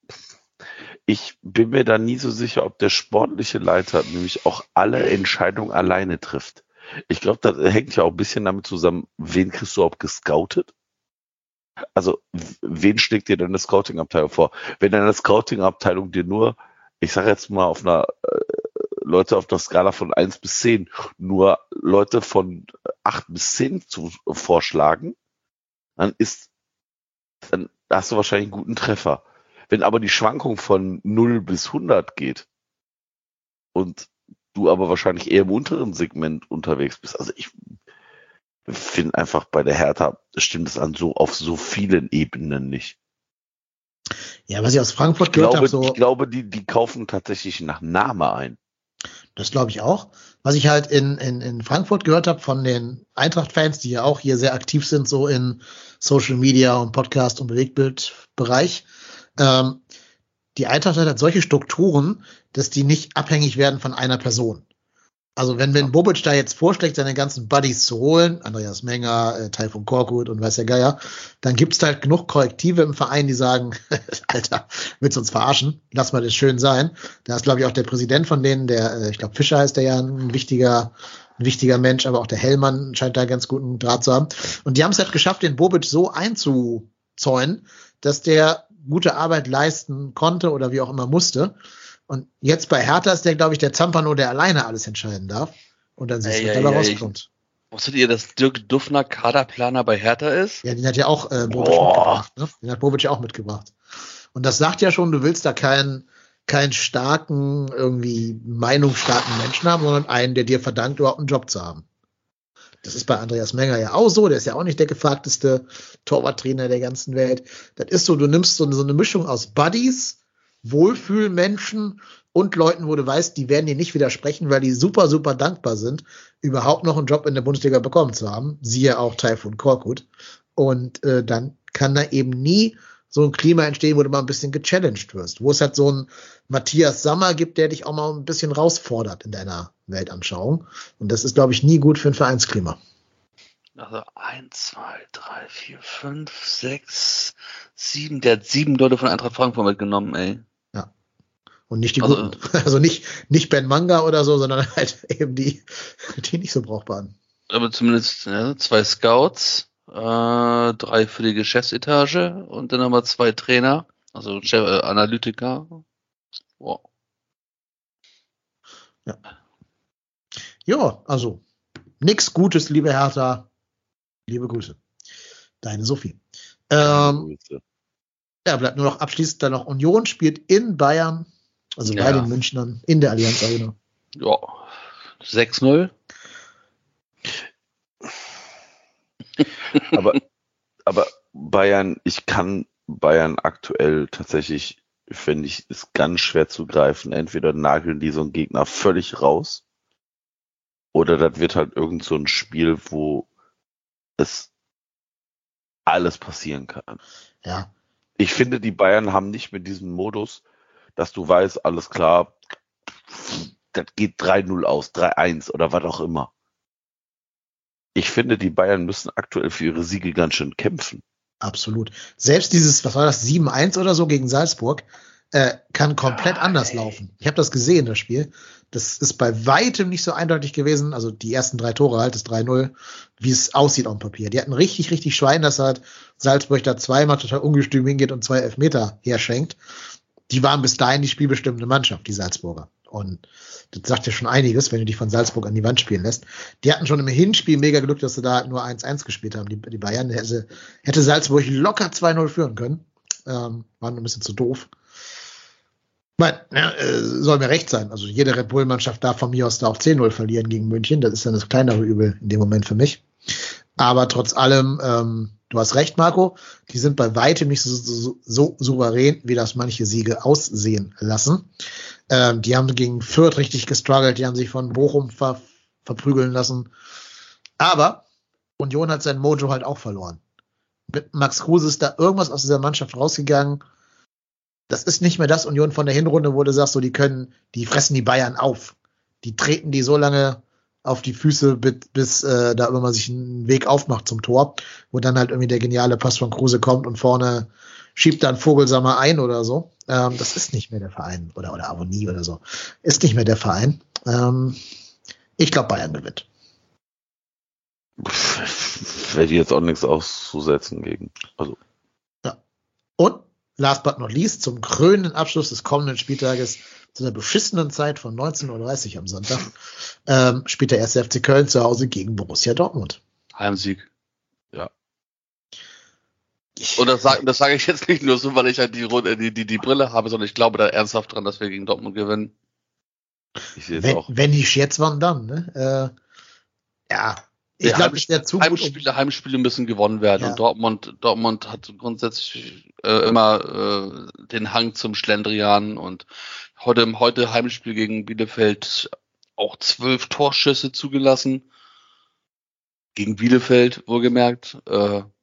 ich bin mir da nie so sicher, ob der sportliche Leiter nämlich auch alle Entscheidungen alleine trifft. Ich glaube, das hängt ja auch ein bisschen damit zusammen, wen kriegst du überhaupt gescoutet? Also, w- wen schlägt dir denn eine Scouting-Abteilung vor? Wenn deine Scouting-Abteilung dir nur, ich sage jetzt mal auf einer, äh, Leute auf der Skala von eins bis zehn, nur Leute von acht bis zehn zu vorschlagen, dann ist, dann hast du wahrscheinlich einen guten Treffer. Wenn aber die Schwankung von null bis hundert geht und du aber wahrscheinlich eher im unteren Segment unterwegs bist, also ich finde einfach bei der Hertha stimmt es an so auf so vielen Ebenen nicht.
Ja, was ich aus Frankfurt
Ich
gehört
glaube,
habe, so,
ich glaube, die, die kaufen tatsächlich nach Name ein.
das glaube ich auch. Was ich halt in, in, in Frankfurt gehört habe von den Eintracht-Fans, die ja auch hier sehr aktiv sind, so in Social Media und Podcast und Bewegtbildbereich, ähm, die Eintracht hat halt solche Strukturen, dass die nicht abhängig werden von einer Person. Also wenn, wenn Bobic da jetzt vorschlägt, seine ganzen Buddies zu holen, Andreas Menger, äh, Taifun Korkut und weiß der Geier, dann gibt's da halt genug Korrektive im Verein, die sagen, Alter, willst du uns verarschen? Lass mal das schön sein. Da ist, glaube ich, auch der Präsident von denen, der, äh, ich glaube, Fischer ist der ja ein wichtiger, ein wichtiger Mensch, aber auch der Hellmann scheint da ganz guten Draht zu haben. Und die haben es halt geschafft, den Bobic so einzuzäunen, dass der gute Arbeit leisten konnte oder wie auch immer musste. Und jetzt bei Hertha ist der, glaube ich, der Zampano, der alleine alles entscheiden darf. Und dann siehst du,
Ey,
was
ey,
dabei
ey.
rauskommt.
Wusstet ihr, dass Dirk Duffner Kaderplaner bei Hertha ist?
Ja, den hat ja auch äh, Bobic
Boah.
mitgebracht. Ne? Den hat Bobic ja auch mitgebracht. Und das sagt ja schon, du willst da keinen keinen starken, irgendwie meinungsstarken Menschen haben, sondern einen, der dir verdankt, überhaupt einen Job zu haben. Das ist bei Andreas Menger ja auch so. Der ist ja auch nicht der gefragteste Torwarttrainer der ganzen Welt. Das ist so, du nimmst so, so eine Mischung aus Buddies, Wohlfühlmenschen und Leuten, wo du weißt, die werden dir nicht widersprechen, weil die super, super dankbar sind, überhaupt noch einen Job in der Bundesliga bekommen zu haben. Siehe auch Taifun Korkut. Und äh, dann kann da eben nie so ein Klima entstehen, wo du mal ein bisschen gechallenged wirst. Wo es halt so ein Matthias Sammer gibt, der dich auch mal ein bisschen herausfordert in deiner Weltanschauung. Und das ist, glaube ich, nie gut für ein Vereinsklima.
Also eins, zwei, drei, vier, fünf, sechs, sieben. Der hat sieben Leute von Eintracht Frankfurt mitgenommen, ey.
Ja. Und nicht die
Also,
guten. Also nicht, nicht Ben Manga oder so, sondern halt eben die, die nicht so brauchbaren.
Aber zumindest ja, zwei Scouts, äh, drei für die Geschäftsetage und dann haben wir zwei Trainer, also Chef, äh, Analytiker. Wow.
Ja. Ja, also nix Gutes, liebe Hertha. Liebe Grüße. Deine Sophie. Ähm, ja, bleibt nur noch abschließend dann noch Union, spielt in Bayern, also
Ja.
bei den Münchnern, in der Allianz Arena.
Ja. sechs null.
Aber, aber Bayern, ich kann Bayern aktuell tatsächlich, finde ich, ist ganz schwer zu greifen. Entweder nageln die so einen Gegner völlig raus, oder das wird halt irgend so ein Spiel, wo es alles passieren kann.
Ja,
Ich finde, die Bayern haben nicht mehr diesen Modus, dass du weißt, alles klar, das geht drei null aus, drei eins oder was auch immer. Ich finde, die Bayern müssen aktuell für ihre Siege ganz schön kämpfen.
absolut. Selbst dieses, was war das, sieben eins oder so gegen Salzburg, äh, kann komplett
Ja,
anders
ey.
laufen. Ich habe das gesehen, das Spiel. Das ist bei weitem nicht so eindeutig gewesen, also die ersten drei Tore halt, das drei null, wie es aussieht auf dem Papier. Die hatten richtig, richtig Schwein, dass halt Salzburg da zweimal total ungestüm hingeht und zwei Elfmeter herschenkt. Die waren bis dahin die spielbestimmende Mannschaft, die Salzburger. Und das sagt ja schon einiges, wenn du die von Salzburg an die Wand spielen lässt. Die hatten schon im Hinspiel mega Glück, dass sie da halt nur eins eins gespielt haben, die, die Bayern. Hätte, hätte Salzburg locker zwei null führen können. Ähm, waren ein bisschen zu doof. Mein, ja, äh, soll mir recht sein. Also jede Red Bull-Mannschaft darf von mir aus da auch zehn null verlieren gegen München. Das ist dann das kleinere Übel in dem Moment für mich. Aber trotz allem, ähm, du hast recht, Marco, die sind bei weitem nicht so, so, so souverän, wie das manche Siege aussehen lassen. Ähm, die haben gegen Fürth richtig gestruggelt, die haben sich von Bochum ver, verprügeln lassen. Aber Union hat sein Mojo halt auch verloren. Mit Max Kruse ist da irgendwas aus dieser Mannschaft rausgegangen. Das ist nicht mehr das Union von der Hinrunde, wo du sagst, so die können, die fressen die Bayern auf. Die treten die so lange auf die Füße, bis, bis äh, da immer sich einen Weg aufmacht zum Tor, wo dann halt irgendwie der geniale Pass von Kruse kommt und vorne schiebt dann Vogelsammer ein oder so. Ähm, das ist nicht mehr der Verein. Oder, oder Avonie oder so. Ist nicht mehr der Verein. Ähm, ich glaube, Bayern gewinnt.
Werde ich jetzt auch nichts auszusetzen gegen. Also.
Ja. Und last but not least, zum krönenden Abschluss des kommenden Spieltages, zu der beschissenen Zeit von neunzehn Uhr dreißig am Sonntag, ähm, spielt der erste F C Köln zu Hause gegen Borussia Dortmund.
Heimsieg.
Ja.
Ich,
Und das sage das sag ich jetzt nicht nur so, weil ich halt die, die, die, die Brille habe, sondern ich glaube da ernsthaft dran, dass wir gegen Dortmund gewinnen.
Ich sehe es
wenn,
auch.
wenn nicht jetzt, wann dann? Ne? Äh, ja, ich
Ja,
glaube, es wäre zu gut. Um,
Heimspiele, Heimspiele müssen gewonnen werden.
Ja.
Und Dortmund, Dortmund hat grundsätzlich äh, immer äh, den Hang zum Schlendrian. Und heute im heute Heimspiel gegen Bielefeld auch zwölf Torschüsse zugelassen. Gegen Bielefeld, wohlgemerkt. Äh,
ja,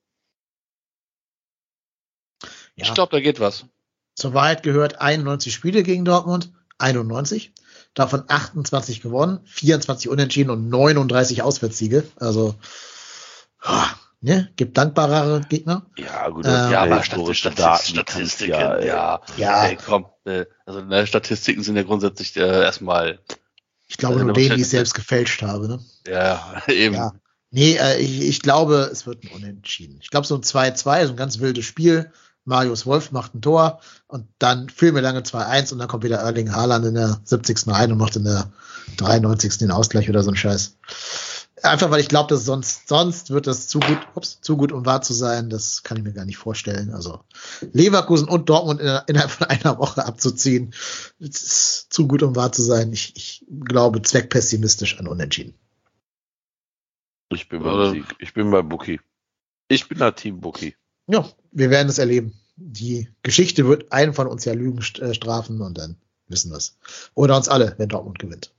Ich glaube, da geht was.
zur Wahrheit gehört einundneunzig Spiele gegen Dortmund, einundneunzig. Davon achtundzwanzig gewonnen, vierundzwanzig unentschieden und neununddreißig Auswärtssiege. Also, ne, gibt dankbarere Gegner.
Ja, gut,
Ähm,
das
Ja,
sind
aber
historische
Statistik,
Daten, die kannst
Statistiken,
ja,
ja.
ey.
ja.
Ja.
Ey, komm. Äh, also ne, Statistiken sind ja grundsätzlich äh, erstmal,
Ich glaube
Also,
nur
da
denen,
muss
die
ich-
ich selbst gefälscht habe. Ne?
ja, eben.
Ja. Nee, äh, ich, ich glaube, es wird ein Unentschieden. Ich glaube, so ein zwei zwei, so ein ganz wildes Spiel. Marius Wolf macht ein Tor und dann fühlen wir lange zwei eins und dann kommt wieder Erling Haaland in der siebzigsten rein und macht in der dreiundneunzigsten den Ausgleich oder so ein Scheiß. Einfach, weil ich glaube, dass sonst, sonst wird das zu gut, ups, zu gut, um wahr zu sein. Das kann ich mir gar nicht vorstellen. Also Leverkusen und Dortmund in, innerhalb von einer Woche abzuziehen, das ist zu gut, um wahr zu sein. Ich, ich glaube zweckpessimistisch an Unentschieden.
Ich bin beim
Oder-
Sieg. Ich bin bei Buki. Ich bin da Team Buki.
Ja, wir werden es erleben. Die Geschichte wird einen von uns ja Lügen st- äh, strafen und dann wissen wir es. Oder uns alle, wenn Dortmund gewinnt.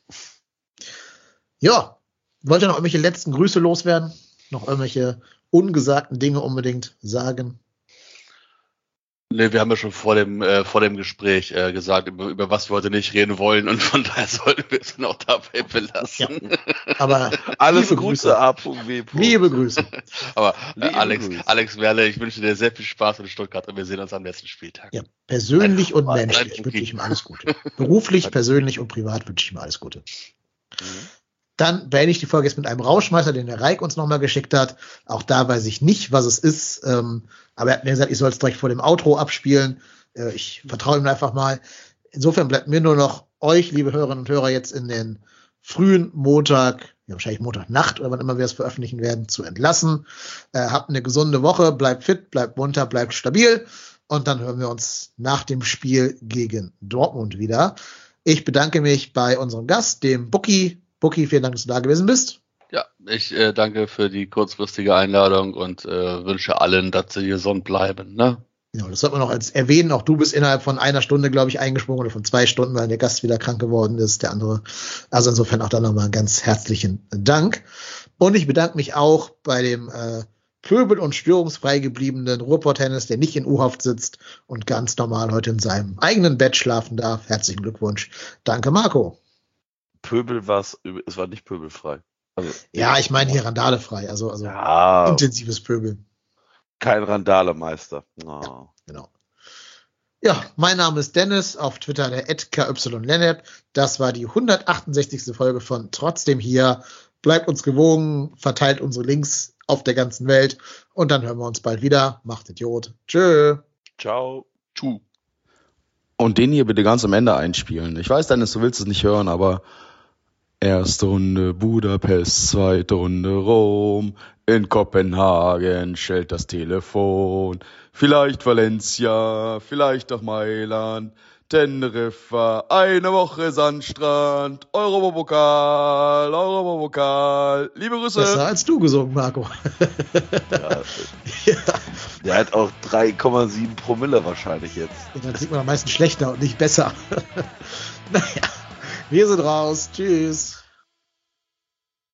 Ja, wollt ihr noch irgendwelche letzten Grüße loswerden? Noch irgendwelche ungesagten Dinge unbedingt sagen?
Nee, wir haben ja schon vor dem, äh, vor dem Gespräch äh, gesagt, über, über was wir heute nicht reden wollen und von daher sollten wir es dann auch dabei belassen.
Ja, aber
alles
liebe
Gute,
Grüße.
A W.
Liebe Grüße.
Aber äh,
Liebe
Alex,
Grüße.
Alex Werle, ich wünsche dir sehr viel Spaß in Stuttgart und wir sehen uns am letzten Spieltag.
Ja, persönlich und
Nein,
menschlich
nein,
wünsche ich
okay.
ihm alles Gute. Beruflich, persönlich und privat wünsche ich ihm alles Gute. Dann beende ich die Folge jetzt mit einem Rauschmeißer, den der Reik uns nochmal geschickt hat. Auch da weiß ich nicht, was es ist. Ähm, aber er hat mir gesagt, ich soll es direkt vor dem Outro abspielen. Äh, ich vertraue ihm einfach mal. Insofern bleibt mir nur noch euch, liebe Hörerinnen und Hörer, jetzt in den frühen Montag, ja wahrscheinlich Montagnacht oder wann immer wir es veröffentlichen werden, zu entlassen. Äh, habt eine gesunde Woche, bleibt fit, bleibt munter, bleibt stabil. Und dann hören wir uns nach dem Spiel gegen Dortmund wieder. Ich bedanke mich bei unserem Gast, dem Bucky. Bucky, vielen Dank, dass du da gewesen bist.
Ja, ich äh, danke für die kurzfristige Einladung und äh, wünsche allen, dass sie gesund bleiben. Ne?
Ja, das sollte man noch als erwähnen. Auch du bist innerhalb von einer Stunde, glaube ich, eingesprungen oder von zwei Stunden, weil der Gast wieder krank geworden ist, der andere. Also insofern auch da nochmal einen ganz herzlichen Dank. Und ich bedanke mich auch bei dem äh, pöbel- und störungsfrei gebliebenen Ruhrpott-Hennes, der nicht in U-Haft sitzt und ganz normal heute in seinem eigenen Bett schlafen darf. Herzlichen Glückwunsch. Danke, Marco.
Pöbel war es, es war nicht pöbelfrei. Also,
Ja, ich meine hier randalefrei, also, also
ja,
intensives Pöbeln.
kein Randalemeister. Oh.
Genau. Ja, mein Name ist Dennis, auf Twitter der at k y lennep. Das war die hundertachtundsechzigste Folge von Trotzdem hier. Bleibt uns gewogen, verteilt unsere Links auf der ganzen Welt und dann hören wir uns bald wieder. Macht Idiot. Tschö.
Ciao.
Tschu.
Und den hier bitte ganz am Ende einspielen. Ich weiß, Dennis, du willst es nicht hören, aber erste Runde Budapest, zweite Runde Rom, in Kopenhagen schellt das Telefon. Vielleicht Valencia, vielleicht auch Mailand, Teneriffa, eine Woche Sandstrand, Europapokal, Europapokal. Liebe Grüße.
Besser als du gesungen, Marco.
Ja,
Ja,
der hat auch drei Komma sieben Promille wahrscheinlich jetzt.
dann sieht man am meisten schlechter und nicht besser. Naja, wir sind raus. Tschüss.